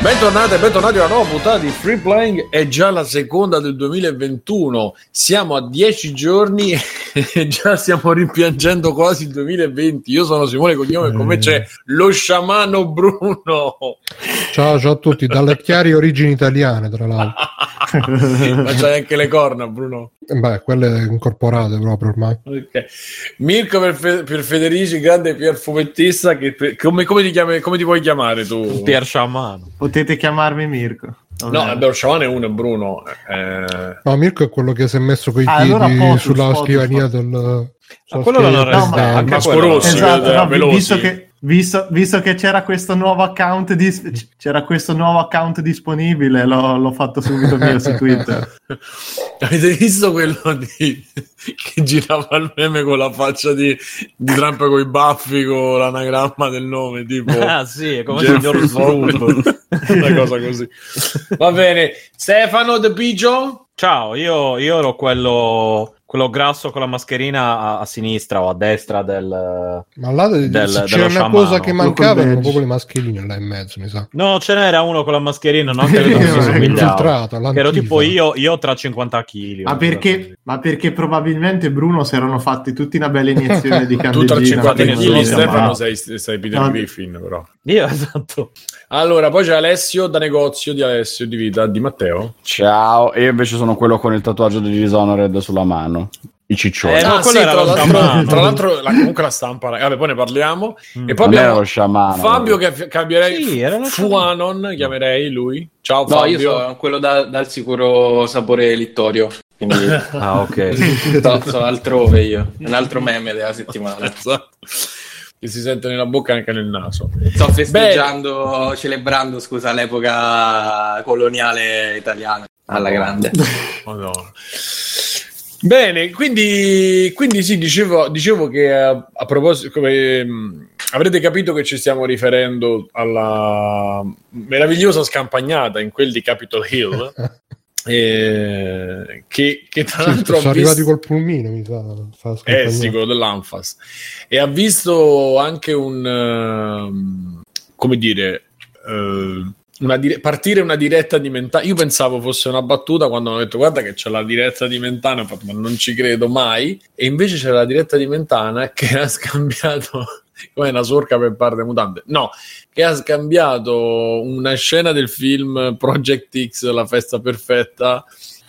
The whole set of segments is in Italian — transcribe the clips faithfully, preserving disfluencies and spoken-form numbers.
Bentornati e bentornati a una nuova puntata di Free Playing, è già la seconda del duemilaventuno, siamo a dieci giorni e già stiamo rimpiangendo quasi il duemilaventi. Io sono Simone Cognome e con me c'è lo sciamano Bruno. Ciao, ciao a tutti, dalle chiare origini italiane tra l'altro. Ma c'hai anche le corna, Bruno? Beh, quelle incorporate proprio ormai. Okay. Mirko per, Fe- per Federici, grande Pier fumettista, che per- come, come, ti chiami, come ti puoi chiamare tu? Pier Sciamano. Potete chiamarmi Mirko. No, vabbè, lo sciamano è uno, Bruno. Eh... No, Mirko è quello che si è messo coi ah, piedi allora Potus, sulla Potus, scrivania Potus. del... Ah, quello non arresta, no, anche Masco quello. Rossi, esatto, no, veloci. visto che Visto, visto che c'era questo nuovo account dis- c'era questo nuovo account disponibile, l'ho, l'ho fatto subito mio su Twitter. Avete visto quello di che girava il meme con la faccia di, di Trump con i baffi con l'anagramma del nome, tipo ah sì, è come il signor Snoop. Una cosa così. Va bene, Stefano De Pigio. Ciao, io, io ero quello quello grasso con la mascherina a, a sinistra o a destra del ma là del, del, c'era una sciamano. cosa che mancava, erano proprio le mascherine là in mezzo, mi sa. No, ce n'era uno con la mascherina, no? Che vedo che si somigliava. Che ero tipo io, io tra cinquanta chili. Ma perché, ma perché probabilmente Bruno si erano fatti tutti una bella iniezione di candeggina. Tu tra cinquanta chili, Stefano, ma... sei, sei Peter no. Griffin, però. Io, esatto. Allora, poi c'è Alessio da negozio di Alessio di Vita, di Matteo. Ciao, io invece sono quello con il tatuaggio di Dishonored sulla mano. I ciccioni. Eh, no, ah, quello sì, era tra, lo l'altro, sciamano. tra l'altro la, comunque la stampa, vabbè, poi ne parliamo. Mm. E poi Non abbiamo era lo sciamano, Fabio che cambierei Sì, era lo Fuanon, chiamerei lui. Ciao No, Fabio. io sono quello da, dal sicuro sapore littorio. Quindi Ah, ok. sto, sto altrove io. Un altro meme della settimana. Che si sente nella bocca e anche nel naso. Sto festeggiando, Beh. celebrando, scusa, l'epoca coloniale italiana. Alla grande. Madonna. Bene, quindi, quindi sì, dicevo, dicevo che a, a proposito, come mh, avrete capito che ci stiamo riferendo alla meravigliosa scampagnata in quel di Capitol Hill, eh, che, che tra sì, l'altro sono ha arrivati visto... col pulmino, mi sa. Fa eh sì, quello dell'Anfas. E ha visto anche un, uh, come dire... Uh, Una dire- partire una diretta di Mentana. Io pensavo fosse una battuta quando hanno detto guarda che c'è la diretta di Mentana, ho fatto, ma non ci credo mai, e invece c'è la diretta di Mentana che ha scambiato come una sorca per parte delle mutande, no, che ha scambiato una scena del film Project X, la festa perfetta,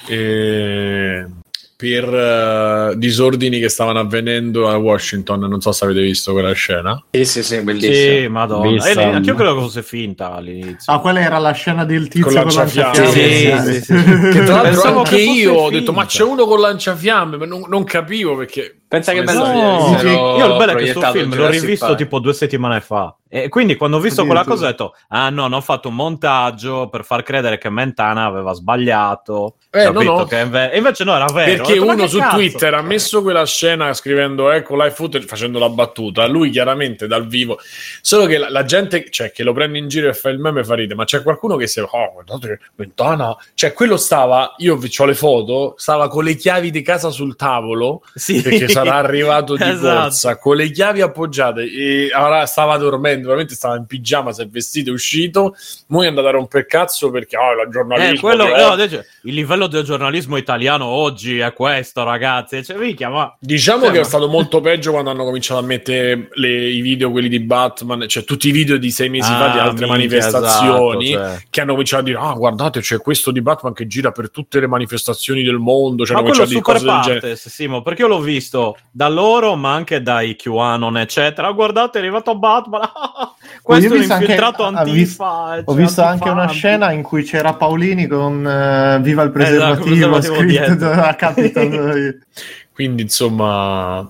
e... per uh, disordini che stavano avvenendo a Washington. Non so se avete visto quella scena. Sì, sì, sì, bellissimo. Sì, madonna. Vista, E anche io credo che fosse finta all'inizio. Ah, quella era la scena del tizio Con con, lanciafiamme. lanciafiamme. Sì, sì, sì, sì. Che tra l'altro Pensavo anche che fosse io ho finta. detto ma c'è uno con lanciafiamme, ma non, non capivo perché Pensa che bello. No, si io ero il bello è che sto proiettato film l'ho Jurassic rivisto Park. tipo due settimane fa, e quindi quando ho visto quella Addirittura. cosa ho detto ah no, hanno fatto un montaggio per far credere che Mentana aveva sbagliato, Eh, capito? no, no. Che inve- e invece no, era vero. Ho perché detto, ma uno che su cazzo? Twitter ha messo quella scena scrivendo ecco live footage facendo la battuta, lui chiaramente dal vivo, solo che la, la gente, cioè, che lo prende in giro e fa il meme fa ride, ma c'è qualcuno che si oh guardate Mentana, cioè quello stava, io ho le foto, stava con le chiavi di casa sul tavolo, Sì. perché sarà arrivato di Esatto. corsa con le chiavi appoggiate e allora stava dormendo, veramente stava in pigiama, si è vestito, è uscito, mo è andato a rompere cazzo perché oh, la giornalismo Eh, quello, che- no, invece, il livello del giornalismo italiano oggi è questo, ragazzi. Cioè, minchia, ma diciamo Cioè, che è ma- stato molto peggio quando hanno cominciato a mettere le, i video quelli di Batman, cioè tutti i video di sei mesi Ah, fa di altre minchia, manifestazioni, esatto, cioè. che hanno cominciato a dire ah guardate c'è questo di Batman che gira per tutte le manifestazioni del mondo, cioè ma hanno quello cominciato a dire super cose del genere. partes, Simo, perché io l'ho visto da loro, ma anche dai QAnon, eccetera. Guardate, è arrivato Batman. Questo Io è ho un visto anche- infiltrato ho antifa. visto- cioè, Ho visto anche antifa, una anti- scena in cui c'era Paolini con eh, Viva il Esatto, preservativo, preservativo scritto dietro. da Capitol. Quindi insomma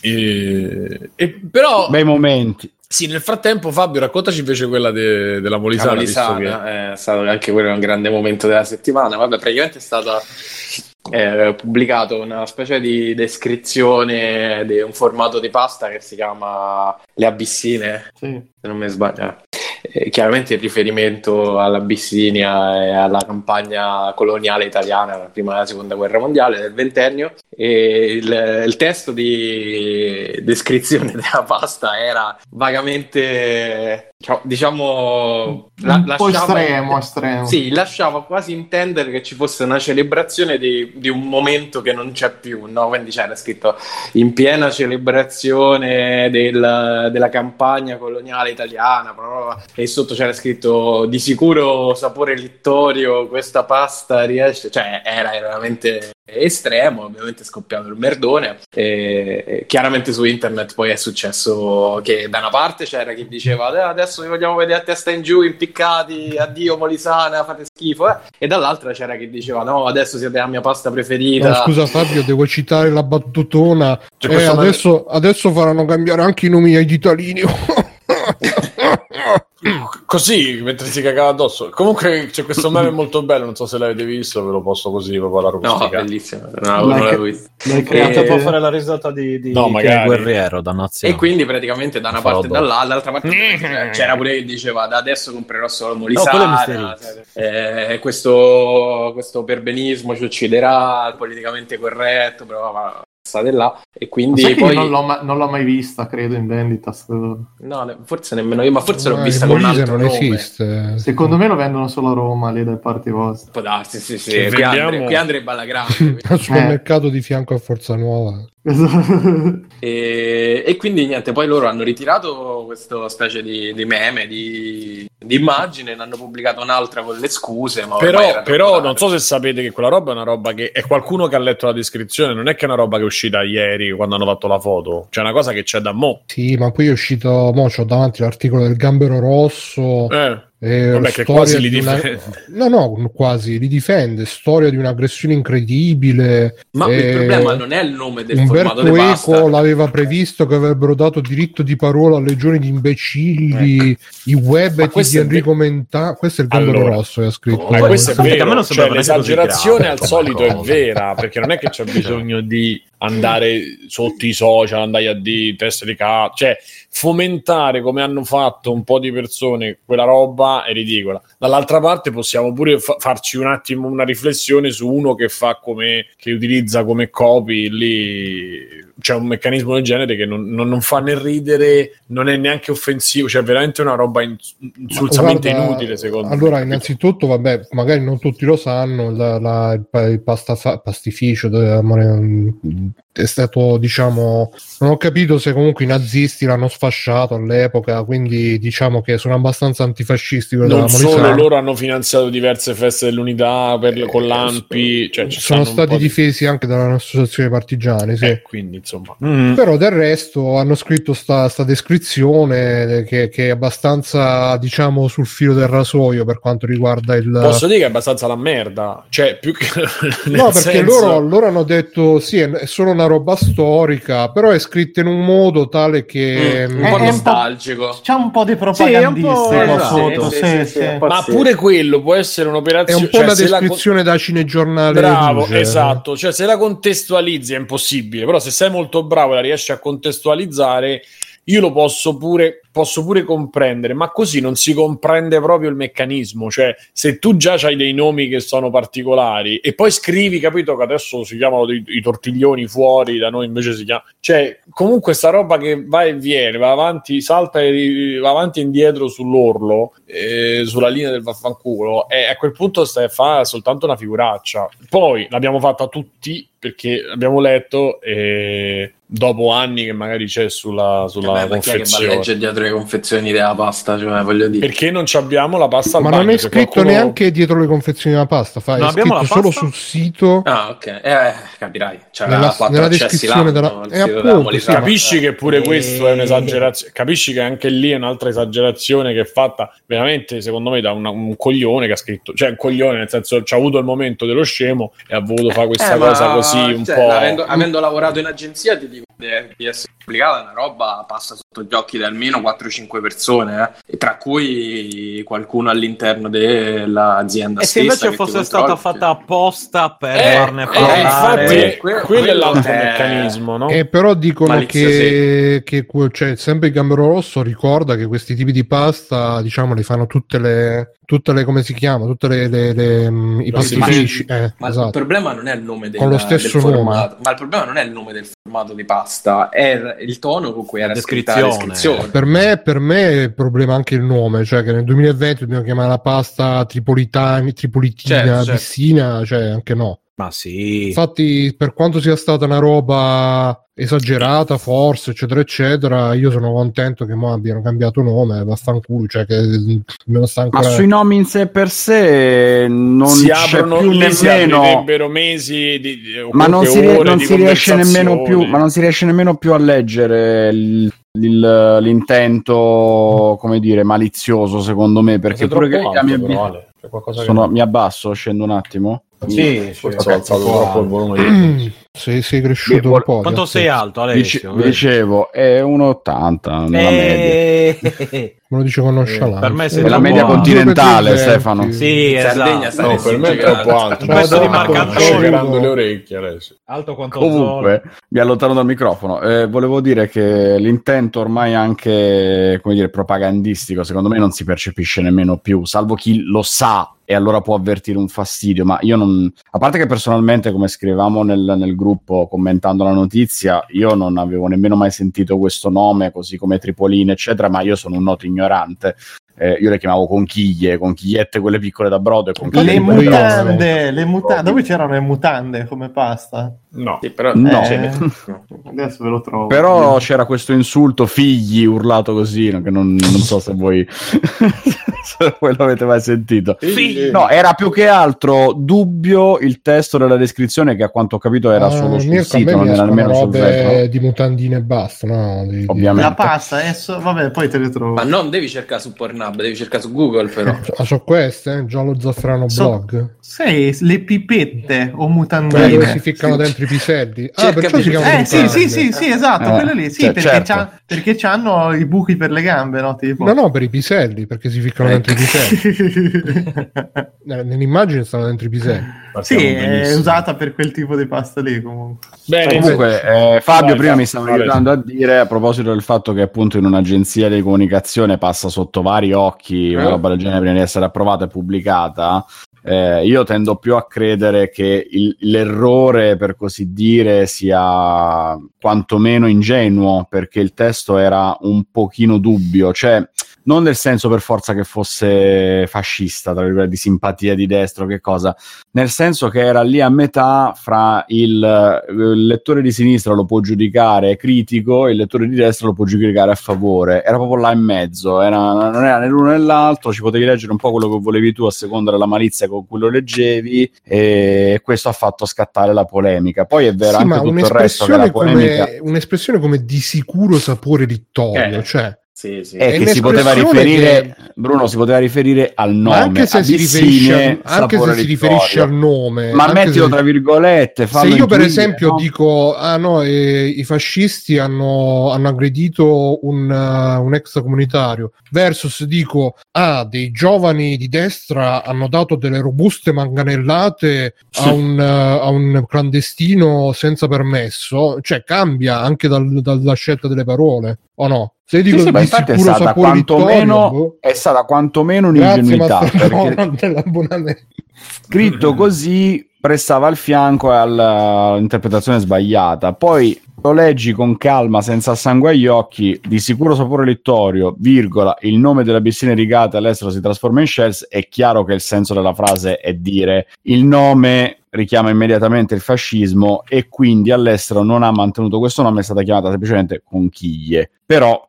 eh, e, però Bei momenti. sì, nel frattempo Fabio raccontaci invece quella de- della La Molisana, visto che... Molisana, è stato anche quello un grande momento della settimana. Vabbè, praticamente è stata eh, pubblicato una specie di descrizione di un formato di pasta che si chiama Le Abissine, Sì. se non mi sbaglio. Eh, chiaramente il riferimento all'Abissinia e alla campagna coloniale italiana, la prima e la seconda guerra mondiale del ventennio, e il, il testo di descrizione della pasta era vagamente diciamo la, un lasciava, po' estremo, estremo. Sì, lasciava quasi intendere che ci fosse una celebrazione di, di un momento che non c'è più, no? Quindi c'era scritto in piena celebrazione del, della campagna coloniale italiana, e sotto c'era scritto di sicuro sapore littorio, questa pasta riesce, cioè era veramente estremo, ovviamente è scoppiato il merdone e, e chiaramente su internet poi è successo che da una parte c'era chi diceva adesso vi vogliamo vedere a testa in giù impiccati, addio Molisana, fate schifo, eh? E dall'altra c'era chi diceva no, adesso siete la mia pasta preferita. No, scusa Fabio, devo citare la battutona, cioè, eh, adesso, me... adesso faranno cambiare anche i nomi agli italiani. Così mentre si cagava addosso. Comunque c'è questo meme molto bello, non so se l'avete visto, ve lo posso così proprio alla rustica. No, bellissimo. No, non l'avevo visto. L'hai creato per fare la risata di, di no, che guerriero da nazione. E quindi praticamente da una parte e dall'altra parte c'era pure chi diceva da adesso comprerò solo Molisana, no, eh, questo, questo perbenismo ci ucciderà, il politicamente corretto, però state là e quindi poi non l'ho, ma- non l'ho mai vista, credo, in vendita. No, ne- forse nemmeno io, ma forse no, l'ho vista con un altro non nome. Esiste. Secondo me lo vendono solo a Roma lì dai parti vostri. Può darsi, sì, sì. Che Qui vendiamo... Andre, qui Andre balla grande. Al supermercato eh. di fianco a Forza Nuova. e, e quindi niente, poi loro hanno ritirato questa specie di, di meme, di, di immagine, ne hanno pubblicato un'altra con le scuse. Ma però però non so se sapete che quella roba è una roba che è qualcuno che ha letto la descrizione, non è che è una roba che è uscita ieri quando hanno fatto la foto, c'è una cosa che c'è da mo'. Sì, ma poi è uscito, mo c'ho davanti l'articolo del Gambero Rosso. Eh. Eh, Vabbè, che quasi li difende. Una... No, no, quasi li difende. Storia di un'aggressione incredibile. Ma eh, il problema non è il nome del Umberto formato di pasta. Eco l'aveva previsto che avrebbero dato diritto di parola a legioni di imbecilli. Eh. I webeti di Enrico be... Mentana. Questo è il Gambero allora, Rosso che ha scritto. Oh, ma questo è vero. Cioè, l'esagerazione al solito è vera, perché non è che c'è bisogno di andare sotto i social, andare a di testa di cazzo, cioè fomentare come hanno fatto un po' di persone quella roba è ridicola. Dall'altra parte possiamo pure fa- farci un attimo una riflessione su uno che fa come che utilizza come copy lì. C'è un meccanismo del genere che non, non, non fa né ridere, non è neanche offensivo, cioè veramente una roba insulsamente guarda, inutile secondo allora, me. Allora, innanzitutto, vabbè, magari non tutti lo sanno, la, la, il, il pasta fa, pastificio è stato, diciamo, non ho capito se comunque i nazisti l'hanno sfasciato all'epoca, quindi diciamo che sono abbastanza antifascisti. Non solo, loro hanno finanziato diverse feste dell'unità per, con l'A N P I, cioè, sono stati difesi anche dall'associazione partigiani, sì. Eh, quindi insomma. Mm. Però del resto hanno scritto sta, sta descrizione che, che è abbastanza, diciamo, sul filo del rasoio per quanto riguarda il... Posso dire che è abbastanza la merda, cioè più che... no, perché senso... loro, loro hanno detto sì, è solo una roba storica, però è scritta in un modo tale che... Mm, un po' nostalgico. C'è un po' di propagandista. Ma pure quello può essere un'operazione... È un po' cioè, una descrizione la... da cinegiornale. Bravo, luce. Esatto, cioè se la contestualizzi è impossibile, però se sei molto bravo e la riesci a contestualizzare io lo posso pure posso pure comprendere, ma così non si comprende proprio il meccanismo. Cioè se tu già hai dei nomi che sono particolari e poi scrivi, capito, che adesso si chiamano i, i tortiglioni fuori, da noi invece si chiama, cioè comunque sta roba che va e viene, va avanti, salta e va avanti e indietro sull'orlo, eh, sulla linea del vaffanculo, e a quel punto stai fa soltanto una figuraccia. Poi l'abbiamo fatta tutti perché abbiamo letto e dopo anni che magari c'è sulla, sulla eh beh, confezione. Ma chi è che balleggia dietro le confezioni della pasta? Cioè, voglio dire. Perché non abbiamo la pasta al ma bagno, non è scritto qualcuno... neanche dietro le confezioni della pasta, fai, è scritto solo sul sito. Ah, ok, eh, capirai. C'è nella, nella descrizione della... Eh, appunto, sì, capisci che pure e... questo è un'esagerazione, capisci che anche lì è un'altra esagerazione che è fatta veramente secondo me da una, un coglione che ha scritto, cioè un coglione nel senso c'ha avuto il momento dello scemo e ha voluto fare questa eh, cosa ma, così un cioè, po'. Avendo, avendo lavorato in agenzia ti dico di essere pubblicata una roba passa sotto gli occhi di almeno quattro cinque persone, eh, e tra cui qualcuno all'interno dell'azienda e stessa. E se invece fosse stata fatta apposta per eh, farne eh, parlare, eh, quello, quello è l'altro è... meccanismo, no? E però dicono che, che cioè, sempre il Gambero Rosso ricorda che questi tipi di pasta, diciamo, li fanno tutte le tutte le come si chiama tutte le, le, le um, i pastifici, eh, ma esatto. Il problema non è il nome del, con lo stesso del nome, formato, ma il problema non è il nome del formato di pasta, è il tono con cui era scritta la descrizione. Per me, per me è il problema anche il nome, cioè che nel duemilaventi dobbiamo chiamare la pasta tripolitana, tripolitina, certo, certo. Bissina, cioè anche no. Ma sì. Infatti, per quanto sia stata una roba esagerata, forse, eccetera, eccetera, io sono contento che mo abbiano cambiato nome, vaffanculo, cioè che me lo sta ancora... Ma sui nomi in sé per sé non si c'è aprono, più lì si nemmeno... aprirebbero mesi di, o ma non si, ore non di si riesce nemmeno più, conversazione. ma non si riesce nemmeno più a leggere il, il, l'intento, come dire, malizioso, secondo me, perché Sei pure che troppo li chiami alto, abi- però, Ale. C'è qualcosa sono, che... mi abbasso, scendo un attimo. Sì, sì, Forse ho alzato troppo il volume di... sei, sei cresciuto un po'. Quanto sei alto, Alessio? Dice, dicevo, è uno e ottanta nella Eh... Me lo dice con nonchalance. Per me sei È la troppo media alto. continentale, Stefano. Sì, Sardegna esatto. No, per me è troppo alto. Un pezzo di marcatore. Sto shakerando le orecchie adesso. Alto quanto Comunque, mi allontano dal microfono. Eh, volevo dire che l'intento ormai anche, come dire, propagandistico, secondo me non si percepisce nemmeno più, salvo chi lo sa e allora può avvertire un fastidio, ma io non... A parte che personalmente, come scrivevamo nel, nel gruppo commentando la notizia, io non avevo nemmeno mai sentito questo nome, così come Tripolini, eccetera, ma io sono un noto ignorante. Eh, io le chiamavo conchiglie, conchigliette quelle piccole da brodo e conchiglie Le di quelle grosse. mutande, le mutande. Dove c'erano le mutande come pasta? No. Sì, però No. Eh, adesso ve lo trovo. Però c'era questo insulto figli urlato così, no? Che non, non so se voi se voi l'avete mai sentito. Figli. No, era più che altro dubbio il testo della descrizione, che a quanto ho capito era Ah, solo sul Mirko, a sito, me non mi era escono nemmeno sul robe retro. di mutandine e basta, no? Di, di- Ovviamente. La pasta, adesso, vabbè, poi te le trovo. Ma non devi cercare su Pornhub, devi cercare su Google però. Ah, so queste, eh? Giallo Zafferano So- blog. Sei le pipette o Quelle mutandine? dove si ficcano dentro i piselli. Ah, Cerca perciò si pipette. chiamano Eh sì, mutande. sì, sì, sì, esatto, Eh, quelle lì, sì, cioè, perché, certo. c'ha, perché c'hanno i buchi per le gambe, no? Tipo. No, no, per i piselli, perché si ficcano dentro i piselli. Eh, Nell'immagine stanno dentro i piselli. Sì, Partiamo è benissimo. usata per quel tipo di pasta lì comunque. Bene, Comunque, eh, Fabio Vai, prima vai, mi stava vai. aiutando a dire, a proposito del fatto che appunto in un'agenzia di comunicazione passa sotto vari occhi una Eh? roba del genere prima di essere approvata e pubblicata. Eh, io tendo più a credere che il- l'errore, per così dire, sia quantomeno ingenuo, perché il testo era un pochino dubbio, cioè non nel senso per forza che fosse fascista, tra virgolette, di simpatia di destra o che cosa, nel senso che era lì a metà fra il, eh, il lettore di sinistra lo può giudicare critico e il lettore di destra lo può giudicare a favore, era proprio là in mezzo, era, non era né l'uno né l'altro, ci potevi leggere un po' quello che volevi tu a seconda della malizia con cui lo leggevi, e questo ha fatto scattare la polemica. Poi è vero Sì, anche ma tutto il resto che la un'espressione polemica come, un'espressione come di sicuro sapore Vittorio, Eh. cioè Sì, sì. è È che si poteva un'espressione riferire, che- Bruno, si poteva riferire al nome, ma anche se si riferisce, Abyssine, al- anche sapore se si Vittorio. riferisce al nome, ma anche mettilo se- tra virgolette, se fallo io per intuire, esempio no? dico ah no, eh, i fascisti hanno, hanno aggredito un, uh, un extracomunitario versus dico ah dei giovani di destra hanno dato delle robuste manganellate a un, uh, a un clandestino senza permesso, cioè cambia anche dal- dalla scelta delle parole o no? Se dico Sì, sì, ma di infatti è sicuro stata sapore quantomeno, Vittorio, boh. è stata quantomeno Grazie un'ingenuità, Master perché Nolan dell'abbonamento. scritto così prestava al fianco all'interpretazione sbagliata. Poi lo leggi con calma, senza sangue agli occhi, di sicuro sapore Littorio, virgola, il nome delle Abyssine rigate all'estero si trasforma in shells, è chiaro che il senso della frase è dire il nome richiama immediatamente il fascismo e quindi all'estero non ha mantenuto questo nome, è stata chiamata semplicemente conchiglie. Però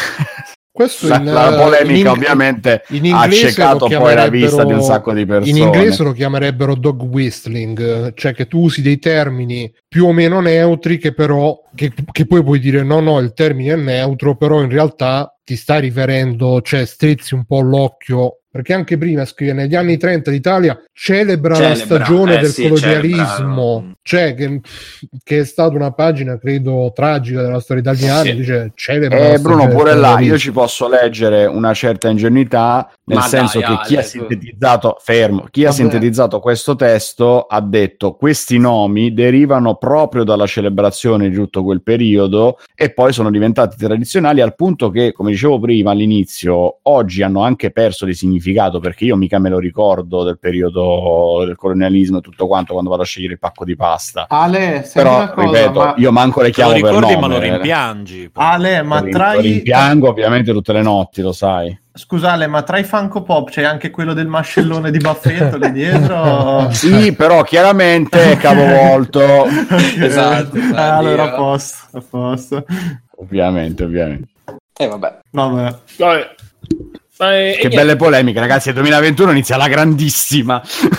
Questo la, in, la uh, polemica in ing- ovviamente in ha inglese accecato lo poi la chiamerebbero- vista di un sacco di persone. In inglese lo chiamerebbero dog whistling, cioè che tu usi dei termini più o meno neutri che però che, che poi puoi dire no no il termine è neutro, però in realtà ti stai riferendo, cioè strizzi un po' l'occhio, perché anche prima scrive negli anni trenta l'Italia celebra, Celebra, la stagione eh, del sì, colonialismo, celebra. cioè che, che è stata una pagina credo tragica della storia italiana, Sì. dice celebra Eh, la Bruno, stagione pure del là io colonialismo. ci posso leggere una certa ingenuità, Nel Ma senso dai, che chi Ale, ha tu- sintetizzato, fermo, chi ha Vabbè. sintetizzato questo testo ha detto questi nomi derivano proprio dalla celebrazione di tutto quel periodo e poi sono diventati tradizionali al punto che, come dicevo prima all'inizio, oggi hanno anche perso di significato, perché io mica me lo ricordo del periodo del colonialismo e tutto quanto quando vado a scegliere il pacco di pasta. Ale, senti Però, una cosa, ripeto, ma... io manco le Te lo chiamo per ricordi, nome. ma lo rimpiangi. Ale, ma Lo tra i... rimpiango ovviamente tutte le notti, lo sai. Scusa Ale, ma tra i Funko Pop c'è anche quello del mascellone di Baffetto lì dietro? Sì, però chiaramente è capovolto. Esatto, Eh, esatto, allora a io. posto, a posto. Ovviamente, ovviamente. E vabbè. Vabbè. Vabbè. Eh, e Che niente. belle polemiche, ragazzi. Il duemilaventuno inizia la grandissima.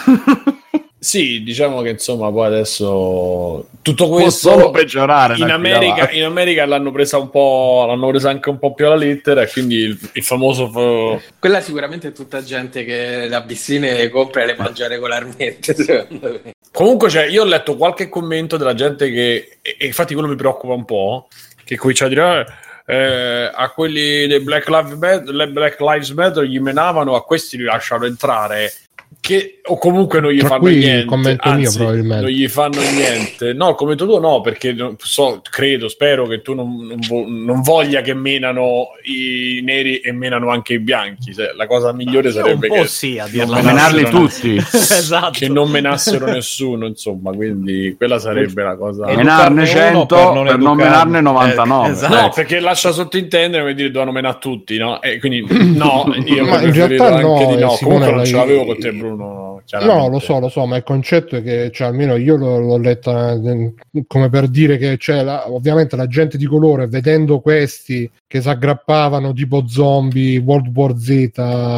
Sì, diciamo che insomma poi adesso tutto Può questo solo peggiorare. da in qui America, davanti. in America l'hanno presa un po', l'hanno presa anche un po' più alla lettera e quindi il, il famoso fo- Quella sicuramente è tutta gente che le abissine le compra e le mangia regolarmente, secondo me. Comunque, cioè, io ho letto qualche commento della gente che, e, e infatti quello mi preoccupa un po', che comincia a dire eh, eh, a quelli dei Black Lives Matter, le Black Lives Matter gli menavano, a questi li lasciano entrare, che o comunque non gli Tra fanno cui il niente, commento mio, anzi, probabilmente. non gli fanno niente. No, il commento tuo no, perché non so, credo, spero che tu non, non, vo- non voglia che menano i neri e menano anche i bianchi. Se- la cosa migliore Io sarebbe un po' che sì, a non dirla menarli menassero- tutti. Esatto. che non menassero nessuno, insomma, quindi quella sarebbe la cosa. Educarne Menarne uno cento per non per non educarne. menarne novantanove. Eh, esatto. No, perché lascia sottintendere, come dire, dovevano menare tutti, no? E quindi no, io Ma avrei in preferito realtà anche no, di no. eh, Simone, Comunque non la- ce l'avevo con te, Bruno. chiaramente. No, lo so, lo so, ma il concetto è che, cioè, almeno io l'ho, l'ho letta eh, come per dire che, cioè, la- ovviamente la gente di colore, vedendo questi che si aggrappavano tipo zombie World War Z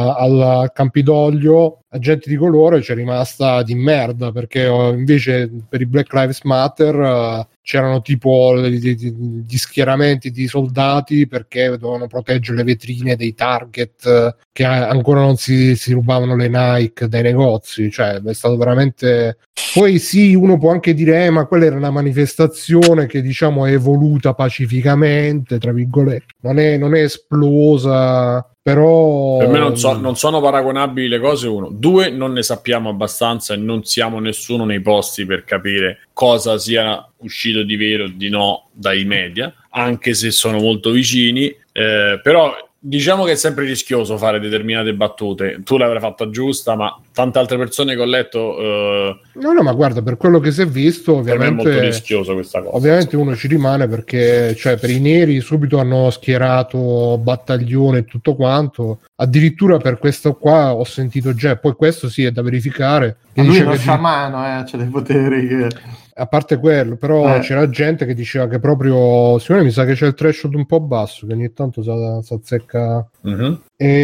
al Campidoglio, la gente di colore c'è rimasta di merda, perché oh, invece per i Black Lives Matter eh, c'erano tipo gli, gli- gli schieramenti di soldati perché dovevano proteggere le vetrine dei Target eh, che a- ancora non si, si rubavano le Nike dai negozi, cioè è stato veramente... Poi sì, uno può anche dire eh, ma quella era una manifestazione che diciamo è evoluta pacificamente, tra virgolette, non è, non è esplosa, però... Per me non, so- non sono paragonabili le cose, uno. Due, non ne sappiamo abbastanza e non siamo nessuno nei posti per capire cosa sia uscito di vero o di no dai media, anche se sono molto vicini, eh, però diciamo che è sempre rischioso fare determinate battute. Tu l'avrai fatta giusta, ma tante altre persone che ho letto, eh, No, no, ma guarda, per quello che si è visto, per me è molto ovviamente... rischioso questa cosa. Ovviamente uno ci rimane perché, cioè, per i neri subito hanno schierato battaglione e tutto quanto. Addirittura per questo qua ho sentito già, poi questo sì è da verificare. Che Lui è dice uno che- sciamano, eh, c'ha dei poteri che... a parte quello, però Eh. c'era gente che diceva che proprio, Simone mi sa che c'è il threshold un po' basso, che ogni tanto si azzecca. Mhm.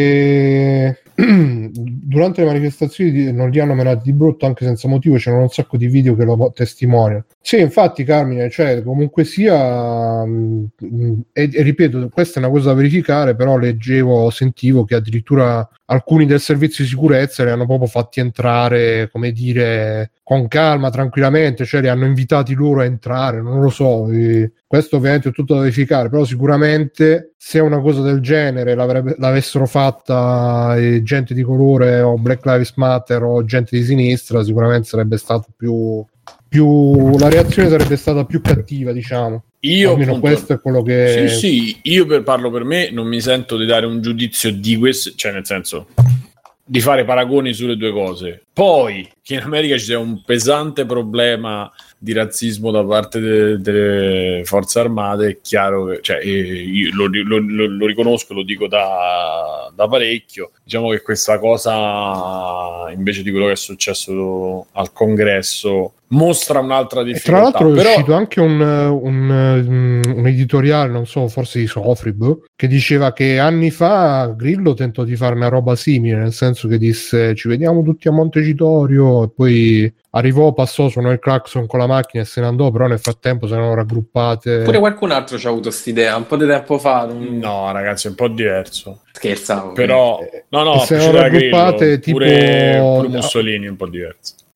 E durante le manifestazioni di- non li hanno menati di brutto anche senza motivo, c'erano un sacco di video che lo testimoniano. Sì, infatti Carmine, cioè comunque sia mh, mh, e, e ripeto, questa è una cosa da verificare, però leggevo, sentivo che addirittura alcuni del servizio di sicurezza li hanno proprio fatti entrare, come dire, con calma, tranquillamente, cioè li hanno invitati loro a entrare, non lo so, e questo ovviamente è tutto da verificare, però sicuramente se una cosa del genere l'avrebbe- l'avessero fatta eh, gente di colore o Black Lives Matter o gente di sinistra, sicuramente sarebbe stato più, più la reazione sarebbe stata più cattiva, diciamo. Io Almeno appunto, questo è quello che... sì, sì, io per, parlo per me, non mi sento di dare un giudizio di questo, cioè nel senso di fare paragoni sulle due cose. Poi che in America ci sia un pesante problema di razzismo da parte de- delle forze armate, è chiaro che, cioè, eh, io lo, lo- lo- lo riconosco, lo dico da, da parecchio. Diciamo che questa cosa, invece di quello che è successo al congresso, mostra un'altra E difficoltà. tra l'altro è Però- uscito anche un, un, um, un editoriale, non so, forse di Sofrib, che diceva che anni fa Grillo tentò di fare una roba simile, nel senso che disse ci vediamo tutti a Montecitorio e poi arrivò, passò, suonò il clacson con la macchina e se ne andò, però nel frattempo si erano raggruppate. Pure qualcun altro ci ha avuto quest'idea un po' di tempo fa. Non... No, ragazzi, è un po' diverso. Scherzavo. Però, no, no, E se c'era erano raggruppate Grillo, tipo- pure, pure Mussolini è un po' diverso.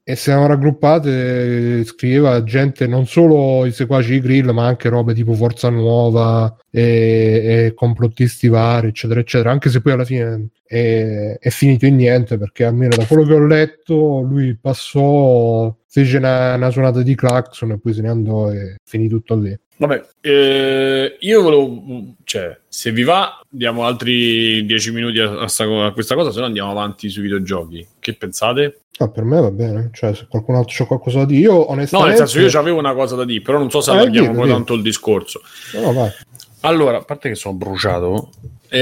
e si erano raggruppate, scriveva gente, non solo i seguaci di Grill, ma anche robe tipo Forza Nuova e, e complottisti vari, eccetera, eccetera, anche se poi alla fine è, è finito in niente, perché almeno da quello che ho letto lui passò, fece una, una suonata di clacson e poi se ne andò e finì tutto lì. Vabbè, eh, io volevo, cioè, se vi va, diamo altri dieci minuti a, a, a questa cosa, se no andiamo avanti sui videogiochi. Che pensate? Ah, per me va bene, cioè se qualcun altro c'ha qualcosa da dire, io onestamente... No, nel senso, io avevo una cosa da dire, però non so se allarghiamo poi tanto il discorso. No, vai. Allora, a parte che sono bruciato,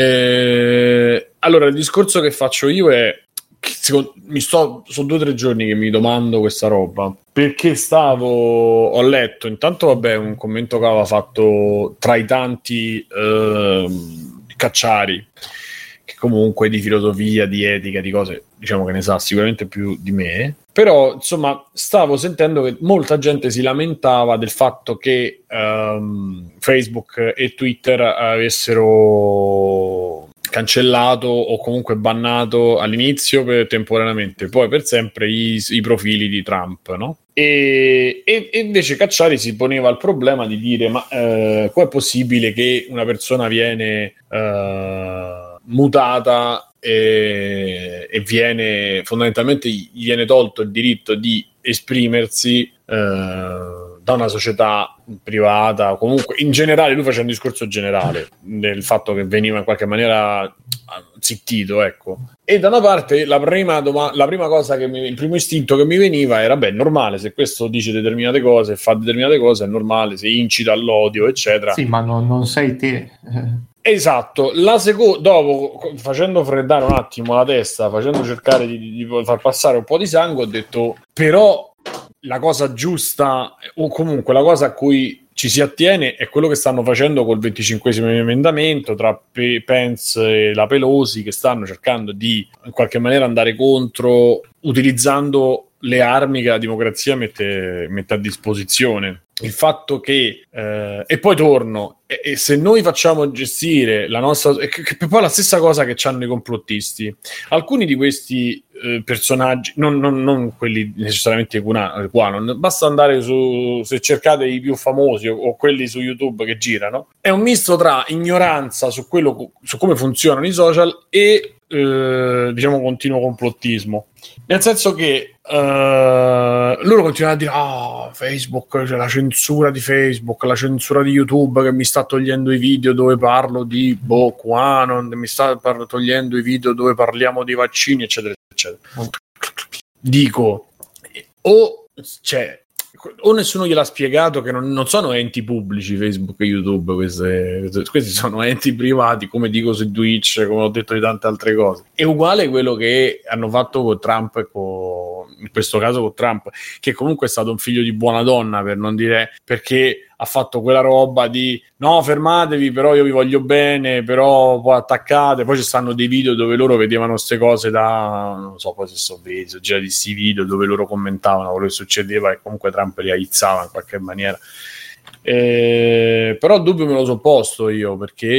eh, allora il discorso che faccio io è che secondo, mi sto, sono due o tre giorni che mi domando questa roba, perché stavo, ho letto intanto, vabbè, un commento che aveva fatto tra i tanti eh, Cacciari, che comunque di filosofia, di etica, di cose, diciamo che ne sa sicuramente più di me, però insomma stavo sentendo che molta gente si lamentava del fatto che um, Facebook e Twitter avessero cancellato o comunque bannato all'inizio per, temporaneamente, poi per sempre i, i profili di Trump, no? E, e, e invece Cacciari si poneva il problema di dire ma eh, com'è possibile che una persona viene eh, mutata e, e viene fondamentalmente gli viene tolto il diritto di esprimersi eh, da una società privata, comunque in generale lui faceva un discorso generale del fatto che veniva in qualche maniera zittito, ecco. E da una parte la prima, doma- la prima cosa che mi, il primo istinto che mi veniva era beh, è normale, se questo dice determinate cose, fa determinate cose, è normale, se incita all'odio, eccetera. Sì, ma no, non sei te. Esatto, la seconda, dopo facendo freddare un attimo la testa, facendo cercare di, di far passare un po' di sangue, ho detto però la cosa giusta o comunque la cosa a cui ci si attiene è quello che stanno facendo col venticinquesimo emendamento tra P- Pence e la Pelosi, che stanno cercando di in qualche maniera andare contro utilizzando le armi che la democrazia mette, mette a disposizione. Il fatto che eh, e poi torno e, e se noi facciamo gestire la nostra che, che poi è la stessa cosa che c'hanno i complottisti, alcuni di questi eh, personaggi non, non, non quelli necessariamente qua, non basta andare su, se cercate i più famosi o, o quelli su YouTube che girano, è un misto tra ignoranza su quello su come funzionano i social e eh, diciamo continuo complottismo, nel senso che uh, loro continuano a dire ah, Facebook, c'è la censura di Facebook, la censura di YouTube che mi sta togliendo i video dove parlo di boh, QAnon, mi sta par- togliendo i video dove parliamo di vaccini, eccetera, eccetera. Dico, o cioè o nessuno gliel'ha spiegato che non, non sono enti pubblici Facebook e YouTube, queste, questi sono enti privati, come dico su Twitch, come ho detto di tante altre cose. È uguale quello che hanno fatto con Trump e con, in questo caso con Trump, che comunque è stato un figlio di buona donna, per non dire, perché ha fatto quella roba di no, fermatevi, però io vi voglio bene, però poi attaccate. Poi ci stanno dei video dove loro vedevano queste cose da, non so poi se sono vedi, sono girati questi video dove loro commentavano quello che succedeva e comunque Trump li aizzava in qualche maniera. Eh, però il dubbio me lo so posto io,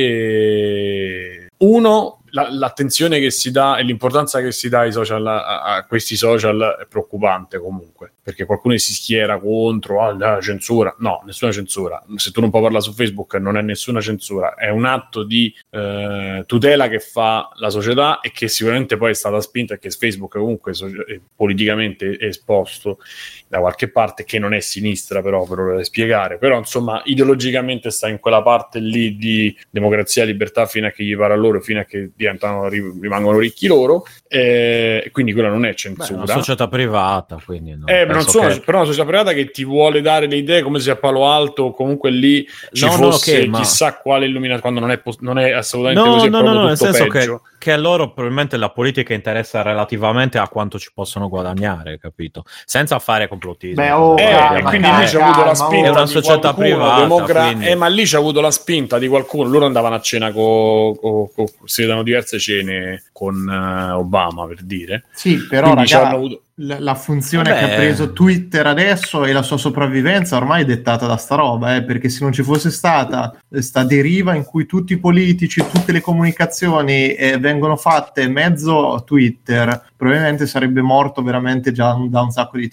perché uno, la, l'attenzione che si dà e l'importanza che si dà ai social, a, a questi social è preoccupante comunque, perché qualcuno si schiera contro ah, la censura. No, nessuna censura. Se tu non puoi parlare su Facebook non è nessuna censura, è un atto di eh, tutela che fa la società e che sicuramente poi è stata spinta, e che Facebook comunque so- politicamente è esposto da qualche parte, che non è sinistra, però per ora da spiegare, però insomma ideologicamente sta in quella parte lì di democrazia e libertà fino a che gli pare a loro, fino a che diventano, rimangono ricchi loro, e eh, quindi quella non è censura. Beh, è una società privata, quindi no, eh, non sono, che... però una società privata che ti vuole dare le idee come se a Palo Alto o comunque lì ci no, fosse no, okay, chissà ma... quale illuminazione, quando non è, non è assolutamente no, così, no, è no, no, nel senso peggio. che, che a loro probabilmente la politica interessa relativamente a quanto ci possono guadagnare, capito? Senza fare complottismo. Beh, oh, eh, calma, e quindi calma, lì c'è avuto la spinta è una di società qualcuno, privata, demogra- quindi... eh, ma lì c'è avuto la spinta di qualcuno. Loro andavano a cena con co, co, si vedono diverse cene con uh, Obama, per dire. Sì, però ragazzi, avuto... la, la funzione Vabbè. che ha preso Twitter adesso e la sua sopravvivenza ormai è dettata da sta roba, eh, perché se non ci fosse stata sta deriva in cui tutti i politici, tutte le comunicazioni eh, vengono fatte mezzo Twitter, probabilmente sarebbe morto veramente già un, da un sacco di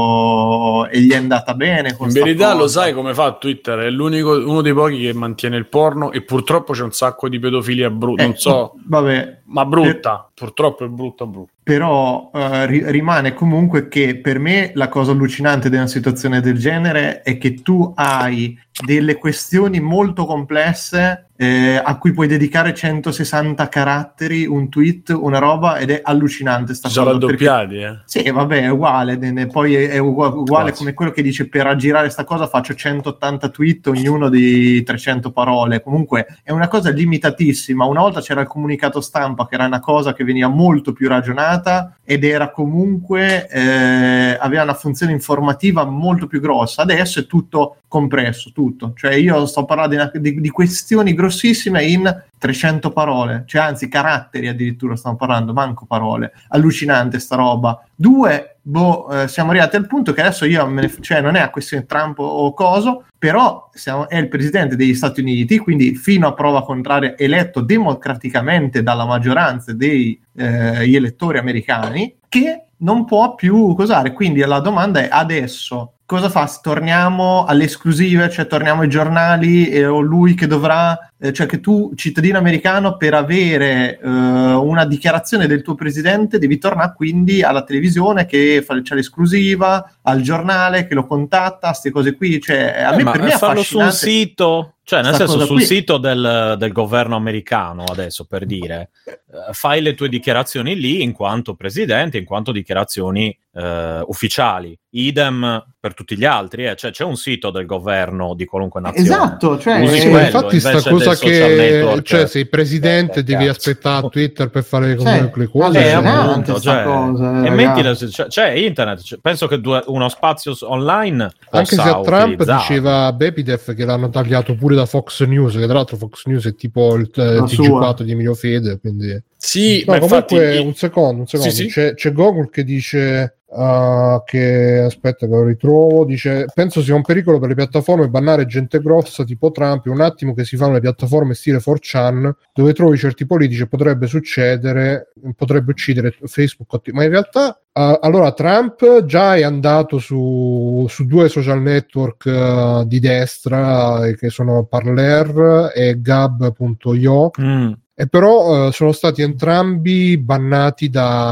tempo, e gli è andata bene con in sta verità cosa. lo sai come fa Twitter, è l'unico, uno dei pochi che mantiene il porno, e purtroppo c'è un sacco di pedofilia brutta, Eh, non so, vabbè, ma brutta, purtroppo è brutta brutta. però eh, ri- rimane comunque che per me la cosa allucinante di una situazione del genere è che tu hai delle questioni molto complesse eh, a cui puoi dedicare centosessanta caratteri, un tweet, una roba, ed è allucinante sta Ci cosa. sono perché- raddoppiati, eh. Sì, vabbè, è uguale, ne- ne- poi è, è ugu- uguale Quasi. come quello che dice per aggirare sta cosa faccio centottanta tweet, ognuno di trecento parole, comunque è una cosa limitatissima. Una volta c'era il comunicato stampa che era una cosa che veniva molto più ragionata ed era comunque, eh, aveva una funzione informativa molto più grossa. Adesso è tutto compresso, tutto, cioè io sto parlando di, di, di questioni grossissime in trecento parole, cioè anzi caratteri addirittura stiamo parlando, manco parole. Allucinante sta roba. Due, boh, eh, siamo arrivati al punto che adesso io me ne, cioè non è a questione Trump o coso, però siamo, è il presidente degli Stati Uniti, quindi fino a prova contraria eletto democraticamente dalla maggioranza degli eh, elettori americani, che non può più cosare. Quindi la domanda è adesso cosa fa? Torniamo alle esclusive, cioè torniamo ai giornali eh, o lui che dovrà, eh, cioè che tu cittadino americano per avere eh, una dichiarazione del tuo presidente devi tornare quindi alla televisione che fa c'è l'esclusiva, al giornale che lo contatta, queste cose qui, cioè a Eh, me ma per me è farlo su un affascinante. sito, cioè nel Sta senso cosa sul qui. sito del, del governo americano, adesso per dire, eh, fai le tue dichiarazioni lì in quanto presidente, in quanto dichiarazioni eh, ufficiali. Idem per tutti gli altri, eh. Cioè c'è un sito del governo di qualunque nazione. Esatto, cioè Usi Sì, quello infatti sta invece cosa del social che network. cioè sei presidente Eh, devi cazzo. aspettare Twitter per fare le, Cioè, le cose. Eh, allucinante appunto, sta cioè, cosa, e ragazzi. mettila, cioè, c'è internet, cioè, penso che due, uno spazio s- online Anche possa se a Trump utilizzarlo. diceva Bepidef che l'hanno tagliato pure da Fox News, che tra l'altro Fox News è tipo il eh, La T G sua. quattro di Emilio Fede, quindi... Sì, No, ma comunque infatti un secondo, un secondo. Sì, sì. C'è, c'è Gogol che dice uh, che aspetta che lo ritrovo, dice penso sia un pericolo per le piattaforme bannare gente grossa tipo Trump, è un attimo che si fanno le piattaforme stile four chan dove trovi certi politici e potrebbe succedere, potrebbe uccidere Facebook, ma in realtà uh, allora Trump già è andato su, su due social network uh, di destra eh, che sono Parler e Gab punto io. Mm. E però eh, sono stati entrambi bannati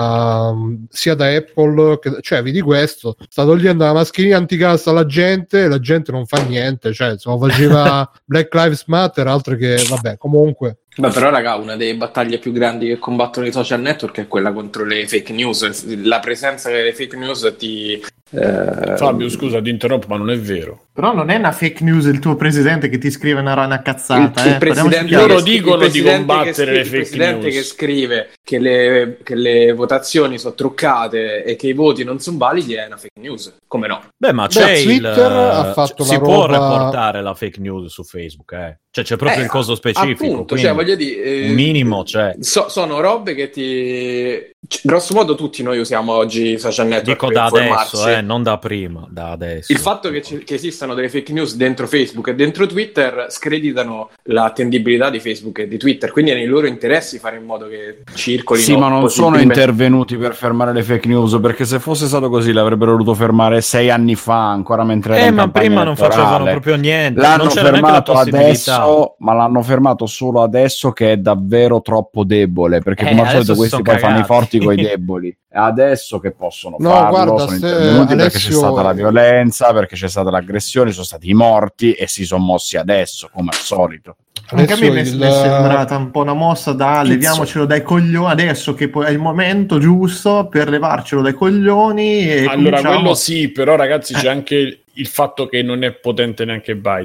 da sia da Apple che, cioè vedi questo, sta togliendo la mascherina anticassa alla gente e la gente non fa niente, cioè insomma faceva Black Lives Matter, altro che vabbè, comunque Beh, però, raga, una delle battaglie più grandi che combattono i social network è quella contro le fake news. La presenza delle fake news ti... eh, Fabio, scusa, ti interrompo, ma non è vero. Però non è una fake news il tuo presidente che ti scrive una, una cazzata, il, il eh. presidente, Parliamoci Loro che, chiaro. dicono il presidente di combattere che scrive, le il fake presidente news. che scrive che le, che le votazioni sono truccate e che i voti non sono validi è una fake news. Come no? Beh, ma Beh, c'è Twitter il, ha fatto si la può roba- reportare la fake news su Facebook, eh. Cioè c'è proprio Eh, il coso specifico, appunto, quindi cioè, voglio dire, eh, un minimo c'è. so- sono robe che ti... c- grosso modo tutti noi usiamo oggi i social network Dico per da informarci. adesso, eh, non da prima, da adesso. Il fatto che, ci- che esistano delle fake news dentro Facebook e dentro Twitter screditano l'attendibilità di Facebook e di Twitter, quindi è nei loro interessi fare in modo che circolino. Sì, ma non sono positivamente. intervenuti per fermare le fake news, perché se fosse stato così l'avrebbero dovuto fermare sei anni fa, ancora mentre era Eh, in ma campagna prima non elettorale. facevano proprio niente, L'hanno non c'era neanche la fermato possibilità. adesso, ma l'hanno fermato solo adesso che è davvero troppo debole, perché Eh, come al solito adesso questi si poi sono fanno i cagati. forti con i deboli. È adesso che possono No, farlo, guarda, sono se- intervenuti perché c'è Alessio- stata la violenza, perché c'è stata l'aggressione, sono stati i morti e si sono mossi adesso, come al solito. Anche a me mi Adesso mi è il- sembrata un po' una mossa da leviamocelo dai coglioni adesso che poi è il momento giusto per levarcelo dai coglioni e Allora, cominciamo- quello sì, però ragazzi Eh. c'è anche il fatto che non è potente neanche Biden.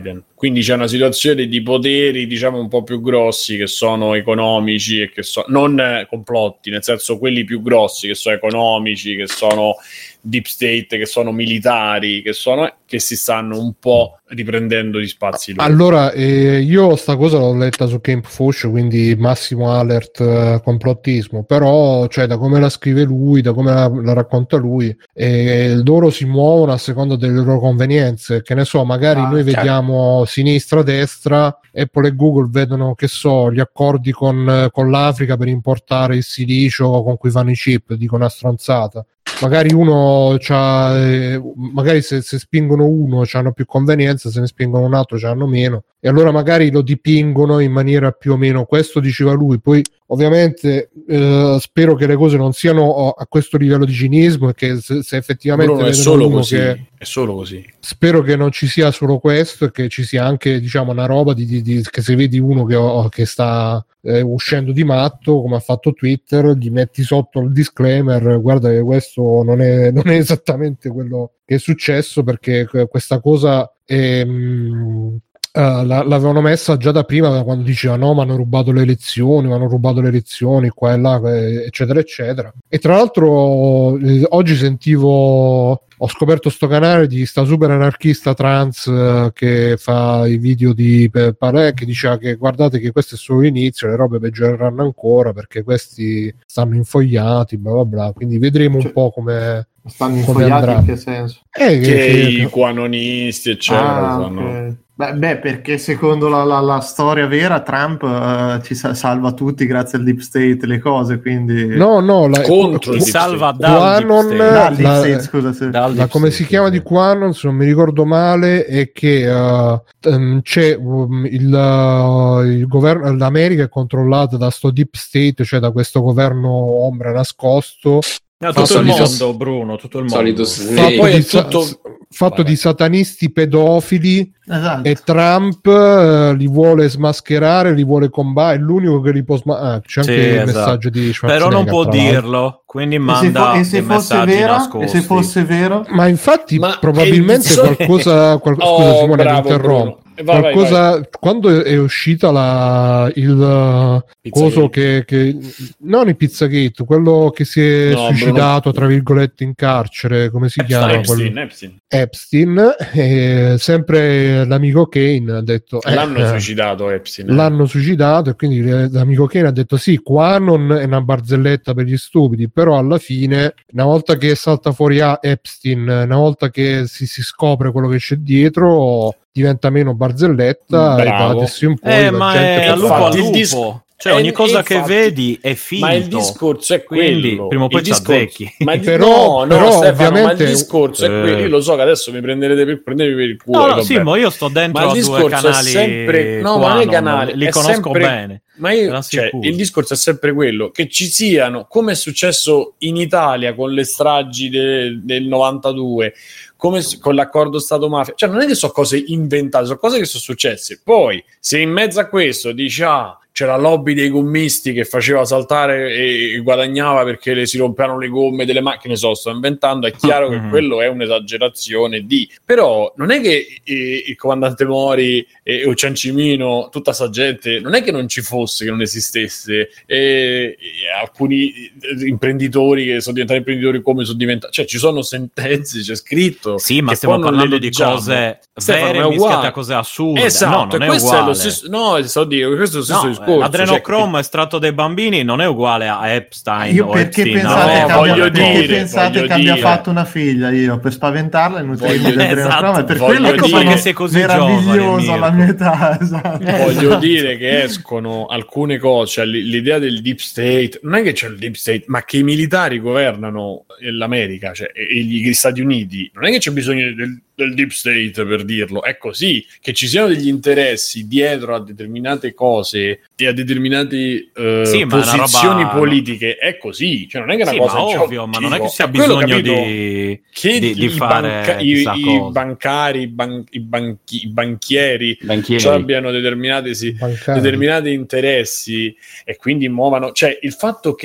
quindi c'è una situazione di poteri diciamo un po' più grossi che sono economici e che sono non eh, complotti, nel senso quelli più grossi che sono economici, che sono deep state, che sono militari, che sono che si stanno un po' riprendendo gli spazi loro. Allora, eh, io sta cosa l'ho letta su Camp Fush, quindi massimo alert eh, complottismo, però cioè da come la scrive lui, da come la, la racconta lui, eh, loro si muovono a seconda delle loro convenienze, che ne so, magari Ah, noi certo. vediamo sinistra, destra, Apple e Google vedono, che so, gli accordi con, con l'Africa per importare il silicio con cui fanno i chip, dico una stronzata. Magari uno c'ha, eh, magari se, se spingono uno c'hanno più convenienza, se ne spingono un altro c'hanno meno, e allora magari lo dipingono in maniera più o meno, questo diceva lui. Poi ovviamente eh, spero che le cose non siano a questo livello di cinismo, e che se, se effettivamente Bruno, è vedono solo uno così, che, è solo così. spero che non ci sia solo questo, e che ci sia anche diciamo una roba di, di, di che se vedi uno che, oh, che sta eh, uscendo di matto come ha fatto Twitter, gli metti sotto il disclaimer: guarda che questo non è, non è esattamente quello che è successo, perché questa cosa è, mh, Uh, la, l'avevano messa già da prima, da quando diceva no, ma hanno rubato le elezioni, ma hanno rubato le elezioni qua e là, eccetera eccetera. E tra l'altro eh, oggi sentivo, ho scoperto sto canale di sta super anarchista trans uh, che fa i video di Parè, che diceva che guardate che questo è solo l'inizio, le robe peggioreranno ancora perché questi stanno infogliati, bla bla bla. Quindi vedremo cioè, un po' come stanno come infogliati andrà. in che senso? Eh, Che, che, i che... quanonisti eccetera Ah, fanno... ok. Beh, beh, perché secondo la, la, la storia vera Trump uh, ci sa- salva tutti grazie al deep state le cose, quindi No, no, la, Contro Ti il deep salva state. dal deep Quanon, state. dal deep la- state, scusa, sì. Dal la deep come state, si chiama sì. di Quanon, se non mi ricordo male, è che uh, um, c'è um, il, uh, il governo, l'America è controllata da sto deep state, cioè da questo governo ombra nascosto, No, tutto fatto il di mondo, sa- Bruno, tutto il Solito mondo. Snake. fatto, poi di, è sa- tutto- fatto Vabbè. di satanisti pedofili, Esatto. e Trump uh, li vuole smascherare, li vuole combattere, è l'unico che li può smascherare. Ah, c'è Sì, anche il esatto. messaggio di Però non Schwarzenegger, può tra l'altro. dirlo, quindi E se, manda fo- e se dei fosse messaggi vera? nascosti. E se fosse vero? Ma infatti Ma probabilmente è il so- qualcosa, qual- Oh, scusa Simone, ti bravo, interrompo. Bruno. Vai, vai, Qualcosa, quando è uscita la, il uh, coso che, che non il Pizzagate, quello che si è No, suicidato tra virgolette in carcere, come si chiama? Epstein, Quello- Epstein. Epstein, eh, sempre l'amico Kane ha detto eh, L'hanno eh, suicidato Epstein. eh. l'hanno suicidato, e quindi eh, l'amico Kane ha detto sì, Quanon è una barzelletta per gli stupidi, però alla fine una volta che salta fuori a Epstein, una volta che si, si scopre quello che c'è dietro, diventa meno barzelletta, e da Bravo. adesso in poi Eh, la ma gente è può al lupo fare- al Infatti, il lupo. dis- Cioè, eh, ogni cosa infatti- che vedi è finto. Ma il discorso è Quindi, quello. prima o poi Il ci discorso- azzecchi. Ma il- Però- no, no, però Stefano, ovviamente- ma il discorso è Eh. quello. Io lo so che adesso mi prenderete per prendermi per il culo. No, no, vabbè. sì, ma io sto dentro Ma a il due discorso è canali sempre no, ma non è Quanon, canali, li è conosco sempre- bene. Ma Te io, la cioè, sicuro. il discorso è sempre quello, che ci siano, come è successo in Italia con le stragi de- del novantadue, come s- con l'accordo Stato-mafia, cioè non è che sono cose inventate, sono cose che sono successe. Poi, se in mezzo a questo dici, ah, c'è la lobby dei gommisti che faceva saltare e guadagnava perché le si rompevano le gomme delle macchine, so, sto inventando, è chiaro che Mhm. quello è un'esagerazione di... Però non è che eh, il comandante Mori e o Ciancimino, tutta sta gente, non è che non ci fosse, che non esistesse, e, e alcuni eh, imprenditori che sono diventati imprenditori come sono diventati, cioè ci sono sentenze, c'è scritto. Sì, ma che stiamo poi non parlando le di leggiamo. cose Stefano, vere ma è mischiate uguale. a cose assurde. Esatto, no, non è questo uguale. è lo stesso, no, sto dire, questo è lo stesso No, discorso. l'adrenocromo cioè, estratto dai bambini non è uguale a Epstein Io o perché Epstein. pensate, no, che abbia, voglio perché dire, pensate voglio che abbia dire. fatto una figlia io per spaventarla e nutrirmi Voglio- del adrenocromo, e per Esatto, quello voglio che dire sono che sei così meraviglioso giovane, alla Mirko. mia età, esatto. Eh, Voglio esatto. dire che escono alcune cose, cioè l- l'idea del deep state, non è che c'è il deep state, ma che i militari governano l'America, cioè, e gli Stati Uniti, non è che c'è bisogno del, del deep state per dirlo, è così, che ci siano degli interessi dietro a determinate cose e a determinate eh, Sì, ma è una posizioni roba- politiche, è così, cioè non è che è una Sì, cosa ma cioè, ovvio, ma non è che dico, sia è quello, bisogno capito? di, Che di, di i, fare banca- i- chissà i cosa. bancari, i, ban- i banchi- i banchieri Banchieri. cioè abbiano determinati, sì, Bancari. determinati interessi e quindi muovano, cioè il fatto che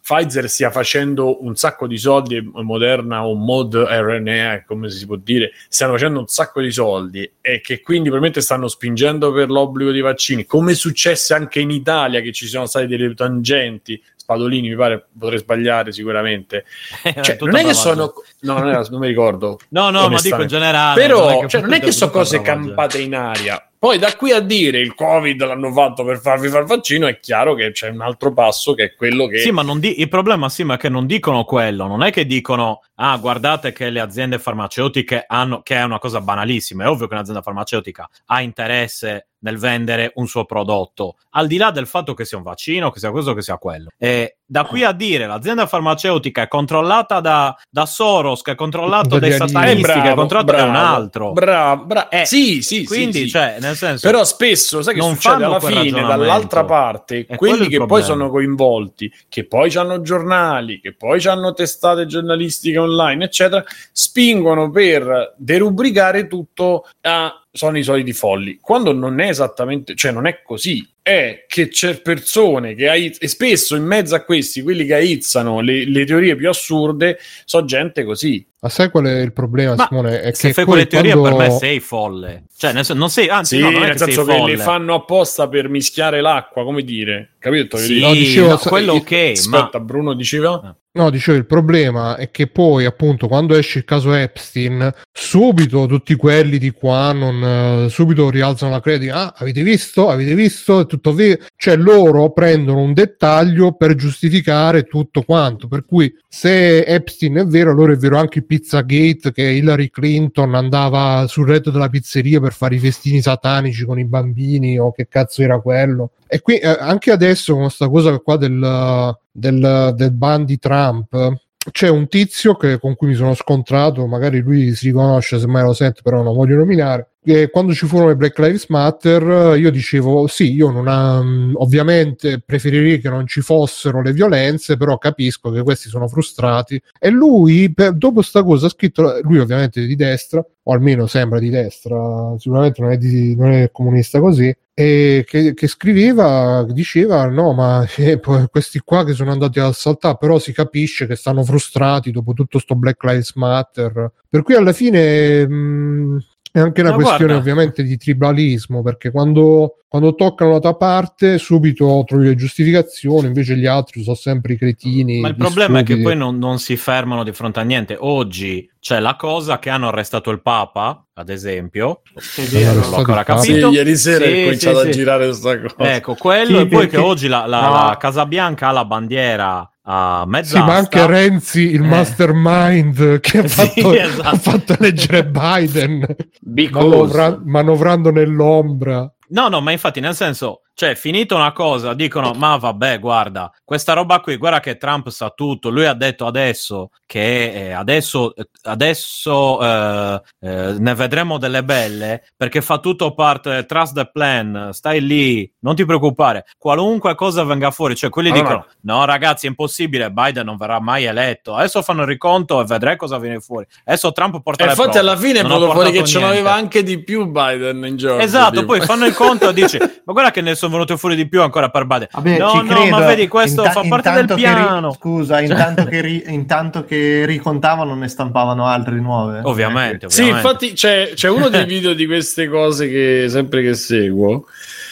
Pfizer stia facendo un sacco di soldi, Moderna o Mod R N A, come si può dire, stanno facendo un sacco di soldi e che quindi probabilmente stanno spingendo per l'obbligo di vaccini, come successe anche in Italia, che ci sono state delle tangenti. Spadolini, mi pare, potrei sbagliare sicuramente. Cioè, non è che sono, no, non, era, non mi ricordo. No, no, ma dico in generale. Però non è che, cioè, non è che sono cose campate in aria. Poi da qui a dire il Covid l'hanno fatto per farvi fare il vaccino, è chiaro che c'è un altro passo che è quello che... Sì, ma non di- il problema sì, ma è che non dicono quello, non è che dicono ah, guardate che le aziende farmaceutiche hanno, che è una cosa banalissima, è ovvio che un'azienda farmaceutica ha interesse nel vendere un suo prodotto, al di là del fatto che sia un vaccino, che sia questo, che sia quello. E da qui a dire l'azienda farmaceutica è controllata da, da Soros, che è controllato dai satanisti, eh, bravo, che è controllato da un altro. Bravo, bravo. Eh, sì, sì, quindi, sì, sì. cioè, nel senso, però spesso, sai che non succede alla fine, dall'altra parte, è quelli che problema. poi sono coinvolti, che poi hanno giornali, che poi hanno testate giornalistiche online, eccetera, spingono per derubricare tutto a... sono i soliti folli, quando non è esattamente, cioè non è così, è che c'è persone che aiz- e spesso in mezzo a questi, quelli che aizzano le, le teorie più assurde, so gente così. Ma sai qual è il problema, ma Simone? È se che fai quelle teorie quando... per me sei folle, cioè nel senso, non sei, anzi sì, no, non è nel che senso sei che folle. le fanno apposta per mischiare l'acqua, come dire, capito? Sì, no, dicevo, no, quello ok, aspetta, ma... Bruno diceva? No, dicevo, il problema è che poi, appunto, quando esce il caso Epstein, subito tutti quelli di Quanon, uh, subito rialzano la critica, ah, avete visto? Avete visto? È tutto vero. Cioè, loro prendono un dettaglio per giustificare tutto quanto, per cui se Epstein è vero, allora è vero anche il Pizzagate, che Hillary Clinton andava sul retro della pizzeria per fare i festini satanici con i bambini, o che cazzo era quello. E qui eh, anche adesso con questa cosa qua del, del, del ban di Trump, c'è un tizio che, con cui mi sono scontrato, magari lui si riconosce, semmai lo sente, però non voglio nominare, che quando ci furono le Black Lives Matter io dicevo sì, io non ha, ovviamente preferirei che non ci fossero le violenze, però capisco che questi sono frustrati, e lui per, dopo sta cosa ha scritto, lui ovviamente è di destra, o almeno sembra di destra, sicuramente non è, di, non è comunista così, e che, che scriveva, diceva no, ma eh, questi qua che sono andati ad assaltare, però si capisce che stanno frustrati dopo tutto sto Black Lives Matter, per cui alla fine mh, è anche una ma questione guarda, ovviamente di tribalismo, perché quando, quando toccano la tua parte subito trovi le giustificazioni, invece gli altri sono sempre i cretini. Ma il problema stupidi. È che poi non, non si fermano di fronte a niente. Oggi c'è la cosa che hanno arrestato il Papa, ad esempio, non l'ho ancora capito. Sì, ieri sera sì, è cominciato sì, a sì. girare questa cosa. Ecco, quello, sì, e poi perché... che oggi la, la, no. la Casa Bianca ha la bandiera a mezz'asta. Sì, ma anche Renzi, il eh. mastermind che ha fatto, sì, esatto. ha fatto eleggere Biden manovra- manovrando nell'ombra. No, no, ma infatti nel senso, cioè, finito una cosa, dicono, ma vabbè, guarda, questa roba qui, guarda che Trump sa tutto, lui ha detto adesso che eh, adesso, adesso eh, eh, ne vedremo delle belle, perché fa tutto parte, trust the plan, stai lì, non ti preoccupare, qualunque cosa venga fuori, cioè quelli allora, dicono, no ragazzi, è impossibile, Biden non verrà mai eletto, adesso fanno il riconto e vedrai cosa viene fuori, adesso Trump porta e le infatti prove. alla fine è venuto fuori che ce n'aveva anche di più Biden in Georgia. Esatto, tipo. Poi fanno il conto e dici, ma guarda che ne sono venuti fuori di più ancora per Biden. Vabbè, no, ci no, credo. ma vedi, questo Inta- fa parte del piano. Ri- scusa, intanto, che ri- intanto che ricontavano ne stampavano altre nuove. Ovviamente, ovviamente. Sì, infatti c'è, c'è uno dei video di queste cose che sempre che seguo,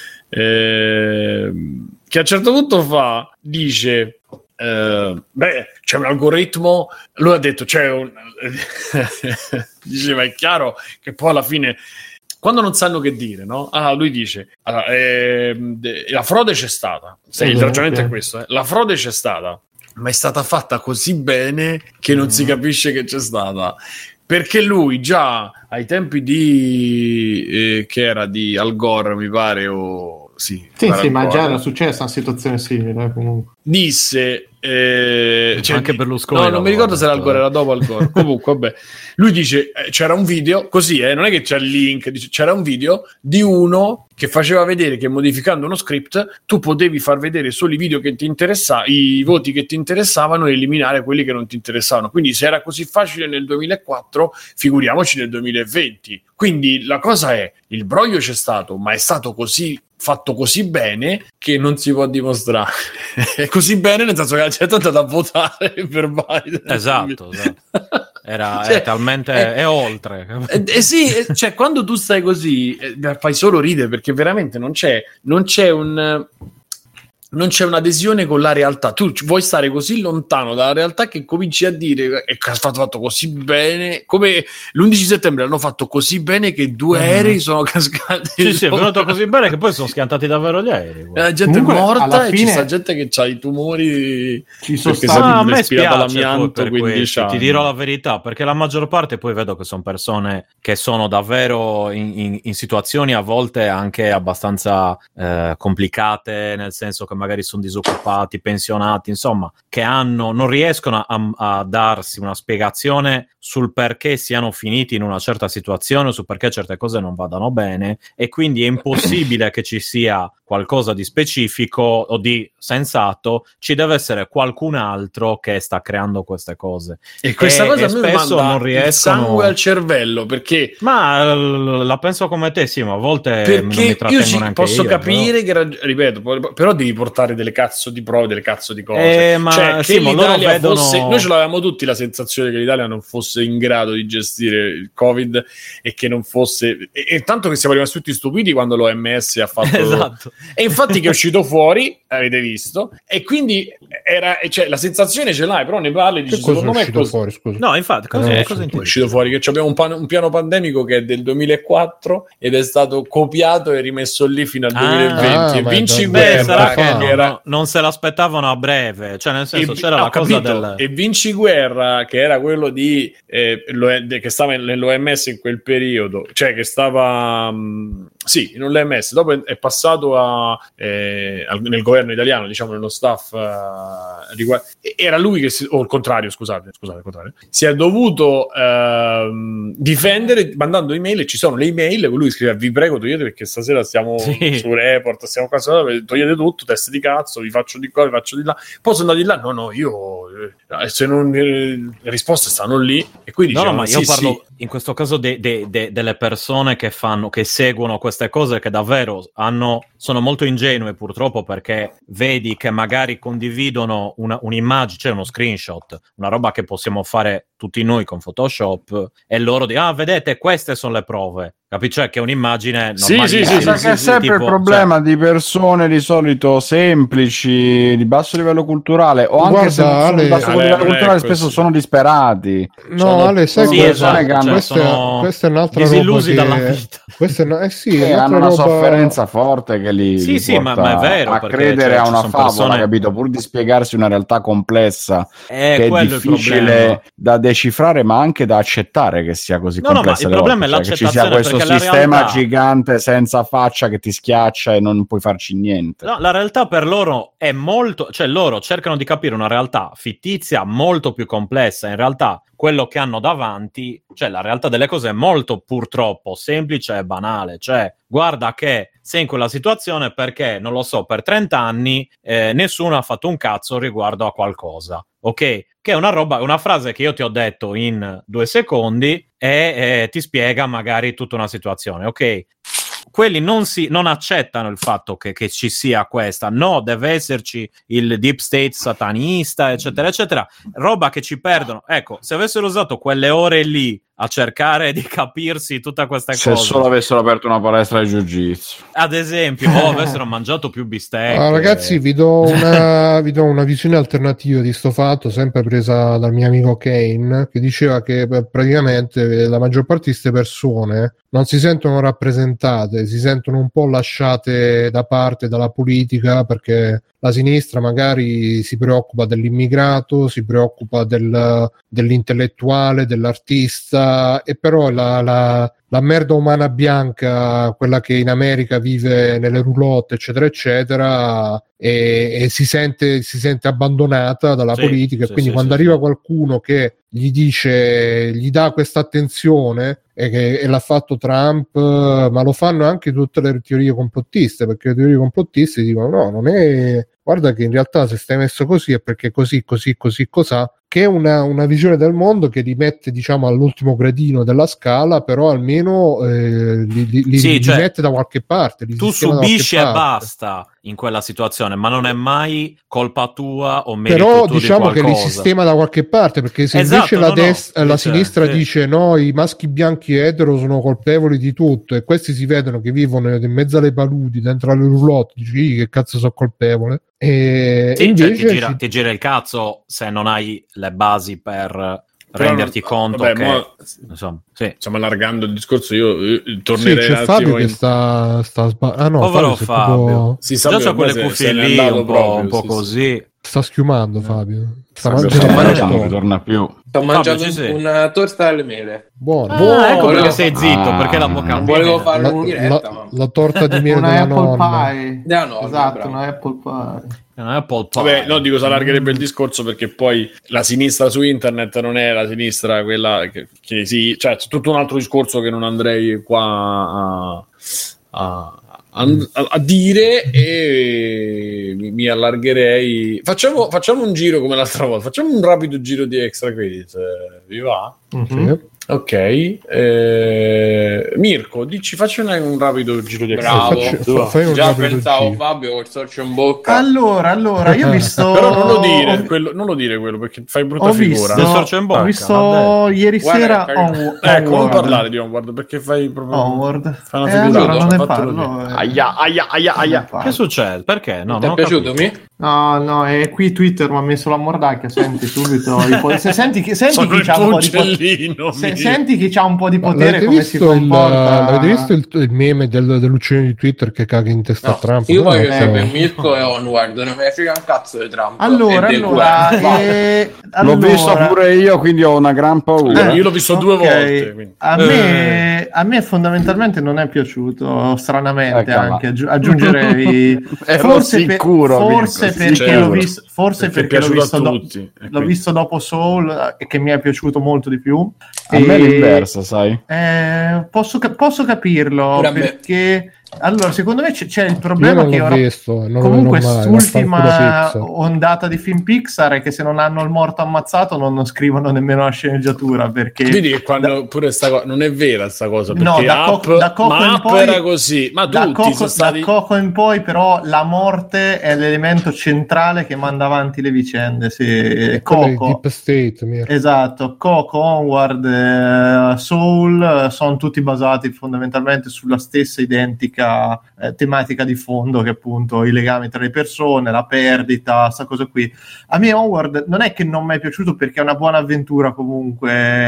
eh, che a un certo punto fa, dice... Uh, beh, c'è un algoritmo, lui ha detto c'è un diceva è chiaro che poi alla fine quando non sanno che dire, no? Ah, lui dice allora, eh, la frode c'è stata, sì, il ragionamento okay. è questo, eh. La frode c'è stata, ma è stata fatta così bene che non mm. si capisce che c'è stata, perché lui già ai tempi di eh, che era di Al Gore mi pare o sì, sì, sì ma già era successa una situazione simile eh, comunque. Disse eh, cioè, anche Berlusconi no, non mi ricordo se era Al Gore, era dopo Al Gore. Comunque vabbè, lui dice eh, c'era un video così, eh, non è che c'è il link, dice, c'era un video di uno che faceva vedere che modificando uno script tu potevi far vedere solo i video che ti interessavano, i voti che ti interessavano e eliminare quelli che non ti interessavano, quindi se era così facile nel duemilaquattro figuriamoci nel duemilaventi. Quindi la cosa è, il broglio c'è stato, ma è stato così fatto così bene che non si può dimostrare. È così bene nel senso che la gente è andata a votare per Biden. Esatto, esatto. Era cioè, è talmente è, è oltre. Eh, eh sì, eh, cioè quando tu stai così eh, fai solo ridere, perché veramente non c'è non c'è un non c'è un'adesione con la realtà. Tu vuoi stare così lontano dalla realtà che cominci a dire è stato fatto così bene, come l'undici settembre hanno fatto così bene che due mm. aerei sono cascati. Sì, sì, è venuto così bene che poi sono schiantati davvero gli aerei. Guarda. La gente Comunque, è morta e fine... ci sta gente che ha i tumori. Ci sono stati ah, a me spiace l'amianto, per questo, ti dirò la verità, perché la maggior parte poi vedo che sono persone che sono davvero in, in, in situazioni a volte anche abbastanza eh, complicate, nel senso che magari sono disoccupati, pensionati, insomma, che hanno non riescono a, a darsi una spiegazione sul perché siano finiti in una certa situazione, su perché certe cose non vadano bene, e quindi è impossibile che ci sia qualcosa di specifico o di sensato, ci deve essere qualcun altro che sta creando queste cose. E questa e, cosa e spesso manda non riescono... il sangue al cervello, perché ma la penso come te, sì, ma a volte perché non mi trattengo io ci neanche posso io, capire però... che, ripeto, però devi portare delle cazzo di prove, delle cazzo di cose. Eh, ma cioè, che sì, ma loro l'Italia vedono... fosse, noi ce l'avevamo tutti la sensazione che l'Italia non fosse in grado di gestire il Covid e che non fosse, e, e tanto che siamo rimasti tutti stupiti quando l'O M S ha fatto esatto. E infatti che è uscito fuori, avete visto, e quindi era, cioè, la sensazione ce l'hai, però ne parli e dici secondo me è così. Fuori, scusa. No, infatti, cosa, Eh, cosa è uscito fuori che abbiamo un, pan- un piano pandemico che è del duemilaquattro ed è stato copiato e rimesso lì fino al duemilaventi. Ah, e Vinci da- Beh, Guerra sarà che che no, era... no, non se l'aspettavano a breve, cioè nel senso e, c'era la cosa capito, del... e Vinci Guerra, che era quello di eh, lo, che stava nell'O M S in quel periodo, cioè che stava mh, sì, in un l'O M S, dopo è, è passato a, eh, al, nel governo italiano, diciamo nello staff uh, riguardo, era lui che si, o il contrario, scusate, scusate, il contrario, si è dovuto uh, difendere mandando email, e ci sono le email, lui scrive vi prego togliete perché stasera stiamo sì. su Report, stiamo qua, togliete tutto, test di cazzo, vi faccio di qua, vi faccio di là, poi sono andati là, no no, io eh, se non eh, le risposte stanno lì, e quindi no, dicevano, no, ma io sì, parlo sì. in questo caso de, de, de, delle persone che fanno, che seguono queste cose, che davvero hanno, sono molto ingenue purtroppo, perché vedi che magari condividono una, un'immagine, cioè uno screenshot, una roba che possiamo fare tutti noi con Photoshop, e loro dicono ah vedete queste sono le prove, capisci? Cioè che è un'immagine sì, sì, sì, sì, sì, è sempre tipo, il problema cioè... di persone di solito semplici, di basso livello culturale, o anche Guarda, se non sono Ale, di basso Ale, livello Ale, culturale ecco, spesso sì. sono disperati. No, sono, Ale, sai sono sì, cosa? persone che hanno, cioè, questa, sono questa è un'altra disillusi roba dalla che... vita. Questa è una... eh sì, che è hanno una roba... sofferenza forte che li, sì, li sì, ma, porta ma è vero, a perché, credere cioè, a ci una sono favola, persone... capito? Pur di spiegarsi una realtà complessa è che è quello il difficile problema. da decifrare, ma anche da accettare che sia così No, no, ma complessa. il alle problema volte. è Cioè, che ci sia l'accettazione, questo perché la sistema realtà... gigante senza faccia che ti schiaccia e non puoi farci niente. No, la realtà per loro è molto, cioè loro cercano di capire una realtà fittizia molto più complessa. In realtà quello che hanno davanti, cioè la realtà delle cose è molto purtroppo semplice e banale. Cioè guarda che sei in quella situazione perché, non lo so, per trenta anni eh, nessuno ha fatto un cazzo riguardo a qualcosa, ok? Che è una roba, una frase che io ti ho detto in due secondi e eh, ti spiega magari tutta una situazione, ok? Quelli non, si, non accettano il fatto che, che ci sia questa, no, deve esserci il deep state satanista, eccetera, eccetera, roba che ci perdono. Ecco, se avessero usato quelle ore lì a cercare di capirsi tutta questa se cosa, se solo avessero aperto una palestra di jiu-jitsu, ad esempio, o avessero mangiato più bistecche. Ah, ragazzi, vi do, una, vi do una visione alternativa di sto fatto, sempre presa dal mio amico Kane, che diceva che beh, praticamente la maggior parte di queste persone non si sentono rappresentate, si sentono un po' lasciate da parte dalla politica, perché la sinistra magari si preoccupa dell'immigrato, si preoccupa del, dell'intellettuale, dell'artista, e però la, la, la merda umana bianca, quella che in America vive nelle roulotte, eccetera, eccetera, e, e si sente, si sente abbandonata dalla Sì, politica, sì, e quindi sì, quando sì, arriva sì. qualcuno che gli dice, gli dà questa attenzione, e, che, e l'ha fatto Trump, ma lo fanno anche tutte le teorie complottiste, perché le teorie complottiste dicono no, non è, guarda che in realtà se stai messo così è perché così, così, così, cos'ha, che è una, una visione del mondo che li mette, diciamo, all'ultimo gradino della scala, però almeno eh, li, li, li, sì, li cioè, mette da qualche parte. Li tu subisci e basta in quella situazione, ma non è mai colpa tua o merito però tuo diciamo di che li sistema da qualche parte, perché se esatto, invece la, no, dest- no, la dice, sinistra sì. dice no, i maschi bianchi etero sono colpevoli di tutto e questi si vedono che vivono in mezzo alle paludi dentro alle roulotte, dici che cazzo sono colpevole, e sì, invece cioè, ti, gira, ci... ti gira il cazzo se non hai le basi per però renderti non, conto vabbè, che mo, insomma, sì. stiamo allargando il discorso, io, io tornerei sì, c'è un Fabio attimo che in... sta, sta sba... ah no, povero Fabio, Fabio, proprio... sì, già c'ha quelle se, cuffie se lì un po', proprio, un po' sì, così sì. sta schiumando Fabio, sta Fabio mangiando, sta un mangiando, torta. non torna più. Sto mangiando Fabio, ci sei? una torta alle mele. Buono, ah, buono. ecco perché volevo- sei zitto, Ah. perché la bocca Non volevo piena. fare la, un'diretta, la, ma... la torta di miele una della apple nonna. pie. Della nonna, Esatto, bravo. una apple pie. È un apple pie. Vabbè, no, dico, si allargherebbe il discorso perché poi la sinistra su internet non è la sinistra quella che, che sì, cioè c'è tutto un altro discorso che non andrei qua a, a, a, a dire, e mi, mi allargherei. Facciamo, facciamo un giro come l'altra volta, facciamo un rapido giro di extra credit, eh, vi va? Mhm. Sì. Ok, eh, Mirko, dici, facci un, un rapido giro di extra Bravo. credit. Faccio- fa- fai un Già rapido pensavo giro. Fabio col sorcio in bocca. Allora, allora, io ho visto... Però non lo dire, ho- quello, non lo dire quello perché fai brutta Ho figura. Del visto, sorcio in bocca, ho visto vabbè. ieri Guarda sera che cagata. On- Ecco, non Onward. parlare di Onward perché fai proprio Onward. fai una Eh, figuraccia, allora non ne fatelo dire. parlo. eh. Aia, aia, aia, Non ne aia. parlo. Che succede? Perché? No, Ti non è ho piaciuto, capito. mi? No, no, è qui Twitter mi ha messo la mordacchia, senti subito. i po- se senti, chi- senti Sono chi il c'ha un po' di potere. Pugellino, Se, mi- senti chi c'ha un po' di Ma potere, l'avete come si visto, il, comporta. l'avete visto il, il meme del, dell'uccellino di Twitter che caga in testa No, a Trump? io No, voglio ecco. sapere Mirko e Onward, non me ne frega un cazzo di Trump. Allora, e del allora, governo. eh, L'ho allora- visto pure io, quindi ho una gran paura. Eh, io l'ho visto due ok. volte, quindi. A me, a me fondamentalmente non è piaciuto, stranamente Eccola. anche, aggi- aggiungerei Ero forse, per- sicuro, forse Mirko, perché sicuro. l'ho visto, forse Perché è perché, l'ho, piaciuto visto a do- tutti, e l'ho quindi. visto dopo Soul e che mi è piaciuto molto di più. A me è E- l'inversa, sai? Eh, posso, ca- posso capirlo Pure a me. perché allora secondo me c'è, c'è il Io problema non che l'ho ora visto, non comunque lo vedrò mai, quest'ultima vaffanculo Pixar. ondata di film Pixar è che se non hanno il morto ammazzato non, non scrivono nemmeno la sceneggiatura perché Vedi che quando pure sta cosa non è vera sta cosa No, perché da Up, Coco- da Coco ma in Up poi- era così, ma da tutti Coco, sono stati da Coco in poi però la morte è l'elemento centrale che manda avanti le vicende. Se Quello è Coco Deep State, Mirko. Esatto, Coco, Onward, eh, Soul eh, sono tutti basati fondamentalmente sulla stessa identica eh, tematica di fondo che è appunto i legami tra le persone, la perdita, sta cosa qui. A me Onward non è che non mi è piaciuto perché è una buona avventura comunque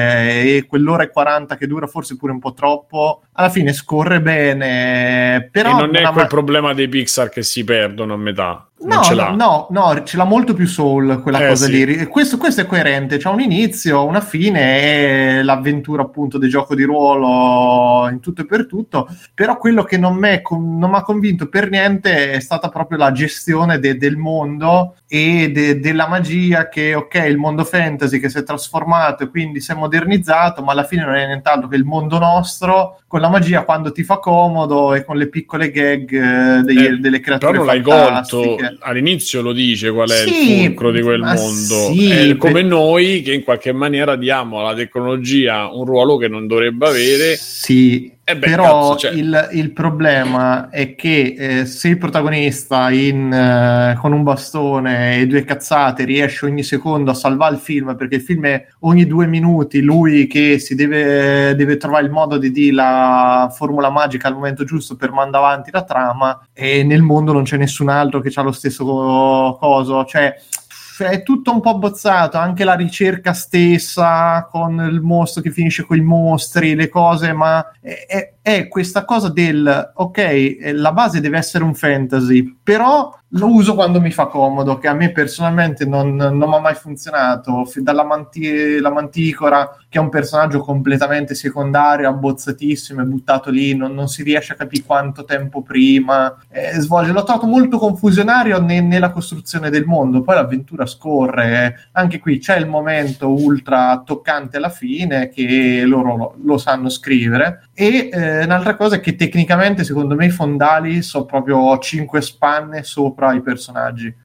e quell'ora e quaranta che dura forse pure un po' troppo, alla fine scorre bene, però e non è ha quel ma- problema dei Pixar che si perdono a metà. Non No, ce no, l'ha. no, no, ce l'ha molto più Soul quella Eh, cosa sì. lì. Questo, questo è coerente, c'ha un inizio, una fine, è l'avventura appunto del gioco di ruolo in tutto e per tutto. Però quello che non mi ha convinto per niente è stata proprio la gestione de- del mondo e de- della magia che, ok, il mondo fantasy che si è trasformato e quindi si è modernizzato, ma alla fine non è nient'altro che il mondo nostro con la magia quando ti fa comodo e con le piccole gag eh, dei- Eh, delle creature però non l'hai fantastiche. colto, all'inizio lo dice qual è Sì, il fulcro di quel ma mondo. sì, è come per- noi che in qualche maniera diamo alla tecnologia un ruolo che non dovrebbe avere. Sì, Eh beh, però cazzo, cioè. il, il problema è che eh, se il protagonista in, eh, con un bastone e due cazzate riesce ogni secondo a salvare il film, perché il film è ogni due minuti lui che si deve, deve trovare il modo di dire la formula magica al momento giusto per mandare avanti la trama, e nel mondo non c'è nessun altro che ha lo stesso co- coso, cioè è tutto un po' bozzato, anche la ricerca stessa con il mostro che finisce con i mostri, le cose, ma è, è, è questa cosa del ok, eh, la base deve essere un fantasy, però lo uso quando mi fa comodo, che a me personalmente non, non mi ha mai funzionato, F- dalla manti- la manticora, che è un personaggio completamente secondario, abbozzatissimo e buttato lì, non, non si riesce a capire quanto tempo prima eh, svolge, l'ho trovato molto confusionario ne- nella costruzione del mondo, poi l'avventura scorre, eh. Anche qui c'è il momento ultra toccante alla fine che loro lo, lo sanno scrivere, e eh, un'altra cosa è che tecnicamente secondo me i fondali sono proprio cinque spanne sopra i personaggi,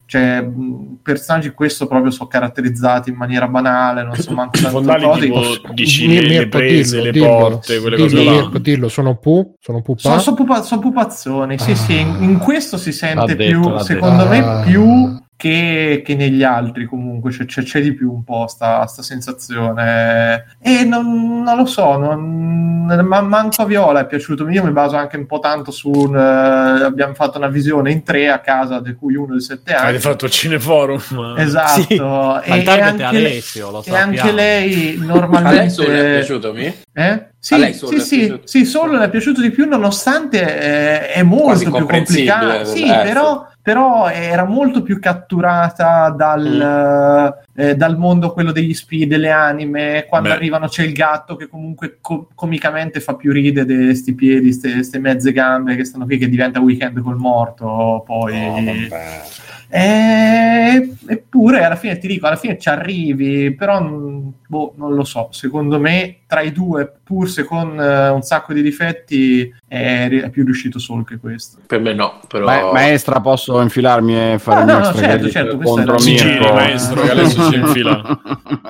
cioè mh, personaggi questo proprio sono caratterizzati in maniera banale, non so manco I tanto fondali codico. tipo dici le, le Mirko, prese, dillo, le dillo, porte, quelle dillo, cose là. Mirko, dillo, sono pu, sono pupa. Sono, sono, pupa- sono pupazzoni, sì, Ah. sì, in, in questo si sente L'ha detto, più, l'ha secondo detto. me, Ah. più che, che negli altri comunque, cioè, c'è, c'è di più un po' sta, sta sensazione. E non, non lo so, non, ma manco a Viola è piaciuto. Io mi baso anche un po' tanto su un, uh, abbiamo fatto una visione in tre a casa, di cui uno di sette anni. Avete fatto il cineforum? Ma... Esatto, Sì, ma e, il target e è anche, Alessio, lo e anche sappiamo. lei A normalmente lei solo è piaciuto, mi? Eh? Sì, A lei solo sì, è sì, piaciuto? sì, solo le è piaciuto di più, nonostante eh, è molto Quasi più incomprensibile, complicato. Sì, eh, però, però era molto più catturata dal, eh, dal mondo quello degli spiriti, delle anime. Quando Beh. arrivano c'è il gatto che comunque co- comicamente fa più ride di sti piedi, ste mezze gambe che stanno qui, che diventa Weekend col morto. Poi Oh, vabbè. Eh, eppure alla fine ti dico, alla fine ci arrivi, però mh, boh, non lo so, secondo me tra i due, pur se con eh, un sacco di difetti, è, è più riuscito solo che questo. Per me no, però... Ma- maestra, posso infilarmi e fare Ah, un no, no, extra certo, credit certo, questa contro è la- Si Mirko? giri, maestro, che adesso si infila.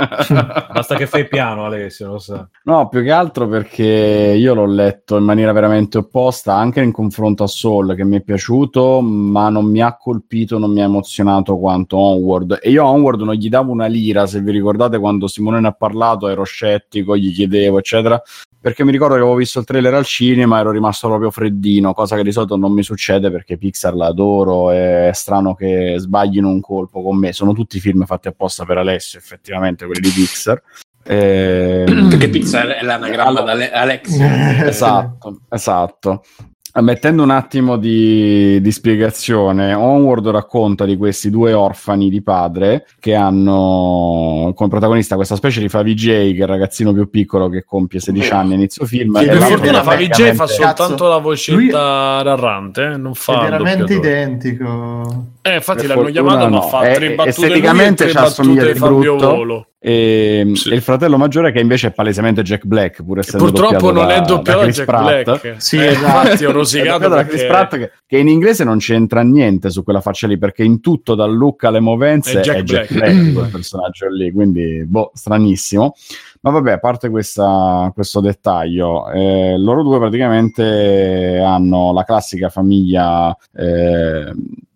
Basta che fai piano, Alessio, lo sa. No, più che altro perché io l'ho letto in maniera veramente opposta, anche in confronto a Soul, che mi è piaciuto, ma non mi ha colpito, non mi ha emozionato quanto Onward. E io a Onward non gli davo una lira, se vi ricordate quando Simone ne ha parlato, ero scettico, gli chiedevo, eccetera, perché mi ricordo che avevo visto il trailer al cinema, ero rimasto proprio freddino, cosa che di solito non mi succede perché Pixar l'adoro, è strano che sbaglino un colpo con me. Sono tutti film fatti apposta per Alessio, effettivamente, quelli di Pixar. Eh, Perché Pixar è l'anagramma da Ale- Alexio. esatto, esatto. Mettendo un attimo di, di spiegazione, Onward racconta di questi due orfani di padre che hanno come protagonista questa specie di Favij, che è il ragazzino più piccolo che compie sedici anni a inizio film. Sì, e per l'altro fortuna è Favij praticamente- fa soltanto Cazzo, la vocetta narrante, eh, non fa È il veramente doppiatore. identico. Eh, infatti Per l'hanno fortuna chiamato, ma no. fa Eh, tre battute lui e esteticamente tre ci assomiglia battute di Fabio brutto. Volo. E, Sì. e il fratello maggiore che invece è palesemente Jack Black, pur essendo Purtroppo doppiato non da, è da doppiato da Chris Jack Pratt. Black. Sì, Eh, esatto. infatti ho È rosicato doppiato da Chris perché Pratt che, che in inglese non c'entra niente su quella faccia lì, perché in tutto dal look alle movenze È Jack è Jack Black. Black, quel personaggio lì, quindi boh, stranissimo. Ma vabbè, a parte questa, questo dettaglio, eh, loro due praticamente hanno la classica famiglia eh,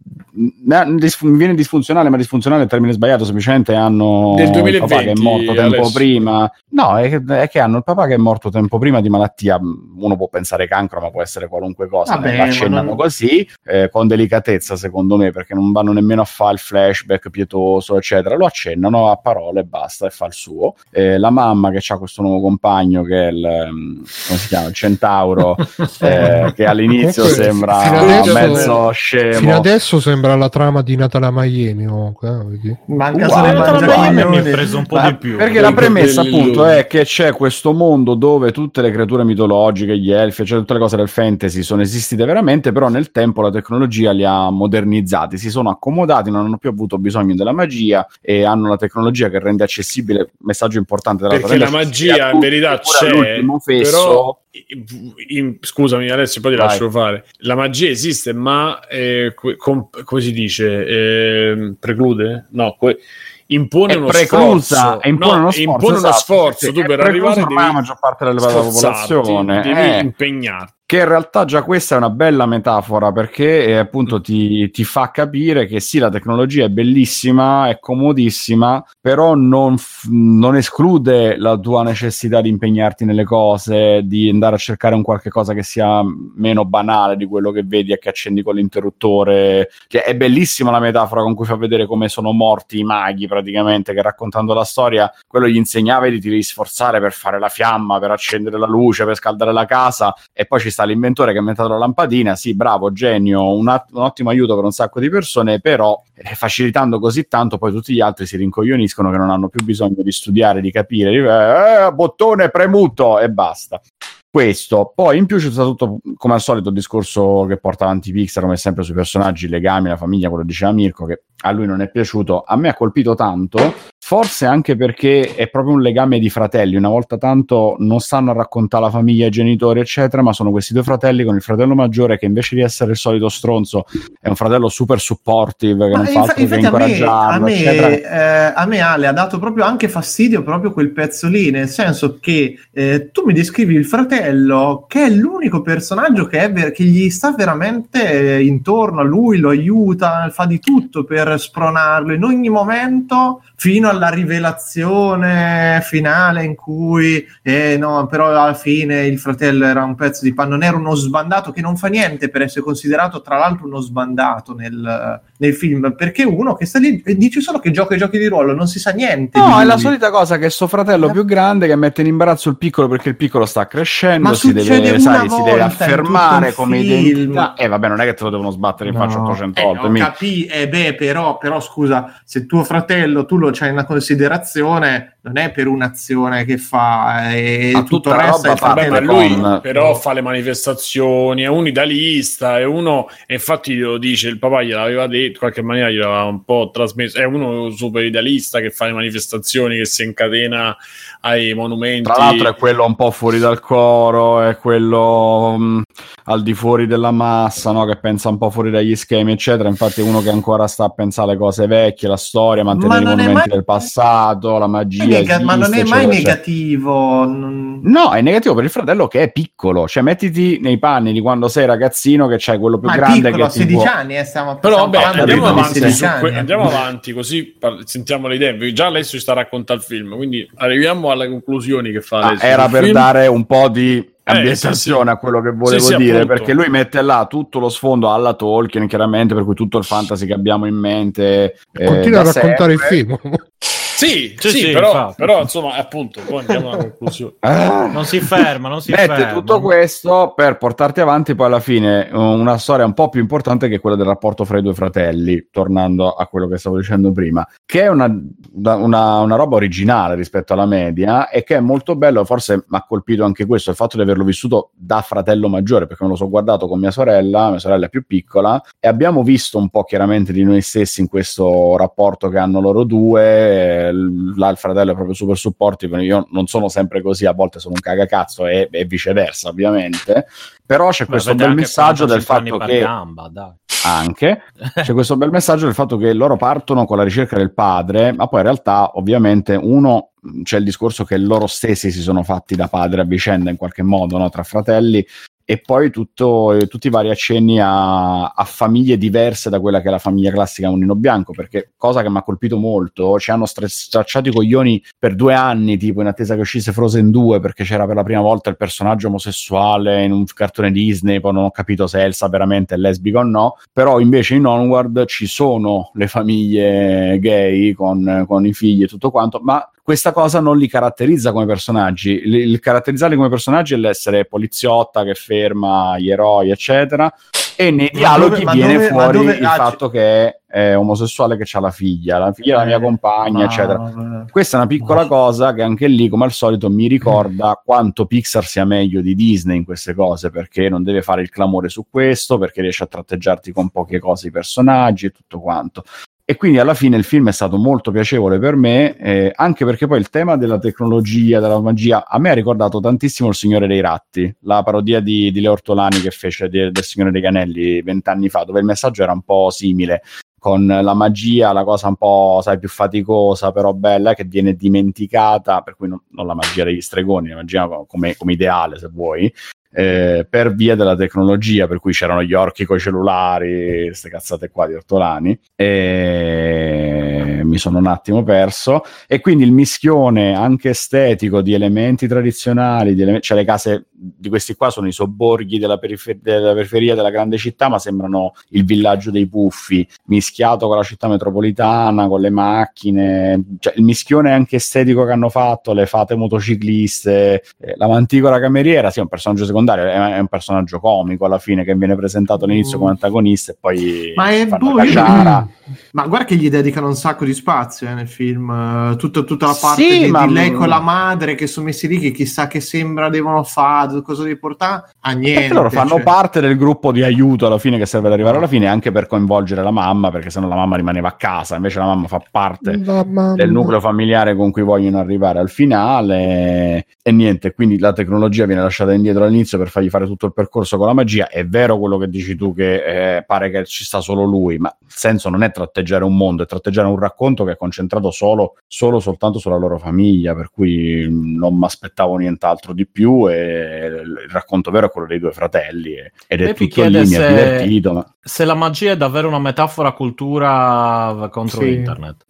ne- dis- mi viene disfunzionale, ma disfunzionale è il termine sbagliato, semplicemente hanno Del il papà che è duemilaventi, morto tempo Alessio. prima. No, è che, è che hanno il papà che è morto tempo prima di malattia. Uno può pensare cancro, ma può essere qualunque cosa. Vabbè, Eh, ma accennano non- così, eh, con delicatezza secondo me, perché non vanno nemmeno a fare il flashback pietoso, eccetera. Lo accennano a parole e basta, e fa il suo. Eh, la mamma che ha questo nuovo compagno che è il, ehm, come si chiama, il centauro, eh, che all'inizio Comunque, sembra fino adesso- mezzo scemo. Fino adesso sembra la trama di Natale a Miami comunque, eh, vedi? Manca Uguale. solo il Natale a Miami mi ha mangiacoglioni. preso un po' Ma di più. perché la premessa Quello- appunto è che c'è questo mondo dove tutte le creature mitologiche, gli elfi, cioè tutte le cose del fantasy sono esistite veramente, però nel tempo la tecnologia li ha modernizzati, si sono accomodati, non hanno più avuto bisogno della magia e hanno la tecnologia che rende accessibile, messaggio importante della perché la magia in verità c'è, l'ultimo fesso. però in- in- scusami Alessio, poi ti Vai. lascio fare. La magia esiste, ma eh, que- com- come si dice, eh, preclude? No, que- impone È uno preclusa, sforzo. e impone No, uno sforzo, impone uno esatto, sforzo. sì, Tu è per preclusa arrivare ormai devi la maggior parte della sforzarti, popolazione, devi eh. impegnarti. Che in realtà già questa è una bella metafora, perché eh, appunto ti, ti fa capire che sì, la tecnologia è bellissima, è comodissima, però non, f- non esclude la tua necessità di impegnarti nelle cose, di andare a cercare un qualche cosa che sia meno banale di quello che vedi e che accendi con l'interruttore. Che è bellissima la metafora con cui fa vedere come sono morti i maghi, praticamente, che raccontando la storia, quello gli insegnava e ti devi sforzare per fare la fiamma, per accendere la luce, per scaldare la casa, e poi ci sta l'inventore che ha inventato la lampadina. Sì, bravo, genio, un, at- un ottimo aiuto per un sacco di persone, però eh, facilitando così tanto poi tutti gli altri si rincoglioniscono, che non hanno più bisogno di studiare, di capire, di, eh, bottone premuto e basta. Questo, poi in più c'è stato tutto, come al solito, il discorso che porta avanti Pixar, come sempre, sui personaggi, i legami, la famiglia, quello diceva Mirko, che a lui non è piaciuto. A me ha colpito tanto, forse anche perché è proprio un legame di fratelli, una volta tanto non stanno a raccontare la famiglia, i genitori eccetera, ma sono questi due fratelli con il fratello maggiore che invece di essere il solito stronzo è un fratello super supportive che ma non infa- fa altro che incoraggiarlo, a me, eccetera. a me, eh, a me Ale ha dato proprio anche fastidio proprio quel pezzo lì, nel senso che eh, tu mi descrivi il fratello che è l'unico personaggio che, è ver- che gli sta veramente eh, intorno a lui, lo aiuta, fa di tutto per spronarlo in ogni momento, fino alla rivelazione finale in cui eh, no, però alla fine il fratello era un pezzo di pane, non era uno sbandato, che non fa niente per essere considerato tra l'altro uno sbandato nel, nel film, perché uno che sta lì e dice solo che gioca i giochi di ruolo, non si sa niente. No, è la solita cosa che sto fratello più grande che mette in imbarazzo il piccolo perché il piccolo sta crescendo, ma si deve, sai, si deve affermare come film. identità. E eh, vabbè, non è che te lo devono sbattere in No. faccia ottocento eh, volte. Ho mi... capì, eh, beh, però, però scusa, se tuo fratello tu lo c'hai in considerazione, non è per un'azione che fa e Ma tutto tutta il la resto roba è fa- Vabbè, fratello. ma lui con- però fa le manifestazioni, è un idealista, è uno, e infatti lo dice, il papà gliel'aveva detto, in qualche maniera gliel'aveva un po' trasmesso, è uno super idealista che fa le manifestazioni, che si incatena ai monumenti. Tra l'altro è quello un po' fuori dal coro, è quello mh, al di fuori della massa, no? Che pensa un po' fuori dagli schemi, eccetera. Infatti è uno che ancora sta a pensare alle cose vecchie, la storia, mantenere i non è monumenti mai- del passato, la magia. È nega- esiste, ma non è mai eccetera, eccetera. negativo. non- No, è negativo per il fratello che è piccolo, cioè mettiti nei panni di quando sei ragazzino che c'hai quello più Ma è grande piccolo, che ti sedici può... anni, eh, stiamo, Però stiamo vabbè, parlando andiamo di avanti, sedici su anni, que- eh. andiamo avanti così par- sentiamo le idee. Già adesso ci sta a raccontare il film, quindi arriviamo alle conclusioni che fa Ah, adesso era sul per film. dare un po' di Eh, ambientazione sì, sì. a quello che volevo Sì, sì, dire, appunto. perché lui mette là tutto lo sfondo alla Tolkien, chiaramente, per cui tutto il fantasy che abbiamo in mente eh, Continua a da raccontare sempre. il film. Sì, Sì, sì, sì, però, infatti. però insomma, appunto, poi andiamo alla conclusione. Ah. Non si ferma, non si Mette ferma. tutto questo per portarti avanti poi alla fine una storia un po' più importante che quella del rapporto fra i due fratelli, tornando a quello che stavo dicendo prima, che è una, una, una roba originale rispetto alla media e che è molto bello. Forse mi ha colpito anche questo, il fatto di averlo vissuto da fratello maggiore, perché me lo so guardato con mia sorella, mia sorella è più piccola, e abbiamo visto un po' chiaramente di noi stessi in questo rapporto che hanno loro due. Là il fratello è proprio super supportive, io non sono sempre così, a volte sono un cagacazzo e, e viceversa ovviamente, però c'è Beh, questo vede bel anche messaggio del quarantacinque fatto anni per che gamba, dai. anche c'è questo bel messaggio del fatto che loro partono con la ricerca del padre, ma poi in realtà ovviamente uno c'è il discorso che loro stessi si sono fatti da padre a vicenda in qualche modo, no? Tra fratelli, e poi tutto, eh, tutti i vari accenni a, a famiglie diverse da quella che è la famiglia classica un Nino Bianco, perché cosa che mi ha colpito molto, ci hanno stracciato i coglioni per due anni tipo in attesa che uscisse Frozen due, perché c'era per la prima volta il personaggio omosessuale in un cartone Disney, poi non ho capito se Elsa veramente è lesbica o no, però invece in Onward ci sono le famiglie gay con, con i figli e tutto quanto, ma questa cosa non li caratterizza come personaggi. Il, il caratterizzarli come personaggi è l'essere poliziotta che ferma gli eroi, eccetera, e nei Ma dialoghi dove- ma viene dove- ma fuori dove- il ah, fatto che è, è omosessuale, che c'ha la figlia, la figlia è la mia Eh, compagna, ma- eccetera. Questa è una piccola cosa che anche lì, come al solito, mi ricorda quanto Pixar sia meglio di Disney in queste cose, perché non deve fare il clamore su questo, perché riesce a tratteggiarti con poche cose i personaggi e tutto quanto. E quindi alla fine il film è stato molto piacevole per me, eh, anche perché poi il tema della tecnologia, della magia, a me ha ricordato tantissimo Il Signore dei Ratti, la parodia di, di Leo Ortolani che fece de, del Signore degli Anelli vent'anni fa, dove il messaggio era un po' simile, con la magia, la cosa un po', sai, più faticosa, però bella, che viene dimenticata, per cui non, non la magia degli stregoni, la magia come, come ideale, se vuoi, Eh, per via della tecnologia, per cui c'erano gli orchi coi cellulari, queste cazzate qua di Ortolani, e mi sono un attimo perso, e quindi il mischione anche estetico di elementi tradizionali, di ele- cioè le case di questi qua sono i sobborghi della, perifer- della periferia della grande città, ma sembrano il villaggio dei Puffi mischiato con la città metropolitana, con le macchine, cioè il mischione anche estetico che hanno fatto, le fate motocicliste, eh, la manticora cameriera, sì, è un personaggio secondario, è, è un personaggio comico alla fine che viene presentato all'inizio come antagonista e poi Ma è fanno boh, la io- sciara. Ma guarda che gli dedicano un sacco di spazio eh, nel film, eh, tutta, tutta la parte Sì, di, ma- di lei con la madre che sono messi lì che chissà che sembra devono fare, buzz, cosa devi portare? A niente. Perché loro fanno cioè. parte del gruppo di aiuto alla fine che serve ad arrivare alla fine, anche per coinvolgere la mamma, perché sennò la mamma rimaneva a casa, invece la mamma fa parte mamma. del nucleo familiare con cui vogliono arrivare al finale e niente, quindi la tecnologia viene lasciata indietro all'inizio per fargli fare tutto il percorso con la magia. È vero quello che dici tu, che eh, pare che ci sta solo lui, ma il senso non è tratteggiare un mondo, è tratteggiare un racconto che è concentrato solo, solo soltanto sulla loro famiglia, per cui non mi aspettavo nient'altro di più, e il racconto vero è quello dei due fratelli ed è Pepi tutto lì, chiede mi ha se- divertito, ma... Se la magia è davvero una metafora cultura contro Sì. internet.